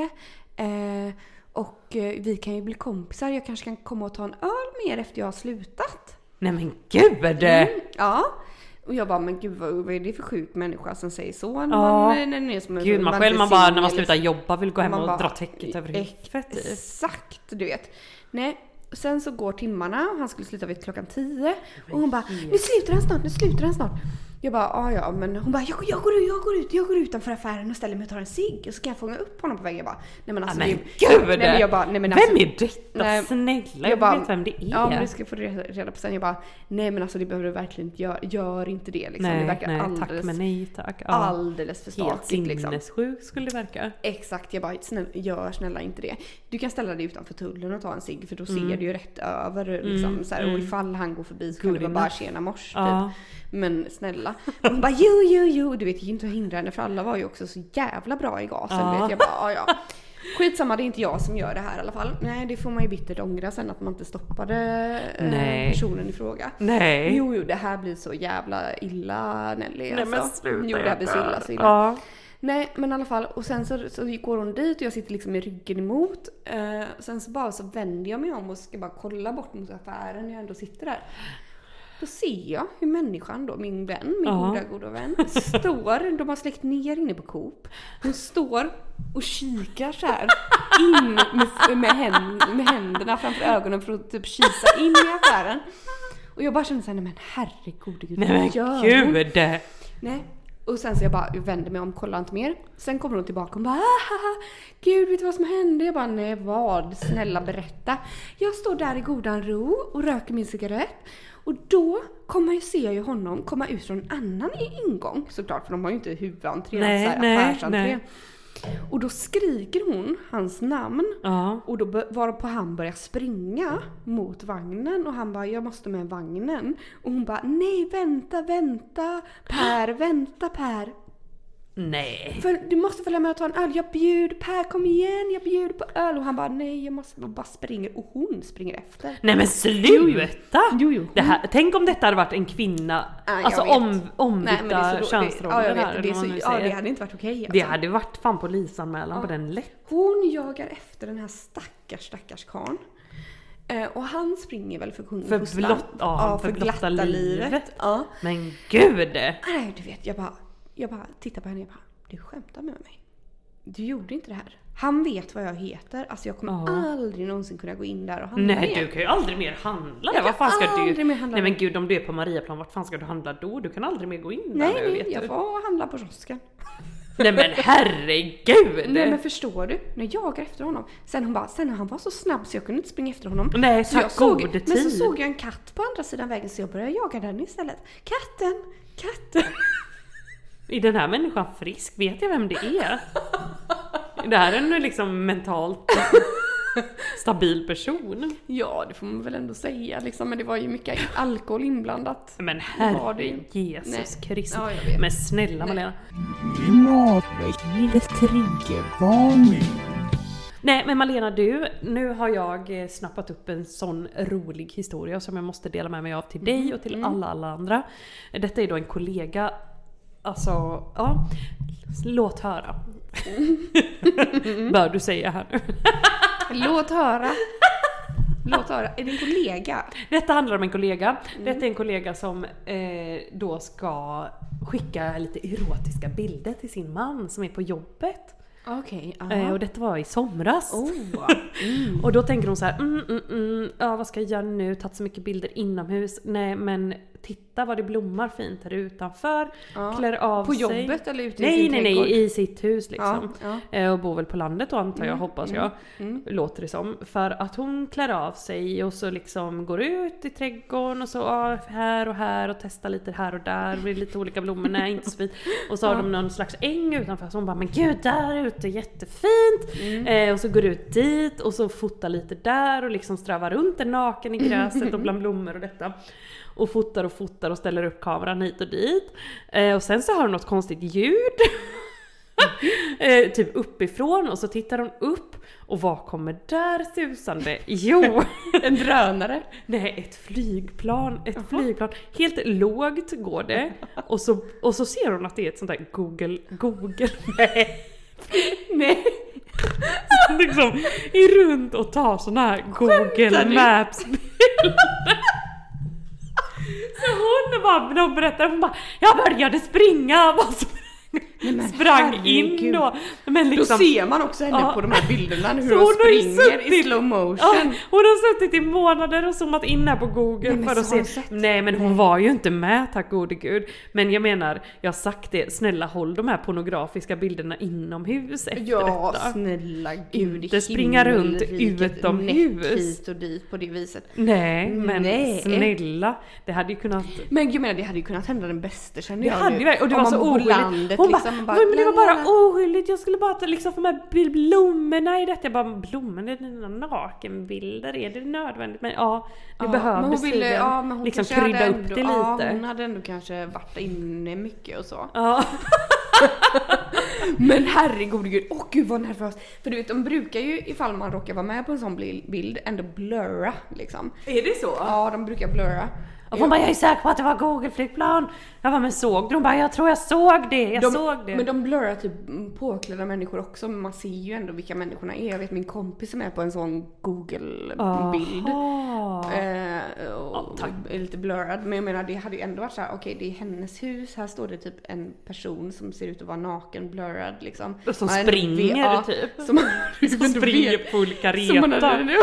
[SPEAKER 4] Eh, och eh, vi kan ju bli kompisar. Jag kanske kan komma och ta en öl mer efter jag har slutat.
[SPEAKER 2] Nej men gud!
[SPEAKER 4] Mm, ja. Och jag bara, men gud vad, vad är det för sjuk människa som säger så? När man,
[SPEAKER 2] ja.
[SPEAKER 4] när, när, som
[SPEAKER 2] gud, man, man själv man bara, när man slutar jobba vill gå hem och bara, dra täcket över huvudet.
[SPEAKER 4] Exakt, du vet. Nej. Och sen så går timmarna och han skulle sluta vid klockan tio. Och hon bara, nu slutar han snart, nu slutar han snart. Jag bara, ja ja, men hon bara, jag, jag, går ut, jag går ut, jag går utanför affären och ställer mig och tar en cigg. Och så kan jag fånga upp honom på vägen. Jag bara, nej men alltså.
[SPEAKER 2] Men
[SPEAKER 4] det,
[SPEAKER 2] gud!
[SPEAKER 4] Nej, men jag bara, nej, men alltså,
[SPEAKER 2] vem är detta? Nej, snälla, jag bara, vet vem det är.
[SPEAKER 4] Ja, men det ska jag få reda på sen. Jag bara, nej men alltså det behöver du verkligen inte göra. Gör inte det liksom.
[SPEAKER 2] Nej,
[SPEAKER 4] det verkar
[SPEAKER 2] nej,
[SPEAKER 4] alldeles,
[SPEAKER 2] tack men nej tack. Ja.
[SPEAKER 4] Alldeles för stakigt liksom.
[SPEAKER 2] Helt sinnessjuk skulle det verka.
[SPEAKER 4] Exakt, jag bara, snälla, gör snälla inte det. Du kan ställa dig utanför tullen och ta en cigg. För då mm. ser du ju rätt över liksom. Mm. Så här, och ifall han går förbi så kan du bara tjena mors
[SPEAKER 2] ja.
[SPEAKER 4] typ. Men snälla. Hon bara, jo, jo, jo. Du vet ju inte att hindra henne. För alla var ju också så jävla bra i gasen.
[SPEAKER 2] Ja.
[SPEAKER 4] Vet jag bara, ja, ja. Skitsamma, det är inte jag som gör det här i alla fall. Nej, det får man ju bittert ångra sen att man inte stoppade
[SPEAKER 2] Nej.
[SPEAKER 4] personen i fråga.
[SPEAKER 2] Nej.
[SPEAKER 4] Jo, jo, det här blir så jävla illa, Nelly.
[SPEAKER 2] Nej,
[SPEAKER 4] alltså.
[SPEAKER 2] men sluta.
[SPEAKER 4] Jo, det här blir så illa, så illa.
[SPEAKER 2] Ja.
[SPEAKER 4] Nej, men i alla fall. Och sen så, så går hon dit och jag sitter liksom med ryggen emot. Eh, sen så bara så vänder jag mig om och ska bara kolla bort mot affären när jag ändå sitter där. Då ser jag hur människan då, min vän, min
[SPEAKER 2] Ja.
[SPEAKER 4] goda, goda vän, står, de har släckt ner inne på Coop. Hon står och kikar så här in med, med, händ, med händerna framför ögonen för att typ kisa in i affären. Och jag bara känner så här, nej men herregud, gud,
[SPEAKER 2] Nej men
[SPEAKER 4] vad gör hon?
[SPEAKER 2] gud.
[SPEAKER 4] Nej. Och sen så jag bara vänder mig om, kollar inte mer. Sen kommer hon tillbaka och bara, ah, gud, vet du vad som hände? Jag bara, nej vad? Snälla berätta. Jag står där i godan ro och röker min cigarett. Och då kommer jag se ju honom komma ut från en annan ingång. Såklart, för de har ju inte huvudentré,
[SPEAKER 2] Nej,
[SPEAKER 4] så här,
[SPEAKER 2] nej,
[SPEAKER 4] affärsentré.
[SPEAKER 2] nej.
[SPEAKER 4] Och då skriker hon hans namn.
[SPEAKER 2] Ja.
[SPEAKER 4] Och då var på han börjar springa mot vagnen. Och han bara, jag måste med vagnen. Och hon bara, nej vänta, vänta Per, vänta Per.
[SPEAKER 2] Nej.
[SPEAKER 4] För du måste följa med och ta en öl. Jag bjuder, Per kom igen, jag bjuder på öl. Och han bara, nej jag måste, och bara springer. Och hon springer efter.
[SPEAKER 2] Nej men sluta!
[SPEAKER 4] Jo, jo.
[SPEAKER 2] Det här, tänk om detta hade varit en kvinna.
[SPEAKER 4] Ja, jag
[SPEAKER 2] alltså
[SPEAKER 4] vet.
[SPEAKER 2] om,
[SPEAKER 4] Nej, men det är
[SPEAKER 2] ombytta
[SPEAKER 4] så-
[SPEAKER 2] könsroller
[SPEAKER 4] det, ja, jag vet,
[SPEAKER 2] här,
[SPEAKER 4] det, är
[SPEAKER 2] eller vad
[SPEAKER 4] så,
[SPEAKER 2] man nu
[SPEAKER 4] ja, det
[SPEAKER 2] säger.
[SPEAKER 4] hade inte varit okej alltså.
[SPEAKER 2] Det hade varit fan polisanmälan
[SPEAKER 4] Ja.
[SPEAKER 2] på den lätt.
[SPEAKER 4] Hon jagar efter den här stackars, stackars karln. Eh, och han springer väl för kungen
[SPEAKER 2] För
[SPEAKER 4] pusslan.
[SPEAKER 2] blott- ja, för blotta livet.
[SPEAKER 4] Ja.
[SPEAKER 2] Men gud!
[SPEAKER 4] Nej, du vet, jag bara, jag bara tittar på henne och jag bara, du skämtar med mig. Du gjorde inte det här. Han vet vad jag heter. Alltså jag kommer
[SPEAKER 2] Ja.
[SPEAKER 4] aldrig någonsin kunna gå in där och handla
[SPEAKER 2] Nej,
[SPEAKER 4] igen.
[SPEAKER 2] du kan ju aldrig mer handla där.
[SPEAKER 4] Jag
[SPEAKER 2] Vad fan
[SPEAKER 4] kan
[SPEAKER 2] ska
[SPEAKER 4] aldrig
[SPEAKER 2] du?
[SPEAKER 4] mer handla
[SPEAKER 2] Nej men
[SPEAKER 4] där.
[SPEAKER 2] gud, om du är på Mariaplan, vart fan ska du handla då? Du kan aldrig mer gå in där
[SPEAKER 4] Nej,
[SPEAKER 2] nu,
[SPEAKER 4] nej,
[SPEAKER 2] vet
[SPEAKER 4] jag
[SPEAKER 2] du.
[SPEAKER 4] får handla på kiosken.
[SPEAKER 2] Nej men herregud!
[SPEAKER 4] Nej men förstår du? När jag jagar efter honom. Sen hon bara, sen han var så snabb så jag kunde inte springa efter honom.
[SPEAKER 2] Nej,
[SPEAKER 4] så jag
[SPEAKER 2] tack
[SPEAKER 4] såg,
[SPEAKER 2] gode
[SPEAKER 4] Men så
[SPEAKER 2] tid.
[SPEAKER 4] såg jag en katt på andra sidan vägen så jag började jaga den istället. Katten, katten.
[SPEAKER 2] Är den här människan frisk? Vet jag vem det är? Det här är en liksom mentalt stabil person.
[SPEAKER 4] Ja, det får man väl ändå säga liksom. Men det var ju mycket alkohol inblandat.
[SPEAKER 2] Men
[SPEAKER 4] Det var det
[SPEAKER 2] herre
[SPEAKER 4] ju.
[SPEAKER 2] Jesus
[SPEAKER 4] Nej.
[SPEAKER 2] Kristus.
[SPEAKER 4] Ja, jag vet.
[SPEAKER 2] Men snälla Malena.
[SPEAKER 3] Klimatväckande triggervarning.
[SPEAKER 2] Nej men Malena, du, nu har jag eh, snappat upp en sån rolig historia som jag måste dela med mig av till dig och till alla alla andra. Detta är då en kollega. Alltså, ja. Låt höra. Bör du säga här nu.
[SPEAKER 4] Låt höra. Låt höra. Är det en kollega?
[SPEAKER 2] Detta handlar om en kollega. Detta är en kollega som eh, då ska skicka lite erotiska bilder till sin man som är på jobbet.
[SPEAKER 4] Okej,
[SPEAKER 2] Eh,
[SPEAKER 4] okay,
[SPEAKER 2] och detta var i somras.
[SPEAKER 4] Oh. Mm.
[SPEAKER 2] Och då tänker hon så här, mm, mm, mm, ja, vad ska jag göra nu? Tagit så mycket bilder inomhus. Nej, men titta vad det blommar fint här utanför.
[SPEAKER 4] Ja.
[SPEAKER 2] Klär av
[SPEAKER 4] På
[SPEAKER 2] sig.
[SPEAKER 4] jobbet eller ute i
[SPEAKER 2] Nej,
[SPEAKER 4] sin
[SPEAKER 2] nej,
[SPEAKER 4] trädgård?
[SPEAKER 2] nej, i sitt hus liksom.
[SPEAKER 4] Ja, ja.
[SPEAKER 2] Eh, och bor väl på landet då antar jag,
[SPEAKER 4] Mm,
[SPEAKER 2] hoppas
[SPEAKER 4] mm,
[SPEAKER 2] jag.
[SPEAKER 4] mm.
[SPEAKER 2] Låter det som. För att hon klär av sig och så liksom går ut i trädgården och så ja, här och här och testar lite här och där. Det blir lite olika blommor, nej inte så fint. Och så har
[SPEAKER 4] Ja.
[SPEAKER 2] de någon slags äng utanför. Så hon bara, men gud där ute, jättefint.
[SPEAKER 4] Mm.
[SPEAKER 2] Eh, och så går ut dit och så fotar lite där och liksom strövar runt en naken i gräset och bland blommor och detta. Och fotar och fotar och ställer upp kameran hit och dit. Eh, och sen så har hon något konstigt ljud. eh, typ uppifrån och så tittar hon upp och vad kommer där susande? Jo,
[SPEAKER 4] En drönare.
[SPEAKER 2] nej, ett flygplan, ett flygplan. Helt lågt går det och så, och så ser hon att det är ett sånt där Google, Google, nej.
[SPEAKER 4] Nej.
[SPEAKER 2] Som liksom är runt och tar såna här Google
[SPEAKER 4] du?
[SPEAKER 2] Maps bilder. Så hon bara, när hon berättar, hon bara, jag började springa, bara sprang,
[SPEAKER 4] men
[SPEAKER 2] sprang in
[SPEAKER 4] herregud.
[SPEAKER 2] då. Men liksom,
[SPEAKER 4] Då ser man också henne
[SPEAKER 2] Ja.
[SPEAKER 4] på de här bilderna hur
[SPEAKER 2] Så
[SPEAKER 4] hon
[SPEAKER 2] hon har ju
[SPEAKER 4] springer i
[SPEAKER 2] suttit-
[SPEAKER 4] slow motion.
[SPEAKER 2] ja, hon har suttit i månader och zoomat in här på Google
[SPEAKER 4] Nej, men
[SPEAKER 2] för att
[SPEAKER 4] så har
[SPEAKER 2] se.
[SPEAKER 4] hon sett.
[SPEAKER 2] Nej men hon var ju inte med, tack gode gud. Men jag menar, jag har sagt det, snälla håll de här pornografiska bilderna inomhus efter
[SPEAKER 4] Ja,
[SPEAKER 2] detta.
[SPEAKER 4] snälla gud.
[SPEAKER 2] Inte springa runt
[SPEAKER 4] himmelriket,
[SPEAKER 2] utomhus.
[SPEAKER 4] näck hit och dit på det viset.
[SPEAKER 2] Nej, men
[SPEAKER 4] Nej.
[SPEAKER 2] snälla, det hade ju kunnat.
[SPEAKER 4] Men jag menar, det hade ju kunnat hända den bästa, känner
[SPEAKER 2] Det
[SPEAKER 4] jag
[SPEAKER 2] hade
[SPEAKER 4] nu.
[SPEAKER 2] ju verkligen, och det
[SPEAKER 4] Om
[SPEAKER 2] var så
[SPEAKER 4] man bor på
[SPEAKER 2] oskyldigt.
[SPEAKER 4] landet,
[SPEAKER 2] Hon
[SPEAKER 4] liksom,
[SPEAKER 2] bara, men det var bara
[SPEAKER 4] la, la, la.
[SPEAKER 2] oskyldigt, jag skulle bara ta, liksom få med blommorna i detta. Jag bara, blommorna, är det dina nakenbilder? Är det nödvändigt? Men ja, det
[SPEAKER 4] Ja,
[SPEAKER 2] behövdes
[SPEAKER 4] men hon ville,
[SPEAKER 2] tydligen
[SPEAKER 4] ja, men hon
[SPEAKER 2] liksom
[SPEAKER 4] kanske
[SPEAKER 2] krydda
[SPEAKER 4] hade
[SPEAKER 2] upp
[SPEAKER 4] ändå,
[SPEAKER 2] det lite.
[SPEAKER 4] Ja, hon hade ändå kanske varit inne mycket och så.
[SPEAKER 2] Ja.
[SPEAKER 4] Men herregud, gud, åh gud vad nervös. För du vet, de brukar ju ifall man råkar vara med på en sån bild ändå blurra liksom.
[SPEAKER 2] Är det så?
[SPEAKER 4] Ja, de brukar blurra.
[SPEAKER 2] Och hon bara, jag är säker på att det var Google-flygplan. Jag var men såg de bara, jag tror jag såg det, jag
[SPEAKER 4] de,
[SPEAKER 2] såg det.
[SPEAKER 4] Men de blurrar typ påklädda människor också, men man ser ju ändå vilka människorna är. Jag vet min kompis som är på en sån Google-bild. Eh, och
[SPEAKER 2] ja,
[SPEAKER 4] är lite blurrad, men jag menar det hade ju ändå varit så här: okej, okay, det är hennes hus, här står det typ en person som ser ut att vara naken, blurrad liksom.
[SPEAKER 2] Som
[SPEAKER 4] man
[SPEAKER 2] springer
[SPEAKER 4] ja,
[SPEAKER 2] typ.
[SPEAKER 4] Som,
[SPEAKER 2] som springer på full kareta.
[SPEAKER 4] Man hade, ändå,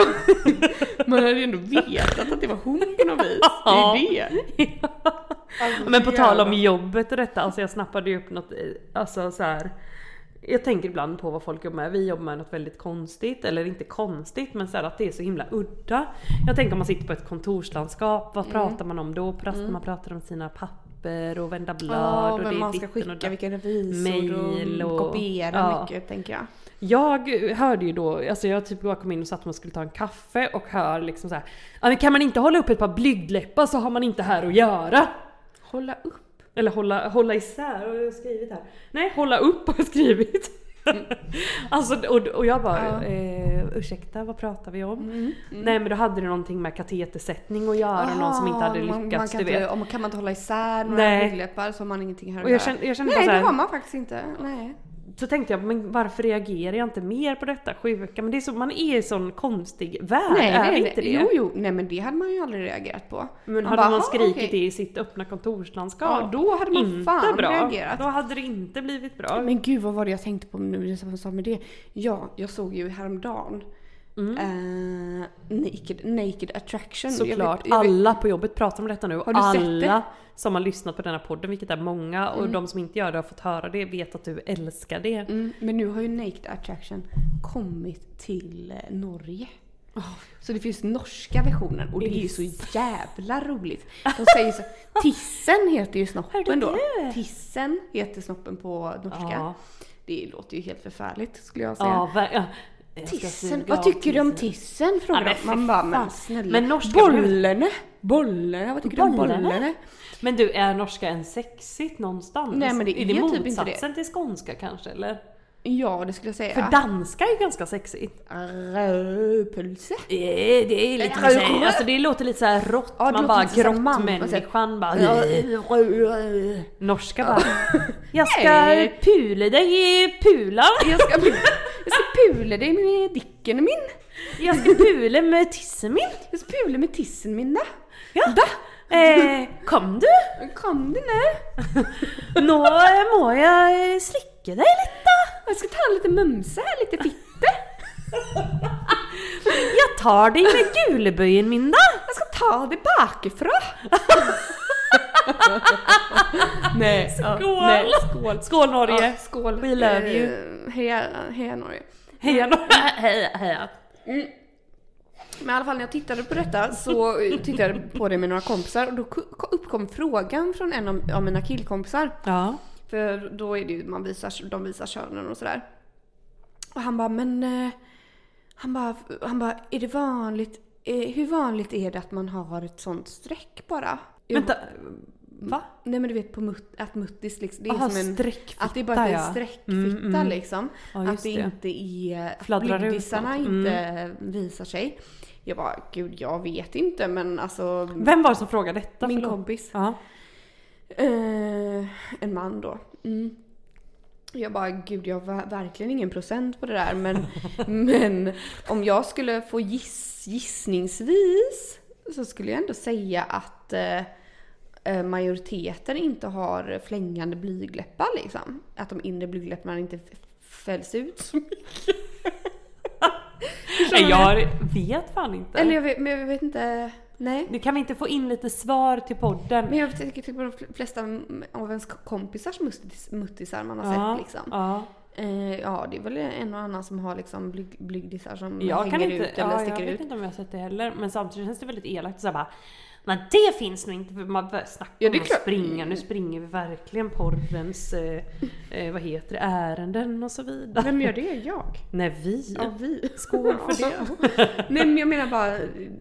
[SPEAKER 4] man hade ju ändå vetat att det var hon på något vis.
[SPEAKER 2] Ja.
[SPEAKER 4] Det är det. Alltså,
[SPEAKER 2] men på tal om jobbet och detta, alltså jag snappade ju upp något, alltså så här. Jag tänker ibland på vad folk jobbar med. Vi jobbar med något väldigt konstigt, eller inte konstigt, men så här att det är så himla udda. Jag tänker om man sitter på ett kontorslandskap, vad mm. pratar man om då? Pratar mm. man pratar om sina papper och vända blad
[SPEAKER 4] ja,
[SPEAKER 2] och det är
[SPEAKER 4] man ska skicka,
[SPEAKER 2] och
[SPEAKER 4] vilken revisor och, och kopiera ja. mycket, tänker jag.
[SPEAKER 2] Jag hörde ju då, alltså jag typ bara kom in och satt och skulle ta en kaffe och hör liksom så här: ja, men kan man inte hålla upp ett par blygdläppar så har man inte här att göra.
[SPEAKER 4] Hålla upp?
[SPEAKER 2] Eller hålla, hålla isär, och jag har skrivit här. Nej, hålla upp har jag skrivit. Mm. Alltså, och, och jag bara, ja. eh, ursäkta, vad pratar vi om? Mm. Mm. Nej, men då hade det någonting med katetersättning att göra. Aha, någon som inte hade lyckats, man, man
[SPEAKER 4] kan
[SPEAKER 2] du vet.
[SPEAKER 4] Inte, om, kan man inte hålla isär några blygdläppar så har man ingenting här att
[SPEAKER 2] och jag
[SPEAKER 4] göra.
[SPEAKER 2] kände, jag kände
[SPEAKER 4] Nej,
[SPEAKER 2] bara så här,
[SPEAKER 4] det har man faktiskt inte. Nej.
[SPEAKER 2] Så tänkte jag, men varför reagerar jag inte mer på detta sjuka? Men det är så, man är i sån konstig värld,
[SPEAKER 4] nej,
[SPEAKER 2] är
[SPEAKER 4] nej,
[SPEAKER 2] inte det?
[SPEAKER 4] Jo, jo, nej men det hade man ju aldrig reagerat på.
[SPEAKER 2] Men
[SPEAKER 4] man
[SPEAKER 2] hade
[SPEAKER 4] bara,
[SPEAKER 2] man skrikit
[SPEAKER 4] okay.
[SPEAKER 2] det i sitt öppna kontorslandskap?
[SPEAKER 4] Ja, då hade man
[SPEAKER 2] inte
[SPEAKER 4] fan
[SPEAKER 2] bra.
[SPEAKER 4] reagerat.
[SPEAKER 2] Då hade det inte blivit bra.
[SPEAKER 4] Men gud, vad var det jag tänkte på nu som jag sa med det? Ja, jag såg ju häromdagen mm. uh, naked, naked Attraction.
[SPEAKER 2] Såklart,
[SPEAKER 4] jag vet, jag vet.
[SPEAKER 2] alla på jobbet pratar om detta nu.
[SPEAKER 4] Har du
[SPEAKER 2] alla
[SPEAKER 4] sett det?
[SPEAKER 2] Som har lyssnat på den här podden, vilket är många, och mm. de som inte gör det har fått höra det, vet att du älskar det.
[SPEAKER 4] Mm, men nu har ju Naked Attraction kommit till eh, Norge. Oh. Så det finns norska versionen och det är ju så jävla roligt. De säger så, Tissen heter ju snoppen då. Tissen heter snoppen på norska. Ja. Det låter ju helt förfärligt, skulle jag säga.
[SPEAKER 2] Ja, ja.
[SPEAKER 4] Tissen, vad tycker tissen. du om tissen? Frågar ja, man bara, men snälla.
[SPEAKER 2] Men norska
[SPEAKER 4] bollarna, bollarna, vad tycker bollarna? du om bollarna?
[SPEAKER 2] Men du, är norska en sexigt någonstans?
[SPEAKER 4] Nej, men det är,
[SPEAKER 2] är det
[SPEAKER 4] typ
[SPEAKER 2] motsatsen
[SPEAKER 4] inte det.
[SPEAKER 2] till skånska kanske, eller?
[SPEAKER 4] Ja, det skulle jag säga.
[SPEAKER 2] För danska är ju ganska sexigt.
[SPEAKER 4] Röpelse.
[SPEAKER 2] Det, det är lite mer, alltså det låter lite så här rått, ja, man bara grottmänniskan bara. Norska bara. Jag ska pula dig i pulan.
[SPEAKER 4] Jag ska, jag ska pula dig med dicken min.
[SPEAKER 2] Jag ska pula med tissen min.
[SPEAKER 4] Jag ska pula med tissen min då.
[SPEAKER 2] Ja. Da. Eh, kom du?
[SPEAKER 4] Kom du nu?
[SPEAKER 2] Nå må jag slicka dig lite.
[SPEAKER 4] Jag ska ta lite mumse här, lite fitte.
[SPEAKER 2] Jag tar dig med guleböjen min då.
[SPEAKER 4] Jag ska ta dig bakifrån. Nej,
[SPEAKER 2] skål.
[SPEAKER 4] Uh, nej, skål.
[SPEAKER 2] Skål Norge.
[SPEAKER 4] Ja, skål.
[SPEAKER 2] We love you.
[SPEAKER 4] Uh, heja, heja Norge.
[SPEAKER 2] Heja Norge. Heja, heja.
[SPEAKER 4] Mm. Men i alla fall när jag tittade på detta så tittade jag på det med några kompisar och då uppkom frågan från en av, av mina killkompisar.
[SPEAKER 2] Ja.
[SPEAKER 4] För då är det ju, man visar, de visar könen och sådär. Och han bara, men eh, han bara, han bara, är det vanligt, eh, hur vanligt är det att man har ett sånt streck bara?
[SPEAKER 2] Vänta, va?
[SPEAKER 4] Nej men du vet på mut, att muttis liksom, det är
[SPEAKER 2] Aha,
[SPEAKER 4] som en
[SPEAKER 2] streckfitta,
[SPEAKER 4] att det är bara
[SPEAKER 2] ja.
[SPEAKER 4] en streckfitta
[SPEAKER 2] mm, mm.
[SPEAKER 4] liksom.
[SPEAKER 2] Ja,
[SPEAKER 4] att det,
[SPEAKER 2] det
[SPEAKER 4] inte är, att
[SPEAKER 2] blygdisarna
[SPEAKER 4] inte
[SPEAKER 2] mm.
[SPEAKER 4] visar sig. Jag bara, gud jag vet inte men alltså.
[SPEAKER 2] Vem var det som frågade detta?
[SPEAKER 4] Min
[SPEAKER 2] Förlåt.
[SPEAKER 4] kompis.
[SPEAKER 2] Ja.
[SPEAKER 4] Uh, en man då. Mm. Jag bara, gud jag har verkligen ingen procent på det där. Men, men om jag skulle få giss, gissningsvis så skulle jag ändå säga att uh, majoriteten inte har flängande blygläppar liksom. Att de inre blygläpparna inte f- fälls ut så mycket.
[SPEAKER 2] Jag vet fan inte.
[SPEAKER 4] Eller jag vet, men jag vet inte. Nej.
[SPEAKER 2] Nu kan vi inte få in lite svar till podden.
[SPEAKER 4] Men jag tycker typ på de flesta av ens kompisars muttis, muttisar man har
[SPEAKER 2] ja,
[SPEAKER 4] sett liksom.
[SPEAKER 2] Ja.
[SPEAKER 4] Eh, ja, det är väl en och annan som har liksom blyg, blygdisar som
[SPEAKER 2] jag
[SPEAKER 4] hänger
[SPEAKER 2] kan inte,
[SPEAKER 4] ut eller
[SPEAKER 2] ja,
[SPEAKER 4] sticker
[SPEAKER 2] jag
[SPEAKER 4] ut.
[SPEAKER 2] Jag vet inte om jag har sett det heller. Men samtidigt känns det väldigt elakt. Så bara, men det finns nog inte. Man börjar snacka ja, om att springa. Nu springer vi verkligen porrens eh, eh, vad heter det, ärenden och så vidare.
[SPEAKER 4] Vem gör det? Jag?
[SPEAKER 2] Nej, vi.
[SPEAKER 4] Ja, vi.
[SPEAKER 2] Skål för det.
[SPEAKER 4] Nej, men jag menar bara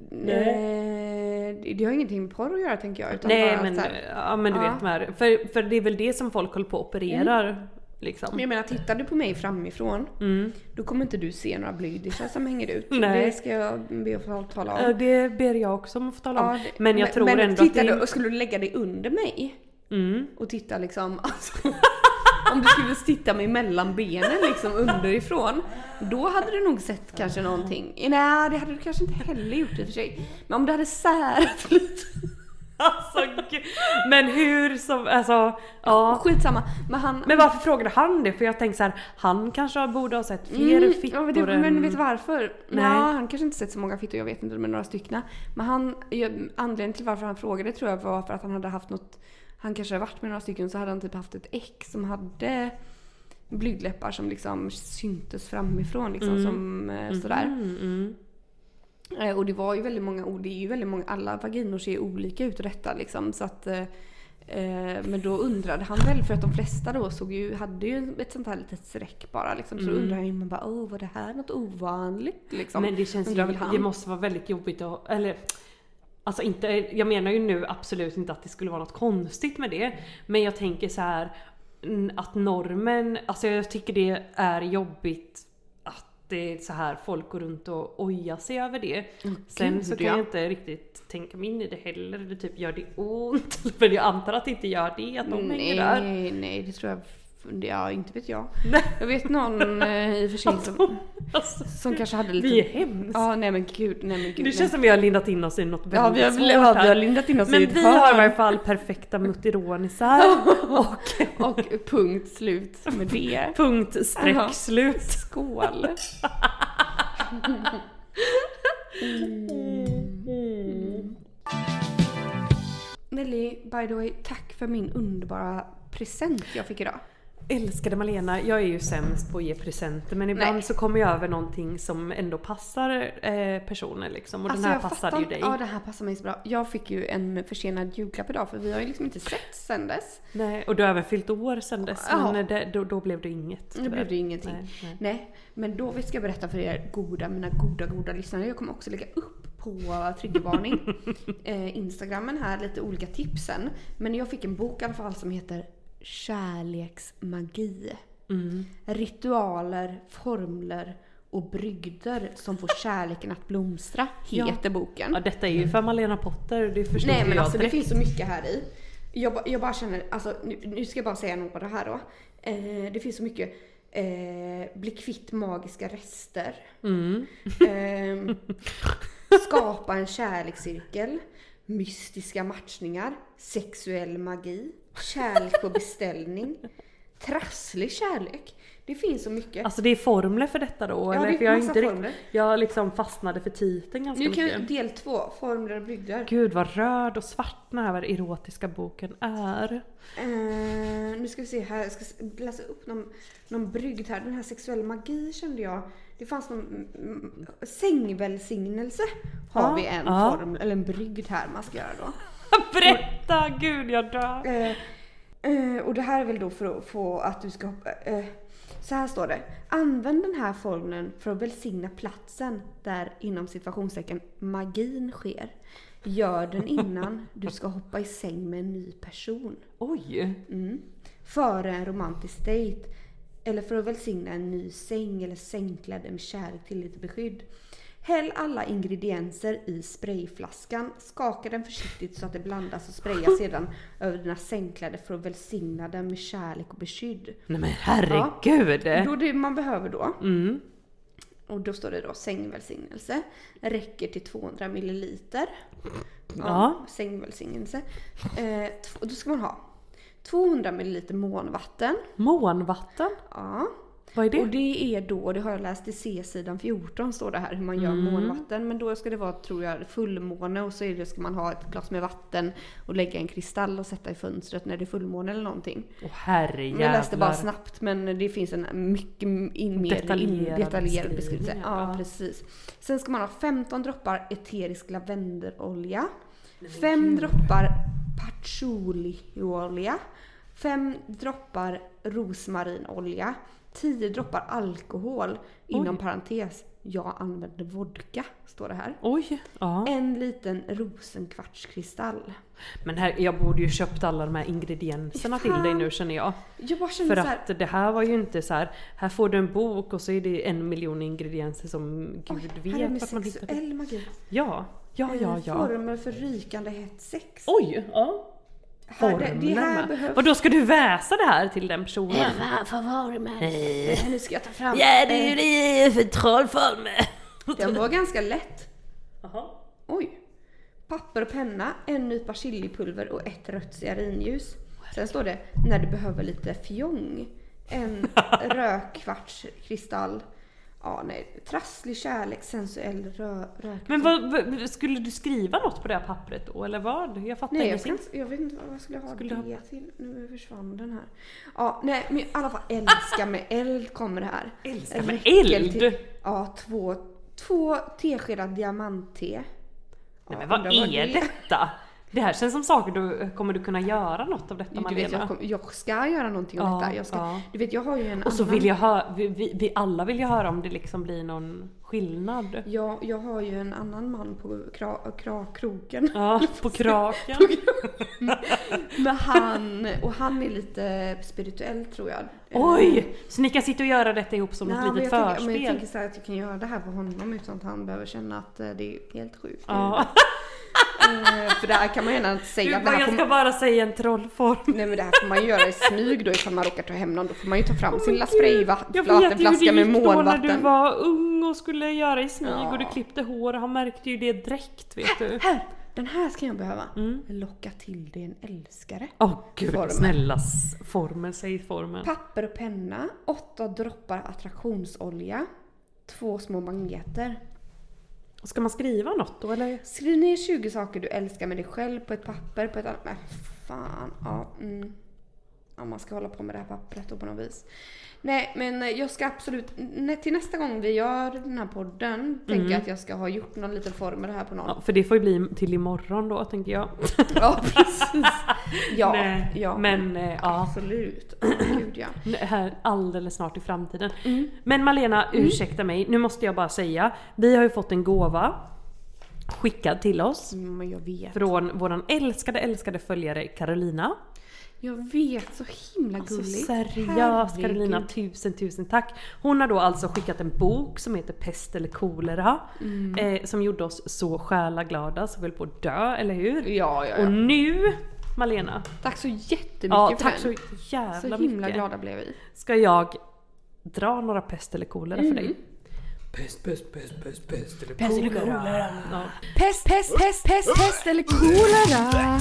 [SPEAKER 4] eh, det har ingenting med porr att göra tänker jag. Utan
[SPEAKER 2] Nej,
[SPEAKER 4] bara
[SPEAKER 2] men,
[SPEAKER 4] här,
[SPEAKER 2] ja, men du
[SPEAKER 4] ja.
[SPEAKER 2] vet med. För, för det är väl det som folk håller på och opererar. Liksom.
[SPEAKER 4] Men jag menar, tittar du på mig framifrån, mm. då kommer inte du se några blygdisar som hänger ut.
[SPEAKER 2] Nej.
[SPEAKER 4] Det ska jag be att få tala om.
[SPEAKER 2] Ja, det ber jag också om att få tala om. Ja, det, men jag men, tror
[SPEAKER 4] men
[SPEAKER 2] ändå att det...
[SPEAKER 4] du, och skulle du lägga dig under mig
[SPEAKER 2] mm.
[SPEAKER 4] och titta liksom... Alltså, om du skulle titta mig mellan benen liksom underifrån, då hade du nog sett kanske någonting. Nej, det hade du kanske inte heller gjort i och för sig. Men om du hade särat lite...
[SPEAKER 2] Alltså, men hur som, alltså, ja.
[SPEAKER 4] Skitsamma. Men, han,
[SPEAKER 2] men varför frågade han det? För jag tänkte så här, han kanske borde ha sett fler mm, fittor
[SPEAKER 4] ja, men, det,
[SPEAKER 2] än...
[SPEAKER 4] men vet du varför?
[SPEAKER 2] Nej.
[SPEAKER 4] Ja, han kanske inte sett så många fittor, jag vet inte, men några stycken. Men han, anledningen till varför han frågade tror jag var för att han hade haft något, han kanske hade varit med några stycken, så hade han typ haft ett ex som hade blygdläppar som liksom syntes framifrån liksom, mm. som mm. sådär. Mm, mm. Och det var ju väldigt många ord, det är ju väldigt många, alla vaginor ser olika ut och detta liksom, så att eh, men då undrade han väl, för att de flesta då såg ju, hade ju ett sånt här litet streck bara liksom, så mm. undrade han ju, man bara, åh, var det här något ovanligt liksom?
[SPEAKER 2] Men det känns ju, det måste vara väldigt jobbigt att, eller alltså inte, jag menar ju nu absolut inte att det skulle vara något konstigt med det, men jag tänker så här att normen, alltså jag tycker det är jobbigt det är så här folk går runt och ojar sig över det. Oh, sen Gud, så kan ja. jag inte riktigt tänka mig in i det heller. Det typ gör det ont. För jag antar att det inte gör det, att de
[SPEAKER 4] nej,
[SPEAKER 2] hänger där.
[SPEAKER 4] Nej, nej, det tror jag. Ja, inte vet jag. Nej. Jag vet någon eh, i och för sig som, alltså, som kanske hade lite...
[SPEAKER 2] Vi är hemskt.
[SPEAKER 4] Ja, nej men gud, nej men gud.
[SPEAKER 2] Det
[SPEAKER 4] nej.
[SPEAKER 2] känns som vi har lindat in oss i något väldigt
[SPEAKER 4] ja, vi har,
[SPEAKER 2] svårt
[SPEAKER 4] ja,
[SPEAKER 2] här.
[SPEAKER 4] vi har lindat in oss
[SPEAKER 2] men
[SPEAKER 4] i
[SPEAKER 2] vi hör i alla fall perfekta mutironisar.
[SPEAKER 4] och, och punkt slut med det.
[SPEAKER 2] Punkt streck ja. slut.
[SPEAKER 4] Skål. mm. Mm. Nelly, by the way, tack för min underbara present jag fick idag.
[SPEAKER 2] Älskade Malena, jag är ju sämst på att ge presenter, men ibland Nej. så kommer jag över någonting som ändå passar eh, personer liksom, och alltså den här passade ju dig.
[SPEAKER 4] Ja, den här passar mig så bra. Jag fick ju en försenad julklapp idag, för vi har ju liksom inte sett sen dess.
[SPEAKER 2] Nej, och du har även fyllt år sen dess, ja. men det, då, då blev det inget.
[SPEAKER 4] Då blev det ingenting. Nej, nej. nej, men då ska jag berätta för er goda, mina goda, goda lyssnare. Jag kommer också lägga upp på Triggervarning eh, Instagrammen här lite olika tipsen. Men jag fick en bok i alla fall som heter Kärleksmagi. Mm. Ritualer, formler och brygder som får kärleken att blomstra, heter ja. boken.
[SPEAKER 2] Ja, detta är ju för Malena Potter, det förstår
[SPEAKER 4] Nej, men
[SPEAKER 2] jag
[SPEAKER 4] alltså
[SPEAKER 2] direkt.
[SPEAKER 4] Det finns så mycket här i. Jag, jag bara känner, alltså nu, nu ska jag bara säga något på det här då. Eh, det finns så mycket eh, bli kvitt magiska rester. Mm. Eh, skapa en kärlekscirkel. Mystiska matchningar. Sexuell magi. Kärlek på beställning. Trasslig kärlek. Det finns så mycket.
[SPEAKER 2] Alltså det är formler för detta då?
[SPEAKER 4] Ja,
[SPEAKER 2] eller?
[SPEAKER 4] det är
[SPEAKER 2] för jag
[SPEAKER 4] massa
[SPEAKER 2] inte
[SPEAKER 4] formler.
[SPEAKER 2] Rikt, jag liksom fastnade för titeln ganska
[SPEAKER 4] nu kan
[SPEAKER 2] mycket.
[SPEAKER 4] Del två, formler och brygder.
[SPEAKER 2] Gud vad röd och svart den här erotiska boken är.
[SPEAKER 4] Uh, nu ska vi se här. Jag ska läsa upp någon, någon brygd här. Den här sexuell magi kände jag. Det fanns någon mm, sängvälsignelse. Har ja, vi en ja. form, eller en brygd här man ska göra då.
[SPEAKER 2] Berätta, och, gud jag dör.
[SPEAKER 4] Uh, uh, och det här är väl då för att få att du ska hoppa... Uh, Så här står det. Använd den här formeln för att välsigna platsen där inom situationstecken magin sker. Gör den innan du ska hoppa i säng med en ny person.
[SPEAKER 2] Oj!
[SPEAKER 4] Mm. Före en romantisk date. Eller för att välsigna en ny säng eller sängkläder med kärlek till lite beskydd. Häll alla ingredienser i sprayflaskan. Skaka den försiktigt så att det blandas och sprayas sedan över dina sängkläder för att välsigna den med kärlek och beskydd.
[SPEAKER 2] Nej men herregud!
[SPEAKER 4] Ja, då det man behöver då.
[SPEAKER 2] Mm.
[SPEAKER 4] Och då står det då sängvälsignelse. Räcker till tvåhundra milliliter. Ja,
[SPEAKER 2] ja.
[SPEAKER 4] Sängvälsignelse. Eh, då ska man ha tvåhundra milliliter månvatten.
[SPEAKER 2] Månvatten?
[SPEAKER 4] Ja.
[SPEAKER 2] Vad är det?
[SPEAKER 4] Och det är då, det har jag läst i C-sidan fjorton står det här hur man gör mm. månvatten. Men då ska det vara, tror jag, fullmåne och så är det, ska man ha ett glas med vatten och lägga en kristall och sätta i fönstret när det är fullmåne eller någonting.
[SPEAKER 2] Åh herrejävlar.
[SPEAKER 4] Jag läste bara snabbt men det finns en mycket in, mer detaljerad, detaljerad beskrivelse. Ja, ja, precis. Sen ska man ha femton droppar eterisk lavendelolja. fem droppar patchouli-olja. fem droppar rosmarinolja. tio droppar alkohol. Inom parentes, jag använder vodka, står det här.
[SPEAKER 2] Oj, ja.
[SPEAKER 4] En liten rosenkvartskristall.
[SPEAKER 2] Men här, jag borde ju köpt alla de här ingredienserna till dig nu, känner jag.
[SPEAKER 4] Jag bara känner
[SPEAKER 2] För
[SPEAKER 4] så här,
[SPEAKER 2] att det här var ju inte så här, här får du en bok och så är det en miljon ingredienser som Gud
[SPEAKER 4] oj,
[SPEAKER 2] vet
[SPEAKER 4] här är med
[SPEAKER 2] vart man hittar det.
[SPEAKER 4] sexuell magi.
[SPEAKER 2] Ja, ja, ja, ja.
[SPEAKER 4] Former för rykande hett sex.
[SPEAKER 2] Oj, ja.
[SPEAKER 4] Här, det, det här
[SPEAKER 2] Formerna.
[SPEAKER 4] behövs.
[SPEAKER 2] Och då ska du väsa det här till den personen?
[SPEAKER 4] Vad former? Nu ska jag ta fram.
[SPEAKER 2] Ja, det är ju det för trollformer.
[SPEAKER 4] Den var ganska lätt.
[SPEAKER 2] Jaha.
[SPEAKER 4] Oj. Papper och penna, en nypa chilipulver och ett rött stearinljus. Sen står det, när du behöver lite fjong. En rökkvartskristall. Ja, nej. Trasslig kärlek, sensuell rö- rök.
[SPEAKER 2] Men vad, vad, skulle du skriva något på det här pappret då? Eller vad? Jag fattar
[SPEAKER 4] Nej, jag,
[SPEAKER 2] ingenting.
[SPEAKER 4] ska, jag vet inte vad jag skulle ha
[SPEAKER 2] Skulle
[SPEAKER 4] det
[SPEAKER 2] ha-
[SPEAKER 4] till. Nu försvann den här. Ja, nej, men i alla fall älska med eld kommer det här.
[SPEAKER 2] Älska med
[SPEAKER 4] Räcker
[SPEAKER 2] eld?
[SPEAKER 4] till- ja, två, två teskedar diamantte.
[SPEAKER 2] Nej, men
[SPEAKER 4] Ja,
[SPEAKER 2] vad
[SPEAKER 4] undrar
[SPEAKER 2] är
[SPEAKER 4] det-
[SPEAKER 2] detta? Det här känns som saker du, kommer du kunna göra något av detta,
[SPEAKER 4] Du vet,
[SPEAKER 2] Malena?
[SPEAKER 4] jag, kom, jag ska göra någonting om
[SPEAKER 2] Ja,
[SPEAKER 4] detta. Jag ska,
[SPEAKER 2] ja.
[SPEAKER 4] Du vet, jag har ju en
[SPEAKER 2] Och så
[SPEAKER 4] annan...
[SPEAKER 2] vill jag höra, vi, vi, vi alla vill ju höra om det liksom blir någon skillnad.
[SPEAKER 4] Jag, jag har ju en annan man på kra, kra, kroken.
[SPEAKER 2] Ja, på kraken.
[SPEAKER 4] Men han, och han är lite spirituell tror jag.
[SPEAKER 2] Oj! Så ni kan sitta och göra detta ihop som
[SPEAKER 4] Nej,
[SPEAKER 2] ett
[SPEAKER 4] men
[SPEAKER 2] litet
[SPEAKER 4] jag tänker, men jag
[SPEAKER 2] förspel.
[SPEAKER 4] tänker så här att jag kan göra det här för honom utan att han behöver känna att eh, det är helt sjukt.
[SPEAKER 2] Ja.
[SPEAKER 4] Eh, för det här kan man gärna inte säga.
[SPEAKER 2] Du,
[SPEAKER 4] att Det här
[SPEAKER 2] jag
[SPEAKER 4] får
[SPEAKER 2] ska
[SPEAKER 4] man,
[SPEAKER 2] bara säga en trollform.
[SPEAKER 4] nej men det här får man göra i smyg då ifall man råkar ta hem någon. Då får man ju ta fram sin lilla sprayvatten,
[SPEAKER 2] Jag
[SPEAKER 4] en
[SPEAKER 2] vet ju hur
[SPEAKER 4] flaska
[SPEAKER 2] det
[SPEAKER 4] med
[SPEAKER 2] gick då när du
[SPEAKER 4] månvatten.
[SPEAKER 2] var ung och skulle göra i smyg
[SPEAKER 4] Ja.
[SPEAKER 2] och du klippte hår. Han märkte ju det direkt, vet du.
[SPEAKER 4] Här! Den här ska jag behöva.
[SPEAKER 2] Mm.
[SPEAKER 4] Locka till dig en älskare.
[SPEAKER 2] Åh gud,
[SPEAKER 4] Formen.
[SPEAKER 2] snälla s- formen, säg formen.
[SPEAKER 4] Papper och penna, åtta droppar attraktionsolja, två små magneter.
[SPEAKER 2] Ska man skriva något då eller?
[SPEAKER 4] Skriv ner tjugo saker du älskar med dig själv på ett papper, på ett annat... Nej, fan. Ja, mm. Ja, man ska hålla på med det här pappret då på något vis. Nej, men jag ska absolut... nä- Till nästa gång vi gör den här podden tänker jag att jag ska ha gjort någon liten form med det här på någon.
[SPEAKER 2] Ja, för det får ju bli till imorgon då, tänker jag.
[SPEAKER 4] Ja, precis. Ja,
[SPEAKER 2] Nej,
[SPEAKER 4] ja.
[SPEAKER 2] men eh, ja.
[SPEAKER 4] Absolut. Ja, gud ja.
[SPEAKER 2] Här alldeles snart i framtiden. Men Malena, ursäkta mig, nu måste jag bara säga. Vi har ju fått en gåva skickad till oss
[SPEAKER 4] Mm, men jag vet.
[SPEAKER 2] från våran älskade, älskade följare Carolina.
[SPEAKER 4] Jag vet, så himla
[SPEAKER 2] Alltså
[SPEAKER 4] gulligt.
[SPEAKER 2] seriöst
[SPEAKER 4] Herregud.
[SPEAKER 2] Carolina, tusen tusen tack. Hon har då alltså skickat en bok som heter Pest eller kolera.
[SPEAKER 4] Mm.
[SPEAKER 2] Eh, som gjorde oss så själaglada så vi höll på att dö, eller hur?
[SPEAKER 4] Ja, ja,
[SPEAKER 2] Och
[SPEAKER 4] ja.
[SPEAKER 2] nu, Malena.
[SPEAKER 4] Tack så jättemycket
[SPEAKER 2] Ja,
[SPEAKER 4] för
[SPEAKER 2] tack
[SPEAKER 4] den.
[SPEAKER 2] så jävla
[SPEAKER 4] Så himla
[SPEAKER 2] mycket.
[SPEAKER 4] glada blev vi.
[SPEAKER 2] Ska jag dra några pest eller kolera för dig?
[SPEAKER 3] Pest, pest, pest, pest, pest eller
[SPEAKER 2] Pest eller kolera. Ja.
[SPEAKER 4] Pest, pest, pest, pest, pest eller kolera.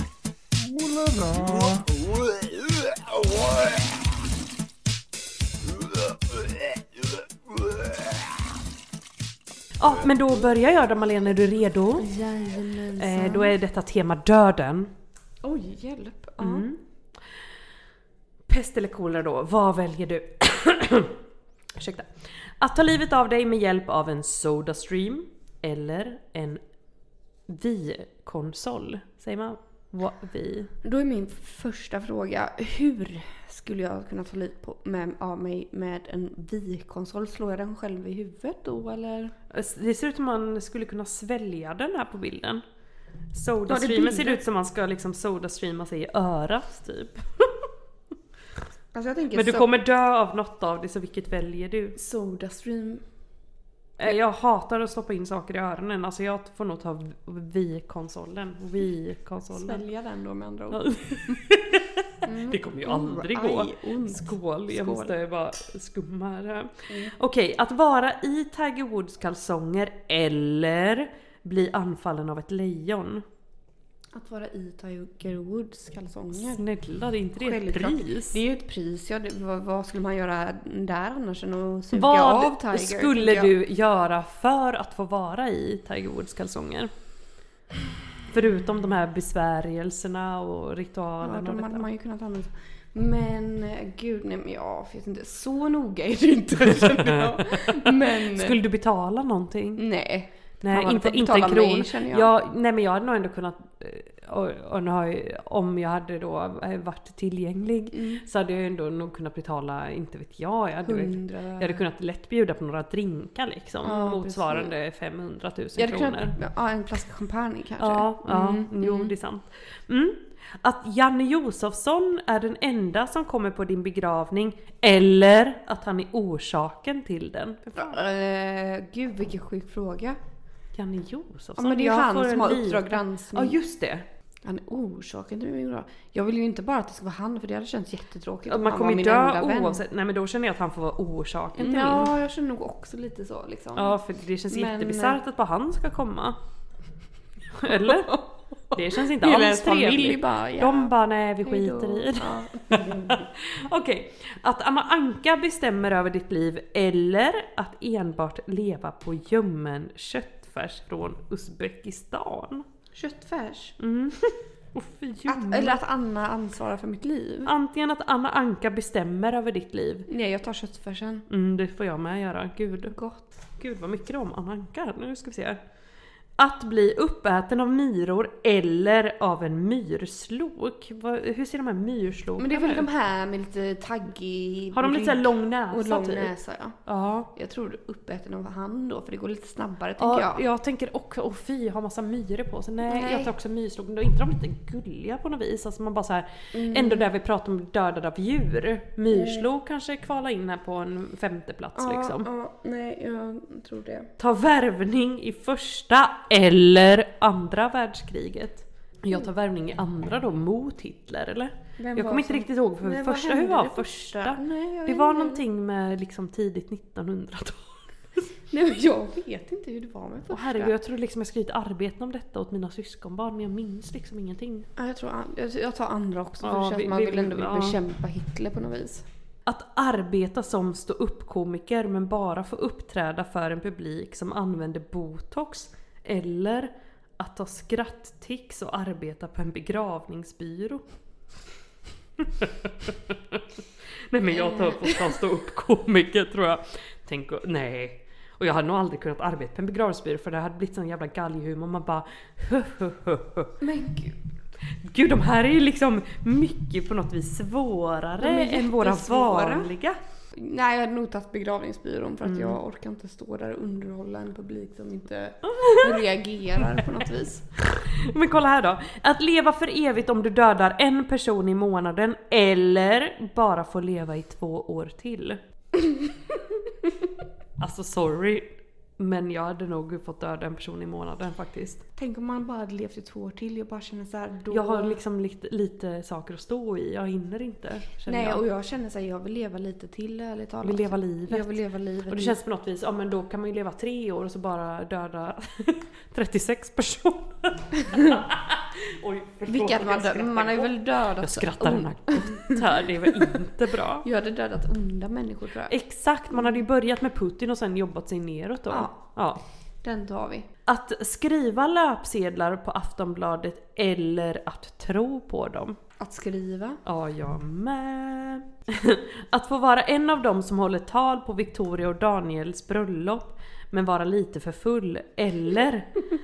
[SPEAKER 2] Ja, men då börjar jag då, Malena, är du redo?
[SPEAKER 4] Jajamensan.
[SPEAKER 2] Eh, då är detta tema döden.
[SPEAKER 4] Oj, hjälp. Ja.
[SPEAKER 2] Mm. Pest eller kolera då, vad väljer du? Ursäkta. Att ta livet av dig med hjälp av en Sodastream eller en Wii-konsol. Säger man vad vi?
[SPEAKER 4] Då är min första fråga, hur skulle jag kunna ta livet på, med, av mig med en Wii-konsol? Slår jag den själv i huvudet då eller?
[SPEAKER 2] Det ser ut som man skulle kunna svälja den här på bilden.
[SPEAKER 4] Ja, det
[SPEAKER 2] Sodastreamen
[SPEAKER 4] är
[SPEAKER 2] ser
[SPEAKER 4] bilder.
[SPEAKER 2] ut som man ska liksom sodastreama sig i örat typ.
[SPEAKER 4] Alltså jag tänker
[SPEAKER 2] Men du
[SPEAKER 4] so-
[SPEAKER 2] kommer dö av något av det, så vilket väljer du?
[SPEAKER 4] Sodastream.
[SPEAKER 2] Eh, Jag hatar att stoppa in saker i öronen. Alltså jag får nog ta Wii-konsolen. Wii-konsolen.
[SPEAKER 4] Svälja den då med andra ord.
[SPEAKER 2] Ja. Det kommer ju aldrig
[SPEAKER 4] Oh,
[SPEAKER 2] gå.
[SPEAKER 4] aj, ont.
[SPEAKER 2] Skål, jag
[SPEAKER 4] Skål.
[SPEAKER 2] måste bara skumma här. Okej, att vara i Tiger Woods kalsonger eller bli anfallen av ett lejon.
[SPEAKER 4] Att vara i Tiger Woods kalsonger.
[SPEAKER 2] Snälla, det är inte det ett
[SPEAKER 4] Självklart.
[SPEAKER 2] pris?
[SPEAKER 4] Det är ju ett pris, ja. Det, vad, vad skulle man göra där annars än att suga
[SPEAKER 2] Vad
[SPEAKER 4] av Tiger?
[SPEAKER 2] skulle
[SPEAKER 4] tänker jag.
[SPEAKER 2] du göra för att få vara i Tiger Woods kalsonger? Förutom de här besvärjelserna och
[SPEAKER 4] Ja,
[SPEAKER 2] ritualen och
[SPEAKER 4] de
[SPEAKER 2] detta.
[SPEAKER 4] hade man ju kunnat använda. Men eh, gud, nej men jag vet inte. Så noga är det inte, känner jag. Men
[SPEAKER 2] Skulle du betala någonting?
[SPEAKER 4] nej.
[SPEAKER 2] Nej,
[SPEAKER 4] Han
[SPEAKER 2] inte,
[SPEAKER 4] får
[SPEAKER 2] inte en
[SPEAKER 4] betala
[SPEAKER 2] kron.
[SPEAKER 4] mig, känner jag.
[SPEAKER 2] Jag, nej men jag hade nog ändå kunnat, och, och nu har jag, om jag hade då varit tillgänglig
[SPEAKER 4] Mm.
[SPEAKER 2] så hade jag ändå nog kunnat betala, inte vet jag, jag hade,
[SPEAKER 4] Hundra.
[SPEAKER 2] jag hade kunnat lätt bjuda på några drinkar liksom,
[SPEAKER 4] Ja,
[SPEAKER 2] motsvarande femhundratusen
[SPEAKER 4] Jag hade
[SPEAKER 2] kronor.
[SPEAKER 4] kunnat, ja, en flaska champagne kanske.
[SPEAKER 2] Ja, ja
[SPEAKER 4] Mm,
[SPEAKER 2] jo
[SPEAKER 4] mm.
[SPEAKER 2] det är sant. Mm. Att Janne Josefsson är den enda som kommer på din begravning eller att han är orsaken till den.
[SPEAKER 4] Uh, gud vilken sjuk fråga.
[SPEAKER 2] Janne Josefsson?
[SPEAKER 4] Ja, men det är
[SPEAKER 2] Jag
[SPEAKER 4] han
[SPEAKER 2] får
[SPEAKER 4] som
[SPEAKER 2] en
[SPEAKER 4] har
[SPEAKER 2] liten-
[SPEAKER 4] Uppdrag granskning.
[SPEAKER 2] Ja just det.
[SPEAKER 4] Han är orsaken till min grav. Jag vill ju inte bara att det ska vara han, för det hade känts jättetråkigt. om
[SPEAKER 2] Man
[SPEAKER 4] han
[SPEAKER 2] kommer
[SPEAKER 4] var
[SPEAKER 2] ju
[SPEAKER 4] min
[SPEAKER 2] dö
[SPEAKER 4] enda vän.
[SPEAKER 2] oavsett. Nej men då känner jag att han får vara orsaken till min.
[SPEAKER 4] Ja, jag känner nog också lite så liksom.
[SPEAKER 2] Ja för det känns
[SPEAKER 4] Men-
[SPEAKER 2] jättebisarrt att bara han ska komma. Eller? Det känns inte
[SPEAKER 4] Hela
[SPEAKER 2] alls
[SPEAKER 4] ens familj
[SPEAKER 2] trevligt.
[SPEAKER 4] bara, ja.
[SPEAKER 2] De bara nej vi
[SPEAKER 4] Hejdå.
[SPEAKER 2] skiter i det.
[SPEAKER 4] Ja.
[SPEAKER 2] Okej, att Anna Anka bestämmer över ditt liv eller att enbart leva på ljummen köttfärs från Uzbekistan.
[SPEAKER 4] Köttfärs.
[SPEAKER 2] Mm. Och för ljummen.
[SPEAKER 4] Att, eller att Anna ansvarar för mitt liv.
[SPEAKER 2] Antingen att Anna Anka bestämmer över ditt liv.
[SPEAKER 4] Nej, jag tar köttfärsen.
[SPEAKER 2] Mm, det får jag med göra. Gud.
[SPEAKER 4] Gott.
[SPEAKER 2] Gud vad mycket det är om Anna Anka. Nu ska vi se. Att bli uppäten av myror eller av en myrslok. Vad, hur ser de här myrslokarna
[SPEAKER 4] Men det är väl
[SPEAKER 2] ut?
[SPEAKER 4] de här med lite taggig
[SPEAKER 2] Har de lite så här lång näsa
[SPEAKER 4] och lång
[SPEAKER 2] typ?
[SPEAKER 4] näsa, ja.
[SPEAKER 2] Ja.
[SPEAKER 4] Jag tror uppäten av han då, för det går lite snabbare tänker
[SPEAKER 2] Ja,
[SPEAKER 4] jag.
[SPEAKER 2] jag tänker också, åh fy, har massa myror på sig. Nej,
[SPEAKER 4] Nej.
[SPEAKER 2] jag tar också myrslok. Då är inte de lite gulliga på något vis. Alltså man bara så här,
[SPEAKER 4] Mm.
[SPEAKER 2] ändå där vi pratar om dödade av djur. Myrslok kanske kvala in här på en femte plats liksom.
[SPEAKER 4] Ja, nej, jag tror det.
[SPEAKER 2] Ta värvning i första eller andra världskriget. Jag tar värvning i andra då mot Hitler eller?
[SPEAKER 4] Vem
[SPEAKER 2] jag
[SPEAKER 4] var
[SPEAKER 2] kommer inte
[SPEAKER 4] som-
[SPEAKER 2] riktigt ihåg för
[SPEAKER 4] Nej, vad
[SPEAKER 2] första, hur
[SPEAKER 4] hände
[SPEAKER 2] var
[SPEAKER 4] det
[SPEAKER 2] första?
[SPEAKER 4] första? Nej, jag
[SPEAKER 2] det
[SPEAKER 4] vet
[SPEAKER 2] var
[SPEAKER 4] inte.
[SPEAKER 2] någonting med liksom tidigt nittonhundratal.
[SPEAKER 4] Nej, men jag vet inte hur det var med första.
[SPEAKER 2] Åh herregud, jag tror liksom jag skrivit arbeten om detta åt mina syskonbarn men jag minns liksom ingenting.
[SPEAKER 4] Ja, jag tror an- jag, jag tar andra också, för
[SPEAKER 2] Ja,
[SPEAKER 4] det känns
[SPEAKER 2] vi-
[SPEAKER 4] som man
[SPEAKER 2] vi-
[SPEAKER 4] vill ändå
[SPEAKER 2] ja.
[SPEAKER 4] bekämpa Hitler på något vis.
[SPEAKER 2] Att arbeta som stå-upp-komiker men bara få uppträda för en publik som använder botox eller att ta skratttics och arbeta på en begravningsbyrå. Nej men jag tar på att stå upp komiker tror jag. Tänk och, nej. Och jag hade nog aldrig kunnat arbeta på en begravningsbyrå för det hade blivit sån jävla galghumor. Man bara
[SPEAKER 4] Men gud.
[SPEAKER 2] Gud, de här är ju liksom mycket på något vis svårare
[SPEAKER 4] De är
[SPEAKER 2] än våra
[SPEAKER 4] jättesvåra.
[SPEAKER 2] vanliga.
[SPEAKER 4] Nej, jag hade nog tagit begravningsbyrån för att
[SPEAKER 2] Mm.
[SPEAKER 4] jag orkar inte stå där och underhålla en publik som inte reagerar på något vis.
[SPEAKER 2] Men kolla här då. Att leva för evigt om du dödar en person i månaden eller bara få leva i två år till. Alltså sorry. Men jag hade nog fått döda en person i månaden faktiskt.
[SPEAKER 4] Tänk om man bara hade levt i två år till. Jag bara känner så här, då...
[SPEAKER 2] Jag har liksom lite, lite saker att stå i. Jag hinner inte. Känner
[SPEAKER 4] Nej,
[SPEAKER 2] jag.
[SPEAKER 4] och jag känner så här, jag vill leva lite till, ärligt talat.
[SPEAKER 2] Vill leva livet.
[SPEAKER 4] Jag vill leva livet.
[SPEAKER 2] Och det känns på något vis, ja men då kan man ju leva tre år och så bara döda trettiosex personer. Oj, förlåt,
[SPEAKER 4] Vilka
[SPEAKER 2] jag
[SPEAKER 4] man dö-
[SPEAKER 2] skrattar
[SPEAKER 4] Man har ju
[SPEAKER 2] gott.
[SPEAKER 4] väl dödat...
[SPEAKER 2] Jag skrattar
[SPEAKER 4] Oh.
[SPEAKER 2] den här gott här, det är väl inte bra.
[SPEAKER 4] Jag hade dödat onda människor tror jag.
[SPEAKER 2] Exakt, man hade ju börjat med Putin och sen jobbat sig neråt då.
[SPEAKER 4] Ja.
[SPEAKER 2] Ja.
[SPEAKER 4] Den tar vi.
[SPEAKER 2] Att skriva löpsedlar på Aftonbladet eller att tro på dem.
[SPEAKER 4] Att skriva.
[SPEAKER 2] Ja, jag med. Att få vara en av dem som håller tal på Victoria och Daniels bröllop men vara lite för full. Eller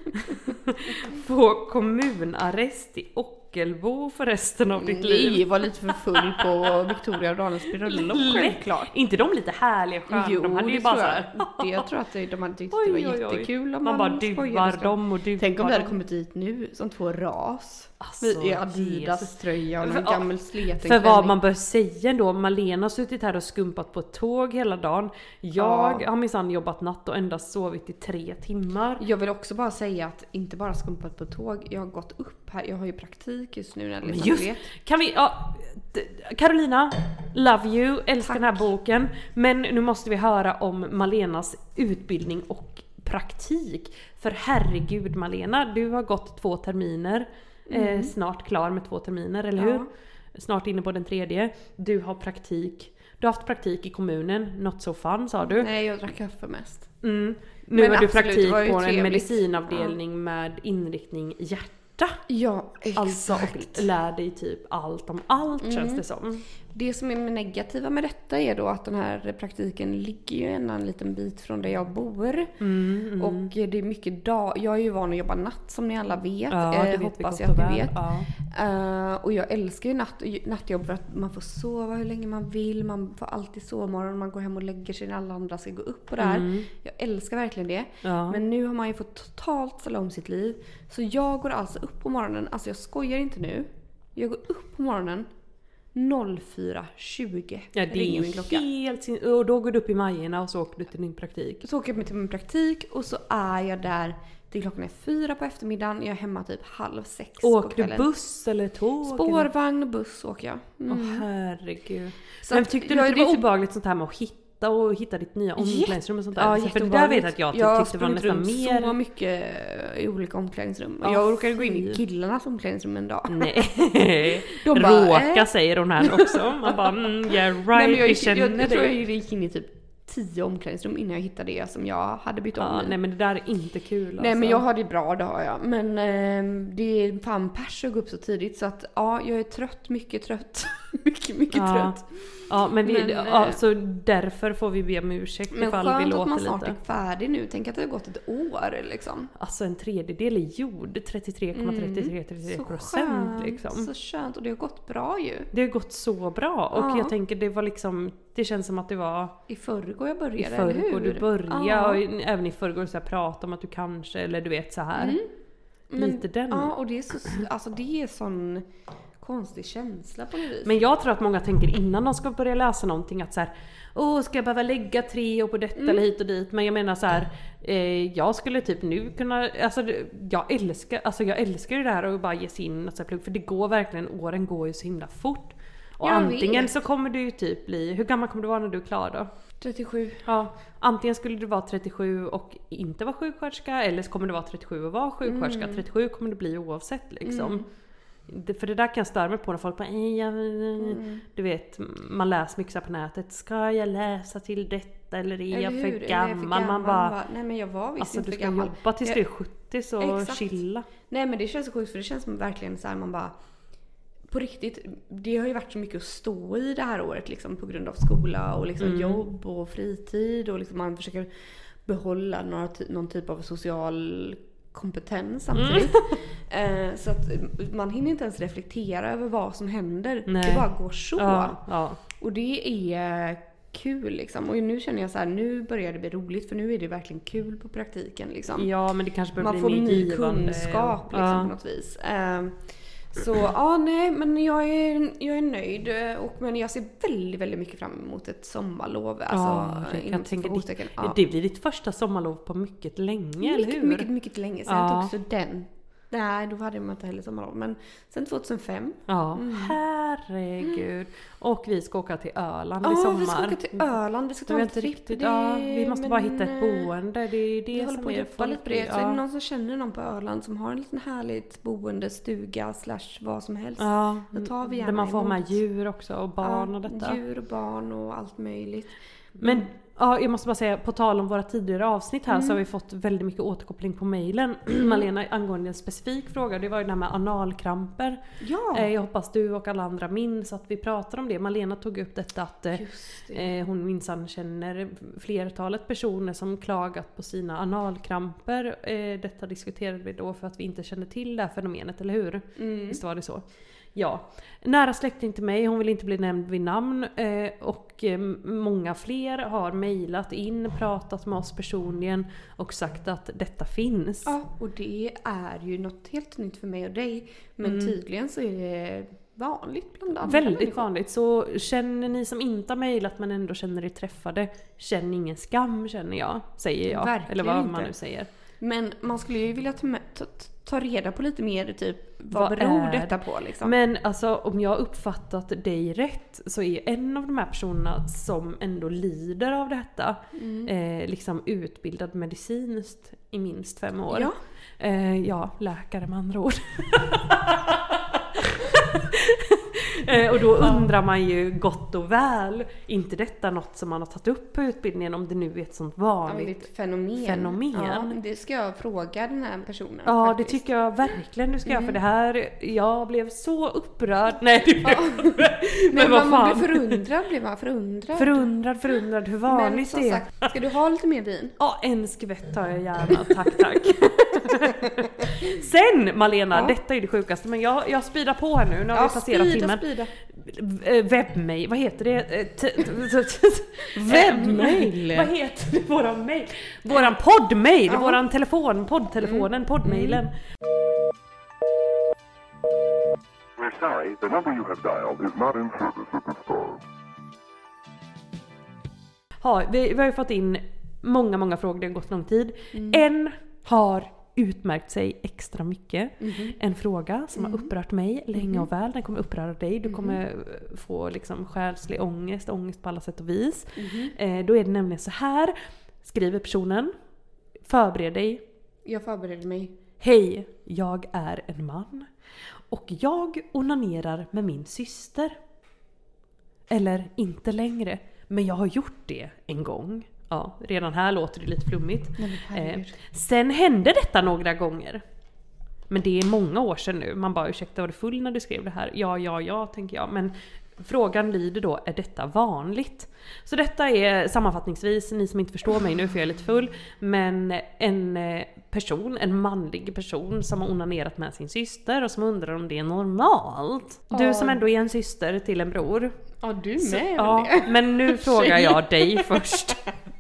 [SPEAKER 2] få kommunarrest i Ockelbo för resten av ditt liv.
[SPEAKER 4] Nej, var lite för full på Victoria och Daniels bröllop. Självklart.
[SPEAKER 2] Inte de lite härliga sköna?
[SPEAKER 4] Jo,
[SPEAKER 2] de hade ju
[SPEAKER 4] det
[SPEAKER 2] bara
[SPEAKER 4] tror
[SPEAKER 2] så
[SPEAKER 4] jag.
[SPEAKER 2] här.
[SPEAKER 4] Det, jag tror att det- de hade tyckt
[SPEAKER 2] Oj,
[SPEAKER 4] det var
[SPEAKER 2] oj, oj.
[SPEAKER 4] jättekul om
[SPEAKER 2] Man
[SPEAKER 4] man
[SPEAKER 2] bara
[SPEAKER 4] skojade.
[SPEAKER 2] duvar dem och duvar
[SPEAKER 4] Tänk om vi hade
[SPEAKER 2] dem.
[SPEAKER 4] kommit dit nu som två ras.
[SPEAKER 2] Alltså,
[SPEAKER 4] I Adidas
[SPEAKER 2] Jesus.
[SPEAKER 4] tröja och
[SPEAKER 2] För-
[SPEAKER 4] en gammal sleten
[SPEAKER 2] För vad
[SPEAKER 4] klänning.
[SPEAKER 2] man bör säga då, Malena har suttit här och skumpat på ett tåg hela dagen. Jag
[SPEAKER 4] Ja.
[SPEAKER 2] har minsann jobbat natt och endast sovit i tre timmar.
[SPEAKER 4] Jag vill också bara säga att inte bara skumpat på tåg. Jag har gått upp här. Jag har ju praktik just nu när jag
[SPEAKER 2] Men
[SPEAKER 4] liksom
[SPEAKER 2] just,
[SPEAKER 4] vet.
[SPEAKER 2] kan vi, ja, d- Carolina, love you, älskar
[SPEAKER 4] Tack.
[SPEAKER 2] den här boken. Men nu måste vi höra om Malenas utbildning och praktik. För herregud Malena, du har gått två terminer. Eh, snart klar med två terminer, eller
[SPEAKER 4] Ja.
[SPEAKER 2] hur? Snart inne på den tredje. Du har praktik. Du har haft praktik i kommunen, not so fun sa du.
[SPEAKER 4] Nej, jag drack kaffe mest.
[SPEAKER 2] Mm. Nu
[SPEAKER 4] Men
[SPEAKER 2] har du
[SPEAKER 4] absolut,
[SPEAKER 2] praktik
[SPEAKER 4] det var ju
[SPEAKER 2] på en
[SPEAKER 4] trevligt.
[SPEAKER 2] medicinavdelning med inriktning hjärta.
[SPEAKER 4] Ja, exakt.
[SPEAKER 2] Alltså och lär dig typ allt om allt känns det som.
[SPEAKER 4] Det som är negativa med detta är då att den här praktiken ligger ju en, en liten bit från där jag bor.
[SPEAKER 2] Mm, mm.
[SPEAKER 4] Och det är mycket dag. Jag är ju van att jobba natt som ni alla vet.
[SPEAKER 2] Ja, det
[SPEAKER 4] eh,
[SPEAKER 2] vet
[SPEAKER 4] hoppas
[SPEAKER 2] vi
[SPEAKER 4] jag att
[SPEAKER 2] gott och
[SPEAKER 4] ni
[SPEAKER 2] väl.
[SPEAKER 4] vet.
[SPEAKER 2] Ja.
[SPEAKER 4] Uh, och jag älskar ju natt, nattjobb för att man får sova hur länge man vill. Man får alltid sovmorgon. Man går hem och lägger sig när alla andra ska gå upp och där.
[SPEAKER 2] Mm.
[SPEAKER 4] Jag älskar verkligen det.
[SPEAKER 2] Ja.
[SPEAKER 4] Men nu har man ju fått totalt ställa om sitt liv. Så jag går alltså upp på morgonen. Alltså jag skojar inte nu. Jag går upp på morgonen fyra tjugo.
[SPEAKER 2] Ja, det
[SPEAKER 4] ringer min
[SPEAKER 2] är
[SPEAKER 4] klocka.
[SPEAKER 2] helt sin... Och då går du upp i Majorna och så åker du till din praktik.
[SPEAKER 4] Så åker jag till min praktik och så är jag där till klockan är fyra på eftermiddagen. Jag är hemma typ halv sex på
[SPEAKER 2] Åker du
[SPEAKER 4] kvällen.
[SPEAKER 2] buss eller tåg?
[SPEAKER 4] Spårvagn och buss åker jag.
[SPEAKER 2] Åh
[SPEAKER 4] Mm.
[SPEAKER 2] oh, herregud.
[SPEAKER 4] Så
[SPEAKER 2] Men
[SPEAKER 4] att
[SPEAKER 2] tyckte du
[SPEAKER 4] jag
[SPEAKER 2] inte
[SPEAKER 4] är
[SPEAKER 2] det var
[SPEAKER 4] typ-
[SPEAKER 2] obehagligt sånt här med att hitta och hitta ditt nya omklädningsrum och sånt där?
[SPEAKER 4] Ja,
[SPEAKER 2] Så för det där vet jag att jag,
[SPEAKER 4] jag
[SPEAKER 2] tyckte var nästan
[SPEAKER 4] runt
[SPEAKER 2] mer...
[SPEAKER 4] så mycket i olika omklädningsrum.
[SPEAKER 2] Ja,
[SPEAKER 4] jag råkade gå in i
[SPEAKER 2] fy.
[SPEAKER 4] killarnas omklädningsrum en dag.
[SPEAKER 2] Nej,
[SPEAKER 4] De bara,
[SPEAKER 2] råka
[SPEAKER 4] äh.
[SPEAKER 2] säger hon här också. Man bara, mm, yeah right,
[SPEAKER 4] Nej, men jag,
[SPEAKER 2] vi
[SPEAKER 4] gick,
[SPEAKER 2] känner
[SPEAKER 4] jag, jag, jag tror jag
[SPEAKER 2] dig.
[SPEAKER 4] gick in i typ tio omklädningsrum innan jag hittade det som jag hade bytt om
[SPEAKER 2] Ja,
[SPEAKER 4] i.
[SPEAKER 2] nej men det där är inte kul alltså.
[SPEAKER 4] Nej men jag har det bra, det har jag. Men eh, det är fan pers att gå upp så tidigt så att ja, jag är trött, mycket trött. mycket, mycket
[SPEAKER 2] ja.
[SPEAKER 4] trött.
[SPEAKER 2] Ja men, vi,
[SPEAKER 4] Men,
[SPEAKER 2] ja,
[SPEAKER 4] eh,
[SPEAKER 2] så därför får vi be om ursäkt
[SPEAKER 4] Men
[SPEAKER 2] ifall vi
[SPEAKER 4] skönt att man
[SPEAKER 2] låter
[SPEAKER 4] snart
[SPEAKER 2] lite.
[SPEAKER 4] är färdig nu. Tänk att det har gått ett år liksom.
[SPEAKER 2] Alltså en tredjedel är gjord, trettiotre komma trettiotre trettiotre procent liksom.
[SPEAKER 4] Så skönt och det har gått bra ju.
[SPEAKER 2] Det har gått så bra och
[SPEAKER 4] Ja.
[SPEAKER 2] jag tänker det var liksom, det känns som att det var
[SPEAKER 4] I förrgår jag började,
[SPEAKER 2] i
[SPEAKER 4] eller
[SPEAKER 2] förrgår
[SPEAKER 4] hur?
[SPEAKER 2] du började
[SPEAKER 4] Ja.
[SPEAKER 2] och i- även i förrgår så här, prata om att du kanske, eller du vet så här.
[SPEAKER 4] Mm. Men-
[SPEAKER 2] Lite den.
[SPEAKER 4] Ja, och det är så, alltså det är sån konstig känsla på något vis.
[SPEAKER 2] Men jag tror att många tänker innan de ska börja läsa någonting att så här, åh ska jag behöva lägga tre år på detta
[SPEAKER 4] Mm.
[SPEAKER 2] eller hit och dit. Men jag menar så här, eh, jag skulle typ nu kunna, alltså det- jag älskar, alltså jag älskar ju det här och bara ge sig in och så här, plugg, för det går verkligen, åren går ju så himla fort. Och
[SPEAKER 4] Jag
[SPEAKER 2] antingen
[SPEAKER 4] vet.
[SPEAKER 2] så kommer du ju typ bli, hur gammal kommer du vara när du är klar då?
[SPEAKER 4] trettiosju.
[SPEAKER 2] Ja, antingen skulle du vara trettiosju och inte vara sjuksköterska, eller så kommer du vara trettiosju och vara sjuksköterska.
[SPEAKER 4] Mm.
[SPEAKER 2] trettiosju kommer du bli oavsett liksom.
[SPEAKER 4] Mm.
[SPEAKER 2] Det, för det där kan jag störa mig på när folk bara, "Nej, jag,
[SPEAKER 4] Mm.
[SPEAKER 2] du vet, man läser mycket så här på nätet, ska jag läsa till detta eller är jag
[SPEAKER 4] Eller
[SPEAKER 2] för
[SPEAKER 4] hur? Eller
[SPEAKER 2] gammal?
[SPEAKER 4] är jag för gammal?
[SPEAKER 2] Man bara,
[SPEAKER 4] nej men jag var visst
[SPEAKER 2] alltså
[SPEAKER 4] inte
[SPEAKER 2] du
[SPEAKER 4] för
[SPEAKER 2] ska
[SPEAKER 4] gammal.
[SPEAKER 2] jobba tills
[SPEAKER 4] Jag-
[SPEAKER 2] du är sjuttio så
[SPEAKER 4] Exakt.
[SPEAKER 2] chilla.
[SPEAKER 4] Nej men det känns så sjukt för det känns som verkligen så här man bara på riktigt, det har ju varit så mycket att stå i det här året liksom på grund av skola och liksom
[SPEAKER 2] Mm.
[SPEAKER 4] jobb och fritid och liksom man försöker behålla några ty- någon typ av social kompetens samtidigt.
[SPEAKER 2] Mm.
[SPEAKER 4] Eh, så att man hinner inte ens reflektera över vad som händer.
[SPEAKER 2] Nej.
[SPEAKER 4] Det bara går så.
[SPEAKER 2] Ja, ja.
[SPEAKER 4] Och det är kul liksom. Och nu känner jag så här, nu börjar det bli roligt för nu är det verkligen kul på praktiken liksom.
[SPEAKER 2] ja, men det kanske börjar
[SPEAKER 4] Man
[SPEAKER 2] bli
[SPEAKER 4] får
[SPEAKER 2] mer
[SPEAKER 4] ny
[SPEAKER 2] givande.
[SPEAKER 4] kunskap liksom,
[SPEAKER 2] Ja.
[SPEAKER 4] på något vis. Eh, så ja, nej, men jag är, jag är nöjd. eh, Och, men jag ser väldigt, väldigt mycket fram emot ett sommarlov. Alltså,
[SPEAKER 2] Ja, jag
[SPEAKER 4] inom
[SPEAKER 2] kan tänka
[SPEAKER 4] citationstecken.
[SPEAKER 2] det,
[SPEAKER 4] Ja.
[SPEAKER 2] det blir ditt första sommarlov på mycket länge, eller
[SPEAKER 4] mycket,
[SPEAKER 2] hur?
[SPEAKER 4] mycket, mycket länge sedan
[SPEAKER 2] Ja.
[SPEAKER 4] jag tog student. Nej, då hade man inte heller sommarlov. Men sen tjugohundrafem.
[SPEAKER 2] Ja,
[SPEAKER 4] Mm.
[SPEAKER 2] herregud. Och vi ska åka till Öland i
[SPEAKER 4] Ja,
[SPEAKER 2] sommar.
[SPEAKER 4] vi ska åka till Öland. Vi ska
[SPEAKER 2] Jag
[SPEAKER 4] ta en
[SPEAKER 2] vet inte
[SPEAKER 4] tripp.
[SPEAKER 2] riktigt.
[SPEAKER 4] Det-
[SPEAKER 2] Ja, vi måste bara hitta ett
[SPEAKER 4] men,
[SPEAKER 2] boende. Det är det
[SPEAKER 4] Vi håller
[SPEAKER 2] som
[SPEAKER 4] på att
[SPEAKER 2] är
[SPEAKER 4] jobba lite på det. Så är
[SPEAKER 2] ja.
[SPEAKER 4] det någon som känner någon på Öland som har en liten härligt boende, stuga, slash vad som helst.
[SPEAKER 2] Ja,
[SPEAKER 4] Då tar vi
[SPEAKER 2] där
[SPEAKER 4] gärna
[SPEAKER 2] man får ha med
[SPEAKER 4] emot.
[SPEAKER 2] djur också och barn
[SPEAKER 4] Ja,
[SPEAKER 2] och detta.
[SPEAKER 4] Djur och barn och allt möjligt.
[SPEAKER 2] Men ja, jag måste bara säga, på tal om våra tidigare avsnitt här
[SPEAKER 4] Mm.
[SPEAKER 2] så har vi fått väldigt mycket återkoppling på mejlen. Malena, angående en specifik fråga. Det var ju det här med analkramper.
[SPEAKER 4] Ja,
[SPEAKER 2] Eh, Jag hoppas du och alla andra minns att vi pratar om det. Malena tog upp detta att eh,
[SPEAKER 4] just det.
[SPEAKER 2] eh, hon minsann känner flertalet personer som klagat på sina analkramper. Eh, detta diskuterade vi då för att vi inte kände till det här fenomenet, eller hur?
[SPEAKER 4] Mm.
[SPEAKER 2] Visst var det så? Ja. Nära släkting till mig, hon vill inte bli nämnd vid namn eh, och eh, många fler har mejlat in, pratat med oss personligen och sagt att detta finns.
[SPEAKER 4] Ja, och det är ju något helt nytt för mig och dig. Men
[SPEAKER 2] Mm.
[SPEAKER 4] tydligen så är det vanligt bland andra
[SPEAKER 2] Väldigt
[SPEAKER 4] människor.
[SPEAKER 2] vanligt. Så känner ni som inte har mejlat men ändå känner er träffade, känn ingen skam känner jag, säger jag.
[SPEAKER 4] Verkligen
[SPEAKER 2] Eller vad
[SPEAKER 4] inte.
[SPEAKER 2] man nu säger.
[SPEAKER 4] Men man skulle ju vilja ta, med, ta, ta reda på lite mer typ vad,
[SPEAKER 2] Vad
[SPEAKER 4] beror
[SPEAKER 2] är-
[SPEAKER 4] detta på liksom.
[SPEAKER 2] Men alltså om jag uppfattat dig rätt så är en av de här personerna som ändå lider av detta
[SPEAKER 4] Mm.
[SPEAKER 2] eh, liksom utbildad medicinskt i minst fem år.
[SPEAKER 4] Ja.
[SPEAKER 2] Eh, ja, läkare med andra ord. Eh, och då undrar man ju gott och väl, inte detta något som man har tagit upp på utbildningen, om det nu är ett sånt vanligt
[SPEAKER 4] ja, fenomen.
[SPEAKER 2] fenomen.
[SPEAKER 4] Ja, det ska jag fråga den här personen.
[SPEAKER 2] Ja,
[SPEAKER 4] faktiskt.
[SPEAKER 2] det tycker jag verkligen du ska
[SPEAKER 4] Mm.
[SPEAKER 2] göra, för det här, jag blev så upprörd. Nej, det blev,
[SPEAKER 4] Ja.
[SPEAKER 2] men,
[SPEAKER 4] Men
[SPEAKER 2] vad
[SPEAKER 4] man
[SPEAKER 2] fan.
[SPEAKER 4] blir förundrad, blir man förundrad.
[SPEAKER 2] Förundrad, förundrad, hur
[SPEAKER 4] Men
[SPEAKER 2] vanligt
[SPEAKER 4] som
[SPEAKER 2] det är.
[SPEAKER 4] sagt, ska du ha lite mer vin?
[SPEAKER 2] Ja, en skvätt tar jag gärna, tack tack. Sen Malena,
[SPEAKER 4] Ja.
[SPEAKER 2] detta är det sjukaste, men jag, jag speedar på här nu, nu har vi passerat timmen.
[SPEAKER 4] Spida.
[SPEAKER 2] Eh, Webbmail, vad heter det? Eh, t- t- t- Webbmail? Vad heter det? Våran mail? Våran poddmail,
[SPEAKER 4] Ja.
[SPEAKER 2] våran telefon, poddtelefonen, poddmailen.
[SPEAKER 5] We're sorry, the number you have dialed is not in service at this time.
[SPEAKER 2] Ja, vi, vi har ju fått in många, många frågor, det har gått lång tid.
[SPEAKER 4] Mm.
[SPEAKER 2] En har utmärkt sig extra mycket.
[SPEAKER 4] Mm-hmm.
[SPEAKER 2] En fråga som har upprört mig länge och väl, den kommer uppröra dig. Du kommer få liksom själslig ångest, ångest på alla sätt och vis.
[SPEAKER 4] Mm-hmm.
[SPEAKER 2] Eh, då är det nämligen så här, skriver personen, förbered dig.
[SPEAKER 4] Jag förbereder mig.
[SPEAKER 2] Hej, jag är en man och jag onanerar med min syster. Eller inte längre, men jag har gjort det en gång. Ja, redan här låter det lite flummigt. Eh, sen hände detta några gånger. Men det är många år sedan nu. Man bara, ursäkta, var det full när du skrev det här? Ja, ja, ja, tänker jag. Men frågan lyder då, är detta vanligt? Så detta är sammanfattningsvis, ni som inte förstår mig nu för jag är lite full, men en person, en manlig person som har onanerat med sin syster och som undrar om det är normalt. Du som ändå är en syster till en bror.
[SPEAKER 4] Ja, du med
[SPEAKER 2] Så,
[SPEAKER 4] väl
[SPEAKER 2] ja,
[SPEAKER 4] det?
[SPEAKER 2] men nu frågar jag dig först.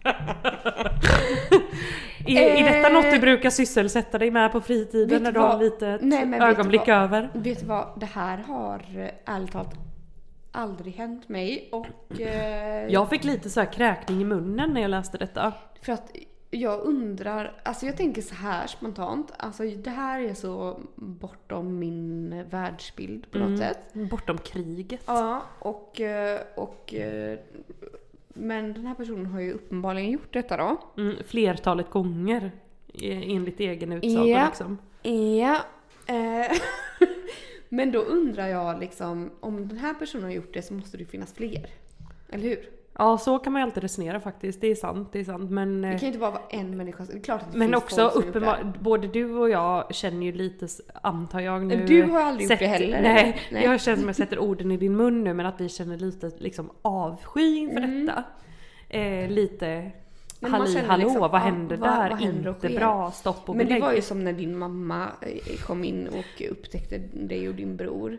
[SPEAKER 2] Är, är detta något du brukar sysselsätta dig med på fritiden
[SPEAKER 4] Vet
[SPEAKER 2] när
[SPEAKER 4] du
[SPEAKER 2] du har
[SPEAKER 4] vad?
[SPEAKER 2] lite
[SPEAKER 4] Nej, men vet
[SPEAKER 2] ögonblick
[SPEAKER 4] du vad?
[SPEAKER 2] över?
[SPEAKER 4] Vet du vad? Det här har eh, ärligt talat aldrig hänt mig. Och eh,
[SPEAKER 2] Jag fick lite så här kräkning i munnen när jag läste detta.
[SPEAKER 4] för att jag undrar, alltså jag tänker så här spontant, alltså det här är så bortom min världsbild på något sätt.
[SPEAKER 2] Bortom kriget.
[SPEAKER 4] Ja, och, eh, och eh, men den här personen har ju uppenbarligen gjort detta då.
[SPEAKER 2] Mm, flertalet gånger eh, enligt egen utsago
[SPEAKER 4] Ja.
[SPEAKER 2] liksom.
[SPEAKER 4] Ja. Eh, men då undrar jag liksom, om den här personen har gjort det så måste det ju finnas fler. Eller hur?
[SPEAKER 2] Ja, så kan man ju alltid resonera faktiskt. Det är sant, det är sant. Men,
[SPEAKER 4] Det
[SPEAKER 2] eh,
[SPEAKER 4] kan ju inte bara vara en människa. Det är klart att det
[SPEAKER 2] men
[SPEAKER 4] finns
[SPEAKER 2] också
[SPEAKER 4] folk som gjort
[SPEAKER 2] uppenbart, både du och jag känner ju lite, antar jag nu.
[SPEAKER 4] Du har aldrig gjort
[SPEAKER 2] sett,
[SPEAKER 4] det heller,
[SPEAKER 2] Nej,
[SPEAKER 4] eller? Nej.
[SPEAKER 2] jag känner som jag sätter orden i din mun nu, men att vi känner lite liksom avsky inför detta. Eh, lite
[SPEAKER 4] Men man
[SPEAKER 2] halli
[SPEAKER 4] känner
[SPEAKER 2] hallå,
[SPEAKER 4] liksom,
[SPEAKER 2] vad
[SPEAKER 4] ja,
[SPEAKER 2] händer
[SPEAKER 4] vad-
[SPEAKER 2] där?
[SPEAKER 4] vad händer och
[SPEAKER 2] Inte
[SPEAKER 4] sker?
[SPEAKER 2] bra, stopp och
[SPEAKER 4] Men det
[SPEAKER 2] belägg.
[SPEAKER 4] var ju som när din mamma eh, kom in och upptäckte dig och din bror.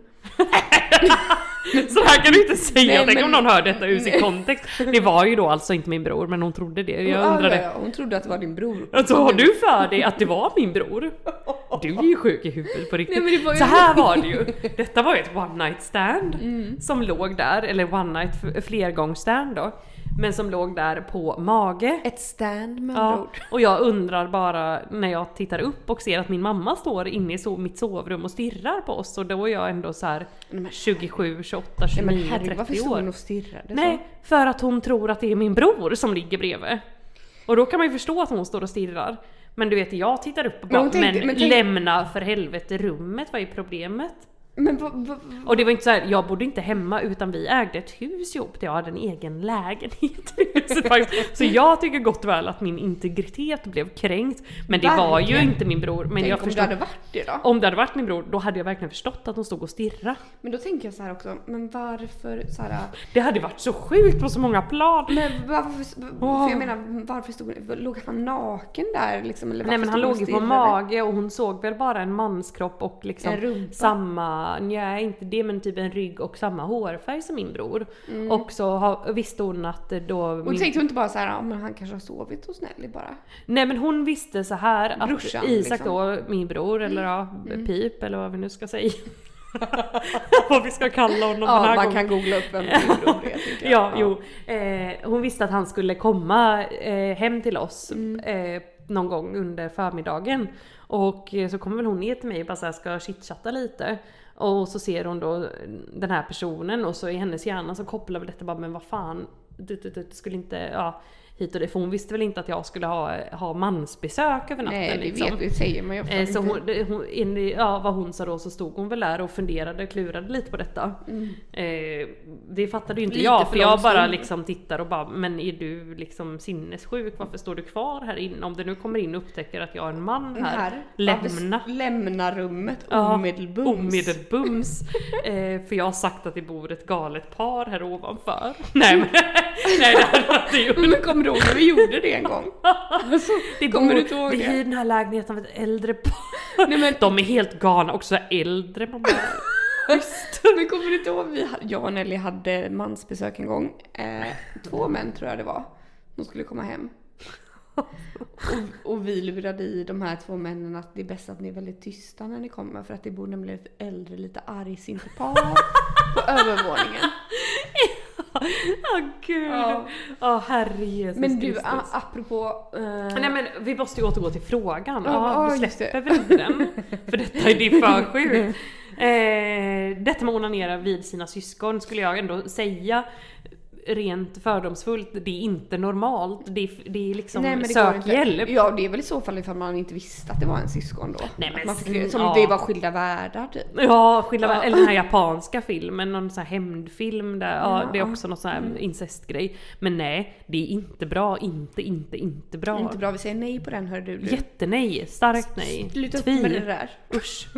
[SPEAKER 2] Så här kan du inte säga,
[SPEAKER 4] Nej,
[SPEAKER 2] tänk
[SPEAKER 4] men-
[SPEAKER 2] om någon hör detta ur sin kontext. Det var ju då alltså inte min bror, men hon trodde det. Jag
[SPEAKER 4] Ja,
[SPEAKER 2] undrade,
[SPEAKER 4] ja, ja, hon trodde att det var din bror.
[SPEAKER 2] alltså har du för dig att det var min bror? Du är ju sjuk i huvudet på riktigt.
[SPEAKER 4] Nej, men det var ju-
[SPEAKER 2] Så här var det ju. Detta var ju ett one night stand
[SPEAKER 4] Mm.
[SPEAKER 2] som låg där, eller one night f- flergångsstand då. Men som låg där på mage.
[SPEAKER 4] Ett stand med andra
[SPEAKER 2] Ja,
[SPEAKER 4] ord.
[SPEAKER 2] och jag undrar bara när jag tittar upp och ser att min mamma står inne i so- mitt sovrum och stirrar på oss, och då är jag ändå så här
[SPEAKER 4] Nej, men-
[SPEAKER 2] tjugosju, tjugoåtta,
[SPEAKER 4] Nej,
[SPEAKER 2] tjugonio,
[SPEAKER 4] men herregud, varför
[SPEAKER 2] trettio
[SPEAKER 4] stod
[SPEAKER 2] år.
[SPEAKER 4] hon och stirrade så?
[SPEAKER 2] Nej, för att hon tror att det är min bror som ligger bredvid. Och då kan man ju förstå att hon står och stirrar. Men du vet, jag tittar upp och
[SPEAKER 4] Men
[SPEAKER 2] bara,
[SPEAKER 4] hon tänkte-
[SPEAKER 2] men,
[SPEAKER 4] men tänk-
[SPEAKER 2] lämna för helvete rummet, vad är problemet?
[SPEAKER 4] Men vad... vad-
[SPEAKER 2] Och det var inte så här, jag bodde inte hemma utan vi ägde ett hus ihop där jag hade en egen lägenhet i huset faktiskt. Så jag tycker gott och väl att min integritet blev kränkt. Men det var ju
[SPEAKER 4] Verkligen.
[SPEAKER 2] inte min bror. Men
[SPEAKER 4] Tänk
[SPEAKER 2] jag
[SPEAKER 4] om
[SPEAKER 2] förstod,
[SPEAKER 4] det hade varit det då?
[SPEAKER 2] om det hade varit min bror, då hade jag verkligen förstått att hon stod och stirrade.
[SPEAKER 4] Men då tänker jag så här också, men varför så här...
[SPEAKER 2] Det hade varit så sjukt på så många plan.
[SPEAKER 4] Men varför,
[SPEAKER 2] Åh.
[SPEAKER 4] för jag menar, varför stod, låg han naken där liksom? Eller
[SPEAKER 2] Nej, men
[SPEAKER 4] varför
[SPEAKER 2] han
[SPEAKER 4] stod
[SPEAKER 2] låg ju på
[SPEAKER 4] och stirrade?
[SPEAKER 2] mage och hon såg väl bara en manskropp och liksom
[SPEAKER 4] En rumpa.
[SPEAKER 2] samma, nej inte det, men typ en rygg och samma hårfärg som min bror. Och så ha, visste hon att då...
[SPEAKER 4] Och
[SPEAKER 2] min,
[SPEAKER 4] tänkte hon inte bara så här, ja, men han kanske har sovit hos Nelly bara.
[SPEAKER 2] nej, men hon visste så här att
[SPEAKER 4] Brorsan,
[SPEAKER 2] Isak
[SPEAKER 4] liksom.
[SPEAKER 2] då, min bror, eller ja, Pip eller vad vi nu ska säga. Vad vi ska kalla honom den
[SPEAKER 4] Ja,
[SPEAKER 2] här
[SPEAKER 4] man
[SPEAKER 2] gången.
[SPEAKER 4] kan googla upp vem din bror är, tycker
[SPEAKER 2] Ja,
[SPEAKER 4] jag.
[SPEAKER 2] jo. Eh, hon visste att han skulle komma eh, hem till oss
[SPEAKER 4] Mm.
[SPEAKER 2] eh, någon gång under förmiddagen. Och eh, så kommer väl hon ner till mig och bara så här, ska chitchatta lite. Och så ser hon då den här personen och så i hennes hjärna så kopplar vi detta bara, men vad fan, du, du, du skulle inte, ja, hit och det, för hon visste väl inte att jag skulle ha, ha mansbesök över natten.
[SPEAKER 4] Nej, det
[SPEAKER 2] liksom.
[SPEAKER 4] vet, det säger man ju ofta
[SPEAKER 2] eh, så
[SPEAKER 4] inte.
[SPEAKER 2] hon, det, hon, in, ja, vad hon sa då, så stod hon väl där och funderade, klurade lite på detta.
[SPEAKER 4] Mm.
[SPEAKER 2] Eh, det fattade ju inte
[SPEAKER 4] Lite
[SPEAKER 2] jag,
[SPEAKER 4] för
[SPEAKER 2] för jag
[SPEAKER 4] lång
[SPEAKER 2] bara
[SPEAKER 4] stund.
[SPEAKER 2] liksom tittar och bara, men är du liksom sinnessjuk? Varför står du kvar här inne? Om du nu kommer in och upptäcker att jag är en man här,
[SPEAKER 4] här
[SPEAKER 2] lämna.
[SPEAKER 4] Ja, lämna rummet
[SPEAKER 2] Ja,
[SPEAKER 4] omedelbums.
[SPEAKER 2] Omedelbums. eh, för jag har sagt att det bor ett galet par här ovanför. Nej, men, nej, det hade jag inte gjort.
[SPEAKER 4] Men kommer du ihåg när vi gjorde det en gång? Alltså,
[SPEAKER 2] Det
[SPEAKER 4] kommer
[SPEAKER 2] bor,
[SPEAKER 4] du inte ihåg
[SPEAKER 2] vi
[SPEAKER 4] det?
[SPEAKER 2] hyr den här lägenheten av ett äldre par.
[SPEAKER 4] Nej, men,
[SPEAKER 2] De är helt galna, också äldre. Man bara, schysst.
[SPEAKER 4] men kommer du inte ihåg? Vi, hade- jag och Nelly hade mansbesök en gång. Eh, två män tror jag det var. De skulle komma hem. Och, och vi lurade i de här två männen att det är bäst att ni är väldigt tysta när ni kommer. För att det bor nämligen ett äldre, lite argsint par på övervåningen.
[SPEAKER 2] Åh gud.
[SPEAKER 4] Ja.
[SPEAKER 2] Åh herre Jesus
[SPEAKER 4] Men du,
[SPEAKER 2] Kristus.
[SPEAKER 4] a- apropå... Eh,
[SPEAKER 2] Nej men vi måste ju återgå till frågan.
[SPEAKER 4] Ja,
[SPEAKER 2] Ja,
[SPEAKER 4] ja,
[SPEAKER 2] vi
[SPEAKER 4] just
[SPEAKER 2] släpper väl inte den. För detta är det för sjukt. Eh, detta med onanera vid sina syskon skulle jag ändå säga rent fördomsfullt, det är inte normalt. Det är, det är liksom
[SPEAKER 4] Nej, men det går
[SPEAKER 2] sök
[SPEAKER 4] inte.
[SPEAKER 2] hjälp.
[SPEAKER 4] Ja, det är väl i så fall ifall man inte visste att det var en syskon då.
[SPEAKER 2] Nej,
[SPEAKER 4] Att
[SPEAKER 2] men
[SPEAKER 4] man fick,
[SPEAKER 2] mm,
[SPEAKER 4] som
[SPEAKER 2] ja.
[SPEAKER 4] det var skilda världar typ.
[SPEAKER 2] Ja, skilda,
[SPEAKER 4] Ja.
[SPEAKER 2] eller den här japanska filmen, någon sån här hämndfilm där, ja,
[SPEAKER 4] Ja.
[SPEAKER 2] det är också någon sån här incestgrej. Men nej, det är inte bra, inte, inte, inte bra.
[SPEAKER 4] Inte bra, vi säger nej på den, hör du. du.
[SPEAKER 2] Jättenej, starkt nej.
[SPEAKER 4] Sluta upp
[SPEAKER 2] Tvi.
[SPEAKER 4] med det där.
[SPEAKER 2] Usch.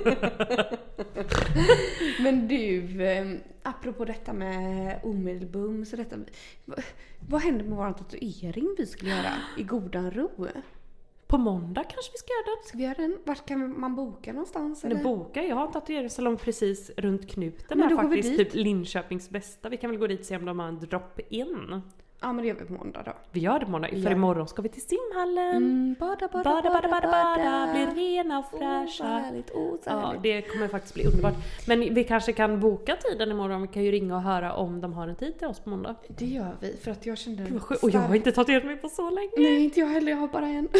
[SPEAKER 4] Men du, eh, apropå detta med omedelbums och detta. Vad, vad hände med vår tatuering vi skulle göra i godan ro?
[SPEAKER 2] På måndag kanske vi ska göra den.
[SPEAKER 4] Ska vi göra den? Vart kan man boka någonstans? Eller?
[SPEAKER 2] Nu bokar jag har en tatueringssalong precis runt knuten
[SPEAKER 4] Men
[SPEAKER 2] här
[SPEAKER 4] då går vi
[SPEAKER 2] faktiskt,
[SPEAKER 4] dit.
[SPEAKER 2] typ Linköpings bästa. Vi kan väl gå dit och se om de har en drop-in.
[SPEAKER 4] Ja, men det gör vi på måndag då.
[SPEAKER 2] Vi gör det på måndag,
[SPEAKER 4] Vi
[SPEAKER 2] för
[SPEAKER 4] gör
[SPEAKER 2] imorgon ska vi till simhallen.
[SPEAKER 4] Mm, bada, bada,
[SPEAKER 2] Bada, bada, bada, bada, bli rena och
[SPEAKER 4] Åh,
[SPEAKER 2] fräscha.
[SPEAKER 4] så härligt, åh, så
[SPEAKER 2] Ja,
[SPEAKER 4] härligt.
[SPEAKER 2] det kommer faktiskt bli underbart. Men vi kanske kan boka tiden imorgon. Vi kan ju ringa och höra om de har en tid till oss på måndag.
[SPEAKER 4] Det gör vi, för att jag kände...
[SPEAKER 2] Gud, vad sjukt. Och jag har inte tatuerat mig på så länge.
[SPEAKER 4] Nej, inte jag heller, jag har bara en.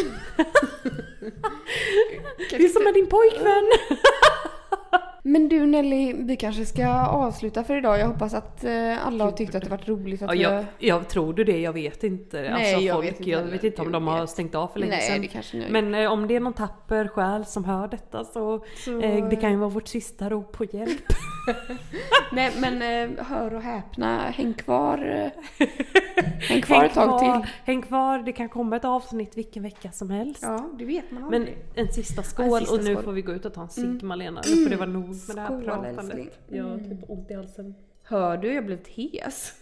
[SPEAKER 2] Det är som med din pojkvän.
[SPEAKER 4] Men du Nelly, vi kanske ska avsluta för idag. Jag hoppas att eh, alla har tyckt att det varit roligt att
[SPEAKER 2] Ja,
[SPEAKER 4] vi
[SPEAKER 2] jag,
[SPEAKER 4] har...
[SPEAKER 2] jag tror du det, jag vet inte.
[SPEAKER 4] Nej,
[SPEAKER 2] alltså,
[SPEAKER 4] jag
[SPEAKER 2] folk,
[SPEAKER 4] vet inte
[SPEAKER 2] jag
[SPEAKER 4] heller.
[SPEAKER 2] vet inte om
[SPEAKER 4] Jag
[SPEAKER 2] de har
[SPEAKER 4] vet.
[SPEAKER 2] stängt av för länge
[SPEAKER 4] Nej,
[SPEAKER 2] sedan.
[SPEAKER 4] det kanske nu.
[SPEAKER 2] Men eh, om det är någon tapper själ som hör detta så,
[SPEAKER 4] Så-
[SPEAKER 2] eh, det kan ju vara vårt sista rop på hjälp.
[SPEAKER 4] Nej, men eh, hör och häpna, häng kvar. Eh, häng kvar ett tag till.
[SPEAKER 2] Häng kvar, det kan komma ett avsnitt vilken vecka som helst.
[SPEAKER 4] Ja, det vet man
[SPEAKER 2] Men
[SPEAKER 4] aldrig.
[SPEAKER 2] en sista skål,
[SPEAKER 4] En sista
[SPEAKER 2] och nu
[SPEAKER 4] skål.
[SPEAKER 2] får vi gå ut och ta en cigg,
[SPEAKER 4] Mm.
[SPEAKER 2] Malena. Nu får det vara nog med det här
[SPEAKER 4] Skål,
[SPEAKER 2] pratandet.
[SPEAKER 4] älskling.
[SPEAKER 2] Jag har
[SPEAKER 4] Mm.
[SPEAKER 2] typ ont i halsen.
[SPEAKER 4] Hör du, jag blev hes.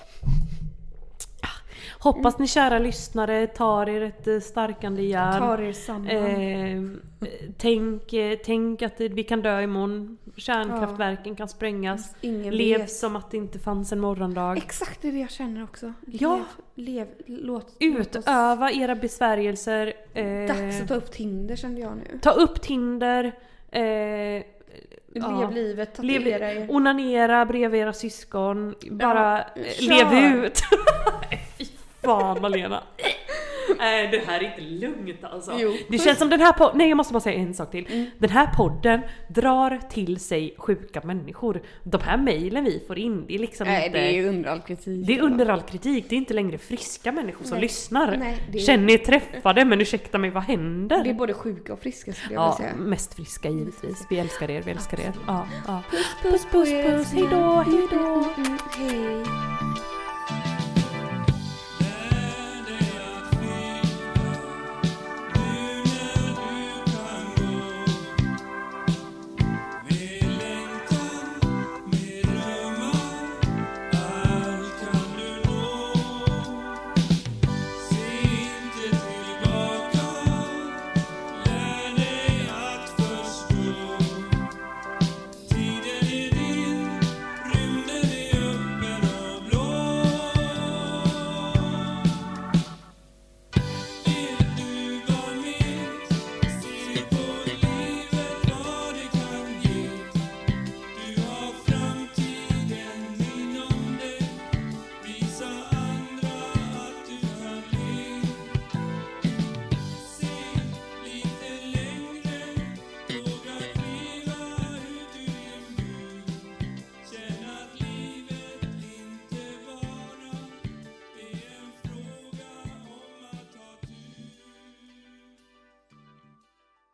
[SPEAKER 2] Hoppas ni kära lyssnare tar er ett eh, starkande järn.
[SPEAKER 4] Tar er samman.
[SPEAKER 2] Eh, tänk, eh, tänk att det, vi kan dö imorgon. Kärnkraftverken kan sprängas.
[SPEAKER 4] Ingen
[SPEAKER 2] Lev
[SPEAKER 4] vet.
[SPEAKER 2] som att det inte fanns en morgondag.
[SPEAKER 4] Exakt det är det jag känner också.
[SPEAKER 2] Ja.
[SPEAKER 4] Lev, lev, låt, låt oss...
[SPEAKER 2] Utöva era besvärjelser. Eh,
[SPEAKER 4] Dags att ta upp Tinder kände jag nu.
[SPEAKER 2] ta upp Tinder. Eh, ja.
[SPEAKER 4] Lev livet,
[SPEAKER 2] Lev,
[SPEAKER 4] tatuera er.
[SPEAKER 2] onanera bredvid era syskon. Bara
[SPEAKER 4] Ja,
[SPEAKER 2] eh,
[SPEAKER 4] kör.
[SPEAKER 2] lev ut. Fy fan Malena. Nej, det här är inte lugnt alltså.
[SPEAKER 4] Jo.
[SPEAKER 2] Det känns som den här podden, nej jag måste bara säga en sak till.
[SPEAKER 4] Mm.
[SPEAKER 2] Den här podden drar till sig sjuka människor. De här mejlen vi får in, det är liksom
[SPEAKER 4] Nej,
[SPEAKER 2] inte...
[SPEAKER 4] det är ju under all kritik.
[SPEAKER 2] Det är under all kritik, det är inte längre friska människor som
[SPEAKER 4] Nej.
[SPEAKER 2] lyssnar.
[SPEAKER 4] Nej, det är-
[SPEAKER 2] Känner er träffade, men ursäkta mig, vad händer?
[SPEAKER 4] Det är både sjuka och friska skulle jag vilja
[SPEAKER 2] Ja,
[SPEAKER 4] säga.
[SPEAKER 2] mest friska givetvis. Vi älskar er, vi älskar er. Ja, ja.
[SPEAKER 4] Puss, puss, puss,
[SPEAKER 2] puss, hejdå, hejdå.
[SPEAKER 4] Mm, mm, hej.